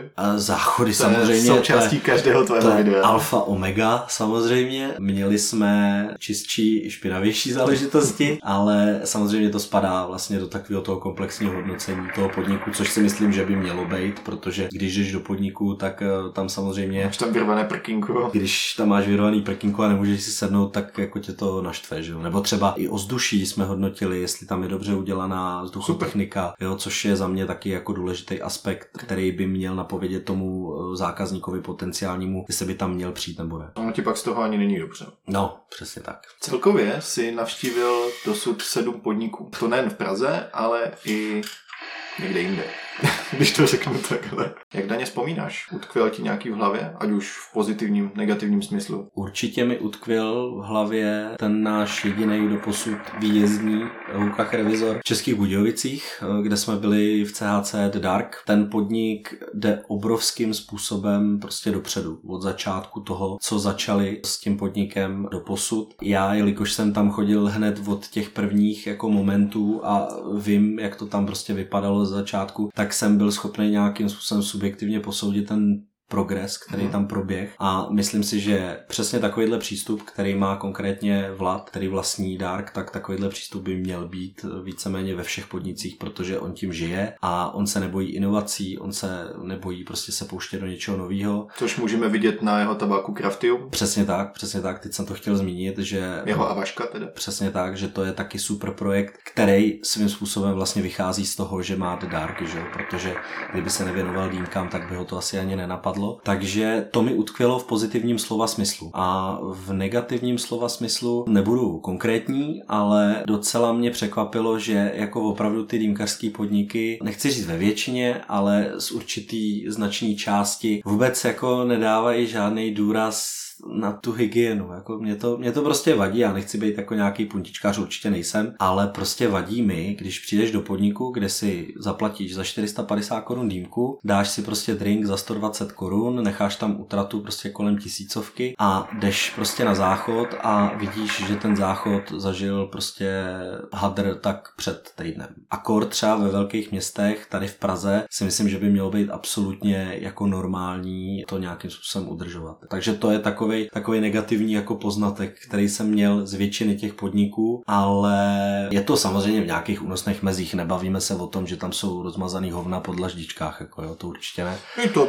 záchody to samozřejmě. Je součástí každého tvého videa. Alfa omega samozřejmě. Měli jsme čistší i špinavější záležitosti, ale samozřejmě to spadá vlastně do takového toho komplexního hodnocení toho podniku, což si myslím, že by mělo být, protože když jdeš do podniku, tak tam samozřejmě... Máš tam vyrvané prkínko. Když tam máš vyrvaný prkínko a nemůžeš si sednout, tak jako tě to naštve, že jo? Nebo třeba i ovzduší jsme hodnotili, jestli tam je dobře udělaná vzduchotechnika, jo? Což je za mě taky jako důležitý aspekt, který by měl napovědět tomu zákazníkovi potenciálnímu, jestli by tam měl přijít nebo ne. Ono ti pak z toho ani není dobře. No, přesně tak. Celkově si navštívil dosud 7 podniků. To nejen v Praze, ale i někde jinde. když to řeknu takhle. Jak na ně vzpomínáš? Utkvěl ti nějaký v hlavě? Ať už v pozitivním, negativním smyslu? Určitě mi utkvěl v hlavě ten náš jediný doposud výjezdní Hůkach Revizor v Českých Budějovicích, kde jsme byli v CHC The Dark. Ten podnik jde obrovským způsobem prostě dopředu. Od začátku toho, co začali s tím podnikem doposud. Já, jelikož jsem tam chodil hned od těch prvních jako momentů a vím, jak to tam prostě vypadalo ze začátku, tak jsem byl schopný nějakým způsobem subjektivně posoudit ten progres, který tam proběh, a myslím si, že přesně takovýhle přístup, který má konkrétně Vlad, který vlastní Dark, tak takovýhle přístup by měl být víceméně ve všech podnicích, protože on tím žije a on se nebojí inovací, on se nebojí prostě se pouštět do něčeho nového. Což můžeme vidět na jeho tabáku Craftium. Přesně tak, teď jsem to chtěl zmínit, že jeho Avaška teda. Přesně tak, že to je taky super projekt, který svým způsobem vlastně vychází z toho, že má The Dark, že? Protože kdyby se nevěnoval dýmkám, tak by ho to asi ani nenapadlo. Takže to mi utkvělo v pozitivním slova smyslu. A v negativním slova smyslu nebudu konkrétní, ale docela mě překvapilo, že jako opravdu ty dýmkařský podniky, nechci říct ve většině, ale z určitý značné části vůbec jako nedávají žádný důraz na tu hygienu. Jako mě to prostě vadí, já nechci být jako nějaký puntičkář, určitě nejsem, ale prostě vadí mi, když přijdeš do podniku, kde si zaplatíš za 450 korun dýmku, dáš si prostě drink za 120 korun, necháš tam utratu prostě kolem 1000 a jdeš prostě na záchod a vidíš, že ten záchod zažil prostě hadr tak před týdnem. Akor třeba ve velkých městech, tady v Praze, si myslím, že by mělo být absolutně jako normální to nějakým způsobem udržovat. Takže to je takový negativní jako poznatek, který jsem měl z většiny těch podniků, ale je to samozřejmě v nějakých únosných mezích. Nebavíme se o tom, že tam jsou rozmazaný hovna po dlaždičkách, jako jo, to určitě ne.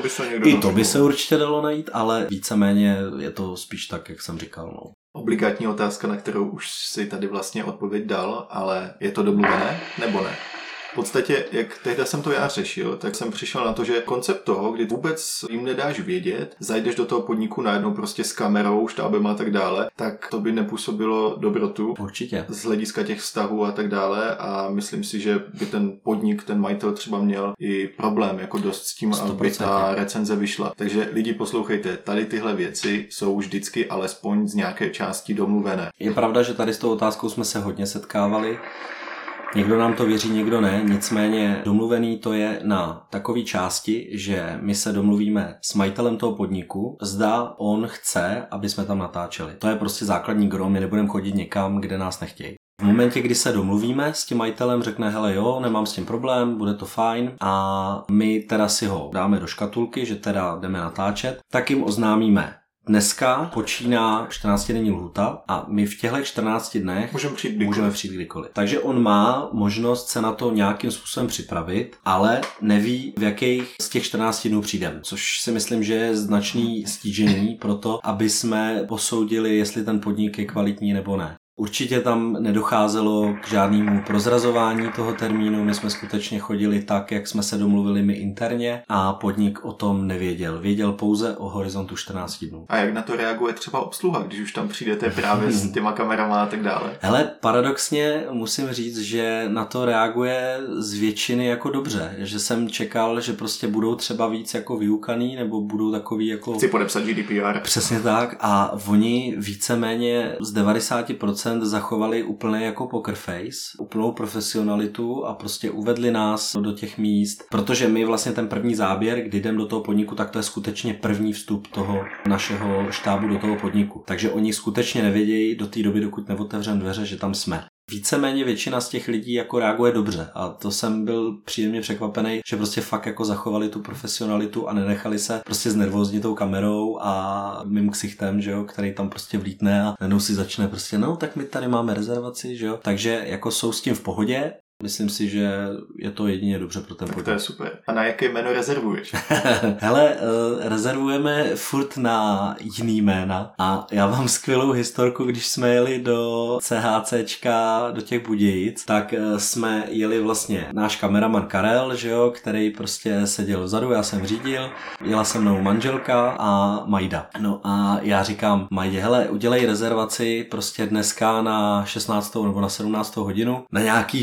I to by se určitě dalo najít, ale víceméně je to spíš tak, jak jsem říkal, no. Obligátní otázka, na kterou už si tady vlastně odpověď dal, ale je to domluvené nebo ne? V podstatě, jak tehdy jsem to já řešil, tak jsem přišel na to, že koncept toho, kdy vůbec jim nedáš vědět, zajdeš do toho podniku najednou prostě s kamerou, štábem a tak dále, tak to by nepůsobilo dobrotu. Určitě. Z hlediska těch vztahů a tak dále, a myslím si, že by ten podnik, ten majitel třeba měl i problém jako dost s tím, 100%. Aby ta recenze vyšla. Takže lidi, poslouchejte, tady tyhle věci jsou vždycky alespoň z nějaké části domluvené. Je pravda, že tady s tou otázkou jsme se hodně setkávali. Někdo nám to věří, někdo ne, nicméně domluvený to je na takové části, že my se domluvíme s majitelem toho podniku, zda on chce, aby jsme tam natáčeli. To je prostě základní gro, my nebudeme chodit někam, kde nás nechtějí. V momentě, kdy se domluvíme s tím majitelem, řekne, hele jo, nemám s tím problém, bude to fajn, a my teda si ho dáme do škatulky, že teda jdeme natáčet, tak jim oznámíme. Dneska počíná 14denní lhůta a my v těchto 14 dnech můžeme přijít kdykoliv. Takže on má možnost se na to nějakým způsobem připravit, ale neví, v jakých z těch 14 dnů přijdeme, což si myslím, že je značný stížení pro to, aby jsme posoudili, jestli ten podnik je kvalitní nebo ne. Určitě tam nedocházelo k žádnému prozrazování toho termínu, my jsme skutečně chodili tak, jak jsme se domluvili my interně, a podnik o tom nevěděl. Věděl pouze o horizontu 14 dnů. A jak na to reaguje třeba obsluha, když už tam přijdete právě s těma kamerama a tak dále? Hele, paradoxně musím říct, že na to reaguje z většiny jako dobře, že jsem čekal, že prostě budou třeba víc jako vyukaný, nebo budou takový jako... Chci podepsat GDPR. Přesně tak, a oni víceméně z 90% zachovali úplně jako poker face, úplnou profesionalitu a prostě uvedli nás do těch míst, protože my vlastně ten první záběr, kdy jdem do toho podniku, tak to je skutečně první vstup toho našeho štábu do toho podniku. Takže oni skutečně nevědějí do té doby, dokud neotevřeme dveře, že tam jsme. Víceméně většina z těch lidí jako reaguje dobře, a to jsem byl příjemně překvapený, že prostě fakt jako zachovali tu profesionalitu a nenechali se prostě znervóznit tou kamerou a mým ksichtem, že jo, který tam prostě vlítne a najednou si začne prostě, no tak my tady máme rezervaci, že jo, takže jako jsou s tím v pohodě. Myslím si, že je to jedině dobře pro ten podnik. To je super. A na jaké jméno rezervuješ? Hele, rezervujeme furt na jiný jména a já mám skvělou historku, když jsme jeli do CHCčka, do těch Budějic, tak jsme jeli vlastně náš kameraman Karel, že jo, který prostě seděl vzadu, já jsem řídil, jela se mnou manželka a Majda. No a já říkám Majdě, hele, udělej rezervaci prostě dneska na 16. nebo na 17. hodinu na nějaký prostě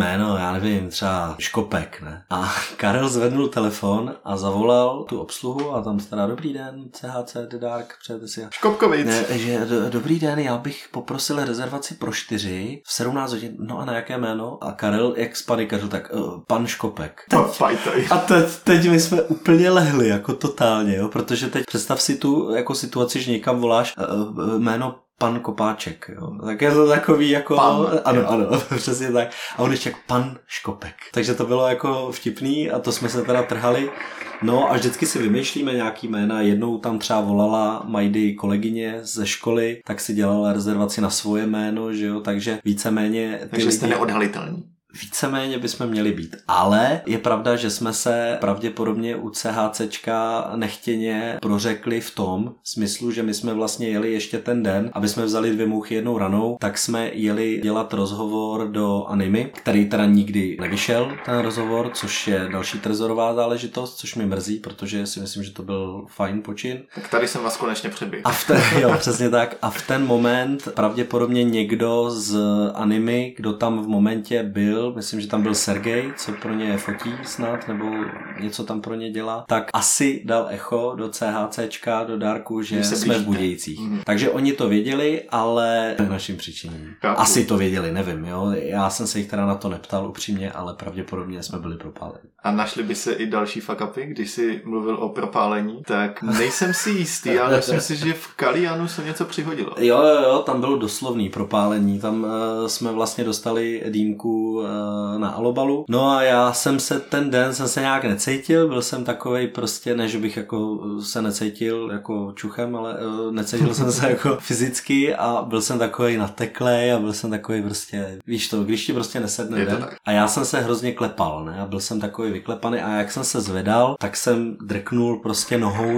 jméno, já nevím, třeba Škopek, ne? A Karel zvednul telefon a zavolal tu obsluhu a tam stará, dobrý den, CHC The Dark, přejete si. Škopkovic. Dobrý den, já bych poprosil rezervaci pro 4 v 17 hodin, no a na jaké jméno? A Karel, jak spanikařil, tak pan Škopek. A teď my jsme úplně lehli, jako totálně, jo, protože teď představ si tu jako situaci, že někam voláš jméno pan Kopáček, jo. Tak je to takový jako... Ano, přesně tak. A on ještě jako pan Škopek. Takže to bylo jako vtipný a to jsme se teda trhali. No a vždycky si vymýšlíme nějaký jména. Jednou tam třeba volala Majdy kolegyně ze školy, tak si dělala rezervaci na svoje jméno, že jo, takže víceméně... Takže jste neodhalitelní. Víceméně bychom měli být. Ale je pravda, že jsme se pravděpodobně u CHCčka nechtěně prořekli v tom smyslu, že my jsme vlastně jeli ještě ten den, aby jsme vzali 2 mouchy jednou ranou, tak jsme jeli dělat rozhovor do Animy, který teda nikdy nevyšel, ten rozhovor, což je další trezorová záležitost, což mi mrzí, protože si myslím, že to byl fajn počin. Tak tady jsem vás konečně přeběhl. Jo, přesně tak. A v ten moment pravděpodobně někdo z Animy, kdo tam v momentě byl, myslím, že tam byl Sergej, co pro ně fotí snad, nebo něco tam pro ně dělá, tak asi dal echo do CHCčka, do Darku, že jsme v Budějcích. Takže oni to věděli, ale naším přičiněním. Asi to věděli, nevím, jo. Já jsem se jich teda na to neptal upřímně, ale pravděpodobně jsme byli propáleni. A našli by se i další fuck-upy, když jsi mluvil o propálení, tak nejsem si jistý, ale myslím si, že v Kalianu se něco přihodilo. Jo, tam bylo doslovný propálení, tam jsme vlastně dostali dýmku na alobalu. No a já jsem se ten den nějak necítil, byl jsem takovej prostě, ne, že bych jako se necítil jako čuchem, ale necítil jsem se jako fyzicky a byl jsem takovej nateklej a byl jsem takovej prostě, víš to, když ti prostě nesedne den. A já jsem se hrozně klepal, ne, a byl jsem takový vyklepaný a jak jsem se zvedal, tak jsem drknul prostě nohou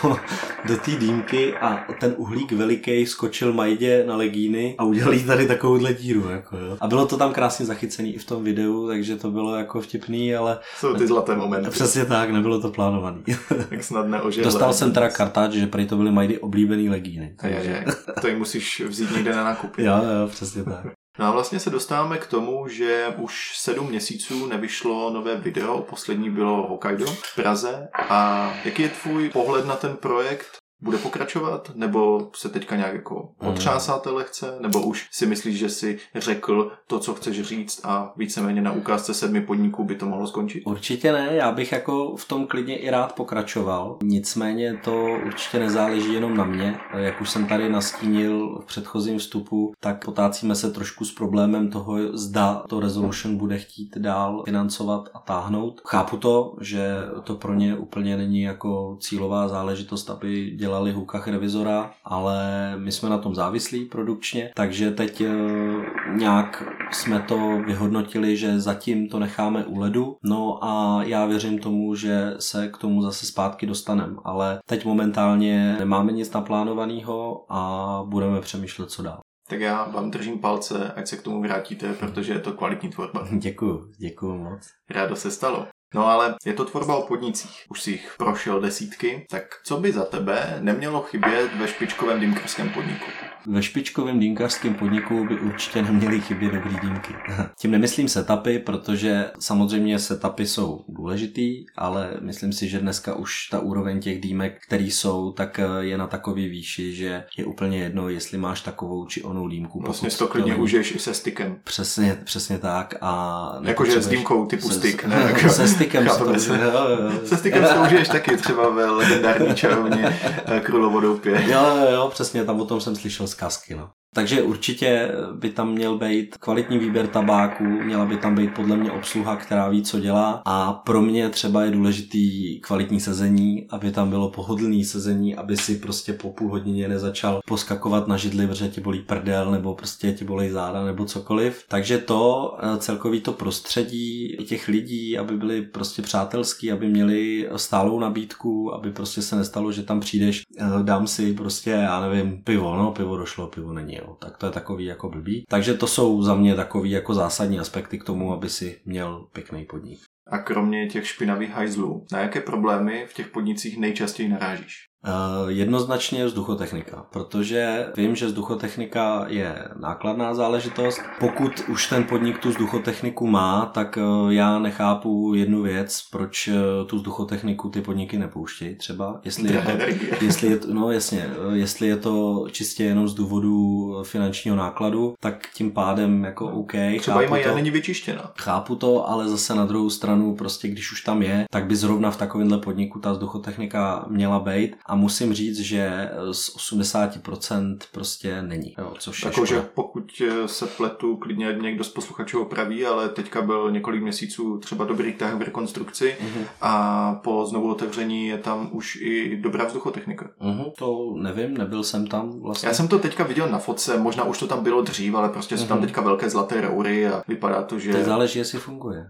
do té dýmky a ten uhlík veliký skočil Majdě na legíny a udělal jí tady takovouhle díru, jako jo. A bylo to tam krásně zachycený i v tom videu, takže to bylo jako vtipný, ale... Jsou ty zlaté momenty. Přesně tak, nebylo to plánovaný. Tak snad neožehle. Dostal jsem teda kartáč, že prý to byly Majdy oblíbený legíny. Takže... To ji musíš vzít někde na nákup. Jo, přesně tak. No a vlastně se dostáváme k tomu, že už 7 měsíců nevyšlo nové video, poslední bylo Hokkaido v Praze. A jaký je tvůj pohled na ten projekt? Bude pokračovat? Nebo se teďka nějak jako otřásáte lehce? Nebo už si myslíš, že si řekl to, co chceš říct a víceméně na ukázce 7 podniků by to mohlo skončit? Určitě ne, já bych jako v tom klidně i rád pokračoval. Nicméně to určitě nezáleží jenom na mě. Jak už jsem tady nastínil v předchozím vstupu, tak potácíme se trošku s problémem toho, zda to Resolution bude chtít dál financovat a táhnout. Chápu to, že to pro ně úplně není jako cílová záležitost, aby dělali Hukach revizora, ale my jsme na tom závislí produkčně, takže teď nějak jsme to vyhodnotili, že zatím to necháme u ledu, no a já věřím tomu, že se k tomu zase zpátky dostaneme, ale teď momentálně nemáme nic naplánovaného a budeme přemýšlet, co dál. Tak já vám držím palce, ať se k tomu vrátíte, protože je to kvalitní tvorba. Děkuju moc. Rádo se stalo. No ale je to tvorba o podnicích. Už si jich prošel desítky, tak co by za tebe nemělo chybět ve špičkovém dýmkařském podniku? Ve špičkovém dýmkařském podniku by určitě neměly chybět dobrý dýmky. Tím nemyslím setupy, protože samozřejmě setupy jsou důležitý, ale myslím si, že dneska už ta úroveň těch dýmek, který jsou, tak je na takový výši, že je úplně jedno, jestli máš takovou či onou dýmku. Vlastně to klidně užiješ i se stykem. Přesně tak. Jakože s dýmkou typu styk, ne? Se stykem se stykem to užiješ taky třeba ve legendární čarovně Krulovodopě. Jo, přesně, tam o tom jsem slyšel zkazky, no. Takže určitě by tam měl být kvalitní výběr tabáku, měla by tam být podle mě obsluha, která ví, co dělá, a pro mě třeba je důležitý kvalitní sezení, aby tam bylo pohodlný sezení, aby si prostě po půl hodině nezačal poskakovat na židli, protože ti bolí prdel, nebo prostě ti bolí záda, nebo cokoliv. Takže to celkový to prostředí těch lidí, aby byli prostě přátelský, aby měli stálou nabídku, aby prostě se nestalo, že tam přijdeš, dám si prostě, já nevím, pivo došlo, pivo není. Tak to je takový jako blbý. Takže to jsou za mě takový jako zásadní aspekty k tomu, aby si měl pěkný podnik. A kromě těch špinavých hajzlů, na jaké problémy v těch podnicích nejčastěji narážíš? Jednoznačně vzduchotechnika, protože vím, že vzduchotechnika je nákladná záležitost. Pokud už ten podnik tu vzduchotechniku má, tak já nechápu jednu věc, proč tu vzduchotechniku ty podniky nepouštějí třeba. Jestli je to čistě jenom z důvodu finančního nákladu, tak tím pádem jako OK. Třeba jí mají a není vyčištěna. Chápu to, ale zase na druhou stranu prostě když už tam je, tak by zrovna v takovémhle podniku ta vzduchotechnika měla být a musím říct, že z 80% prostě není. Jo, což takže pokud se pletu, klidně někdo z posluchačů opraví, ale teďka byl několik měsíců třeba dobrý tah v rekonstrukci a po znovu otevření je tam už i dobrá vzduchotechnika. To nevím, nebyl jsem tam vlastně. Já jsem to teďka viděl na fotce, možná už to tam bylo dřív, ale prostě jsou tam teďka velké zlaté roury a vypadá to, že... To záleží, jestli funguje.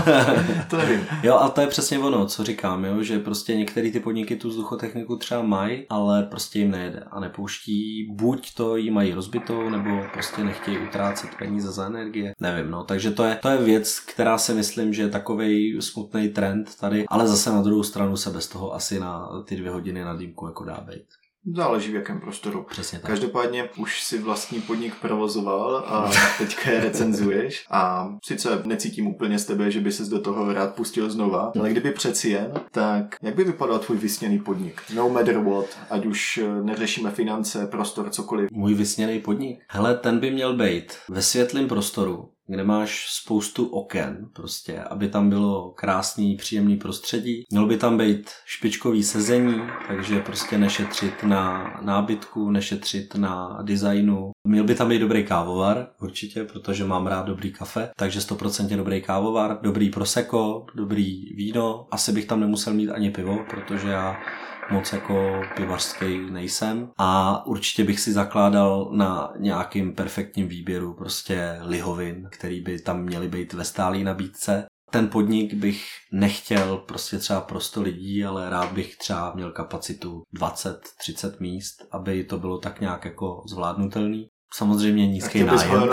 To nevím. Jo, a to je přesně ono, co říkám, jo, že prostě některé ty podniky tu vzduchotechniku třeba mají, ale prostě jim nejede a nepouští, buď to jí mají rozbitou, nebo prostě nechtějí utrácet peníze za energie. Nevím, no, takže to je věc, která si myslím, že je takovej smutný trend tady, ale zase na druhou stranu se bez toho asi na ty 2 hodiny na dýmku jako dá bejt. Záleží v jakém prostoru. Přesně tak. Každopádně už si vlastní podnik provozoval a teďka je recenzuješ a sice necítím úplně z tebe, že by ses do toho rád pustil znova, ale kdyby přeci jen, tak jak by vypadal tvůj vysněný podnik? No matter what, ať už neřešíme finance, prostor, cokoliv. Můj vysněný podnik? Hele, ten by měl být ve světlém prostoru, kde máš spoustu oken, prostě, aby tam bylo krásný, příjemný prostředí. Mělo by tam být špičkový sezení, takže prostě nešetřit na nábytku, nešetřit na designu. Měl by tam být dobrý kávovar, určitě, protože mám rád dobrý kafe, takže 100% dobrý kávovar, dobrý prosecco, dobrý víno. Asi bych tam nemusel mít ani pivo, protože já moc jako pivařský nejsem a určitě bych si zakládal na nějakým perfektním výběru prostě lihovin, který by tam měly být ve stálé nabídce. Ten podnik bych nechtěl prostě třeba pro 100 lidí, ale rád bych třeba měl kapacitu 20-30 míst, aby to bylo tak nějak jako zvládnutelný. Samozřejmě nízký nájem.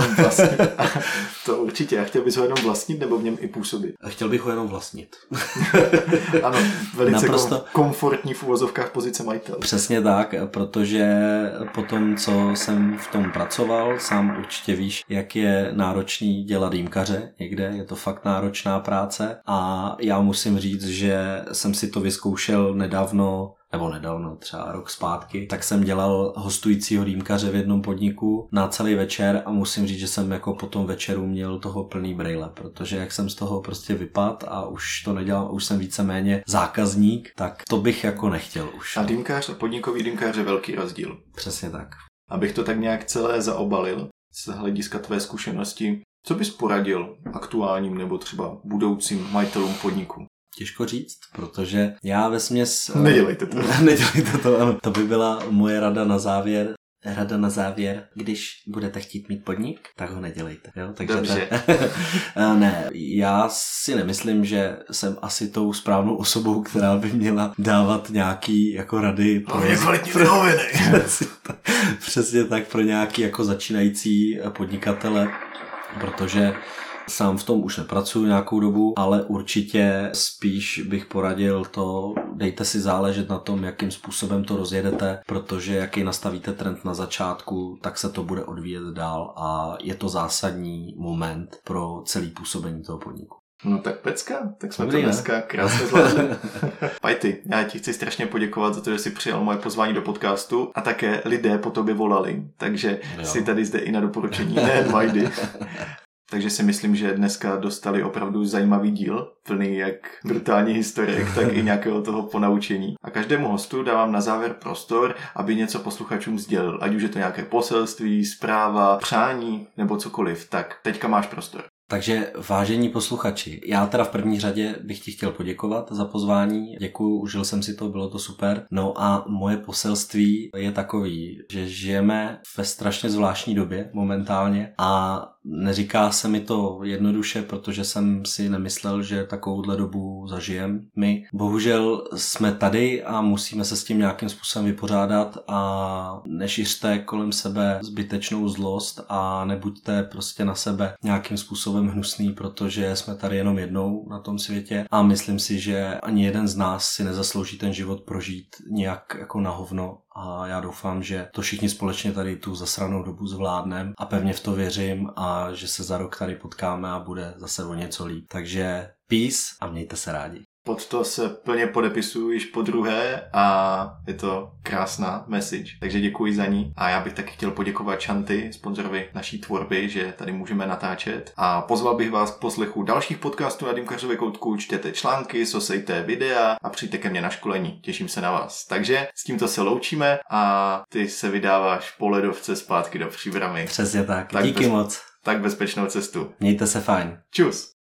To určitě. A chtěl bys ho jenom vlastnit nebo v něm i působit? Chtěl bych ho jenom vlastnit. Ano, velice komfortní v uvozovkách pozice majitele. Přesně tak, protože po tom, co jsem v tom pracoval, sám určitě víš, jak je náročný dělat dýmkaře někde, je to fakt náročná práce a já musím říct, že jsem si to vyzkoušel nedávno, třeba rok zpátky, tak jsem dělal hostujícího dýmkaře v jednom podniku na celý večer a musím říct, že jsem jako po tom večeru měl toho plný brejle, protože jak jsem z toho prostě vypadl a už to nedělám, už jsem víceméně zákazník, tak to bych jako nechtěl už. A dýmkař a podnikový dýmkař je velký rozdíl. Přesně tak. Abych to tak nějak celé zaobalil z hlediska tvé zkušenosti, co bys poradil aktuálním nebo třeba budoucím majitelům podniku? Těžko říct, protože já vesměs... Nedělejte to. Nedělejte to, ano. To by byla moje rada na závěr. Když budete chtít mít podnik, tak ho nedělejte. Jo? Takže dobře. Ne, já si nemyslím, že jsem asi tou správnou osobou, která by měla dávat nějaký jako rady. Přesně tak pro nějaký jako začínající podnikatele, protože sám v tom už nepracuji nějakou dobu, ale určitě spíš bych poradil to, dejte si záležet na tom, jakým způsobem to rozjedete, protože jaký nastavíte trend na začátku, tak se to bude odvíjet dál a je to zásadní moment pro celý působení toho podniku. No tak pecka, tak jsme to dneska krásně zvládli. Pajty, já ti chci strašně poděkovat za to, že jsi přijal moje pozvání do podcastu a také lidé po tobě volali, takže jsi tady zde i na doporučení, ne Majdy. Takže si myslím, že dneska dostali opravdu zajímavý díl, plný jak brutální historiek, tak i nějakého toho ponaučení. A každému hostu dávám na závěr prostor, aby něco posluchačům sdělil, ať už je to nějaké poselství, zpráva, přání nebo cokoliv. Tak teďka máš prostor. Takže vážení posluchači, já teda v první řadě bych ti chtěl poděkovat za pozvání. Děkuju, užil jsem si to, bylo to super. No a moje poselství je takový, že žijeme ve strašně zvláštní době momentálně a neříká se mi to jednoduše, protože jsem si nemyslel, že takovouhle dobu zažijem my. Bohužel jsme tady a musíme se s tím nějakým způsobem vypořádat a nešiřte kolem sebe zbytečnou zlost a nebuďte prostě na sebe nějakým způsobem hnusný, protože jsme tady jenom jednou na tom světě a myslím si, že ani jeden z nás si nezaslouží ten život prožít nějak jako na hovno a já doufám, že to všichni společně tady tu zasranou dobu zvládneme a pevně v to věřím a že se za rok tady potkáme a bude zase o něco líp. Takže peace a mějte se rádi. Pod to se plně podepisuju již po druhé a je to krásná message, takže děkuji za ní. A já bych taky chtěl poděkovat Chanty, sponzorovi naší tvorby, že tady můžeme natáčet. A pozval bych vás k poslechu dalších podcastů na Dýmkařově koutku, čtěte články, sosejte videa a přijďte ke mně na školení. Těším se na vás. Takže s tímto se loučíme a ty se vydáváš po ledovce zpátky do Příbrami. Přesně tak. Díky moc. Tak bezpečnou cestu. Mějte se fajn. Čus.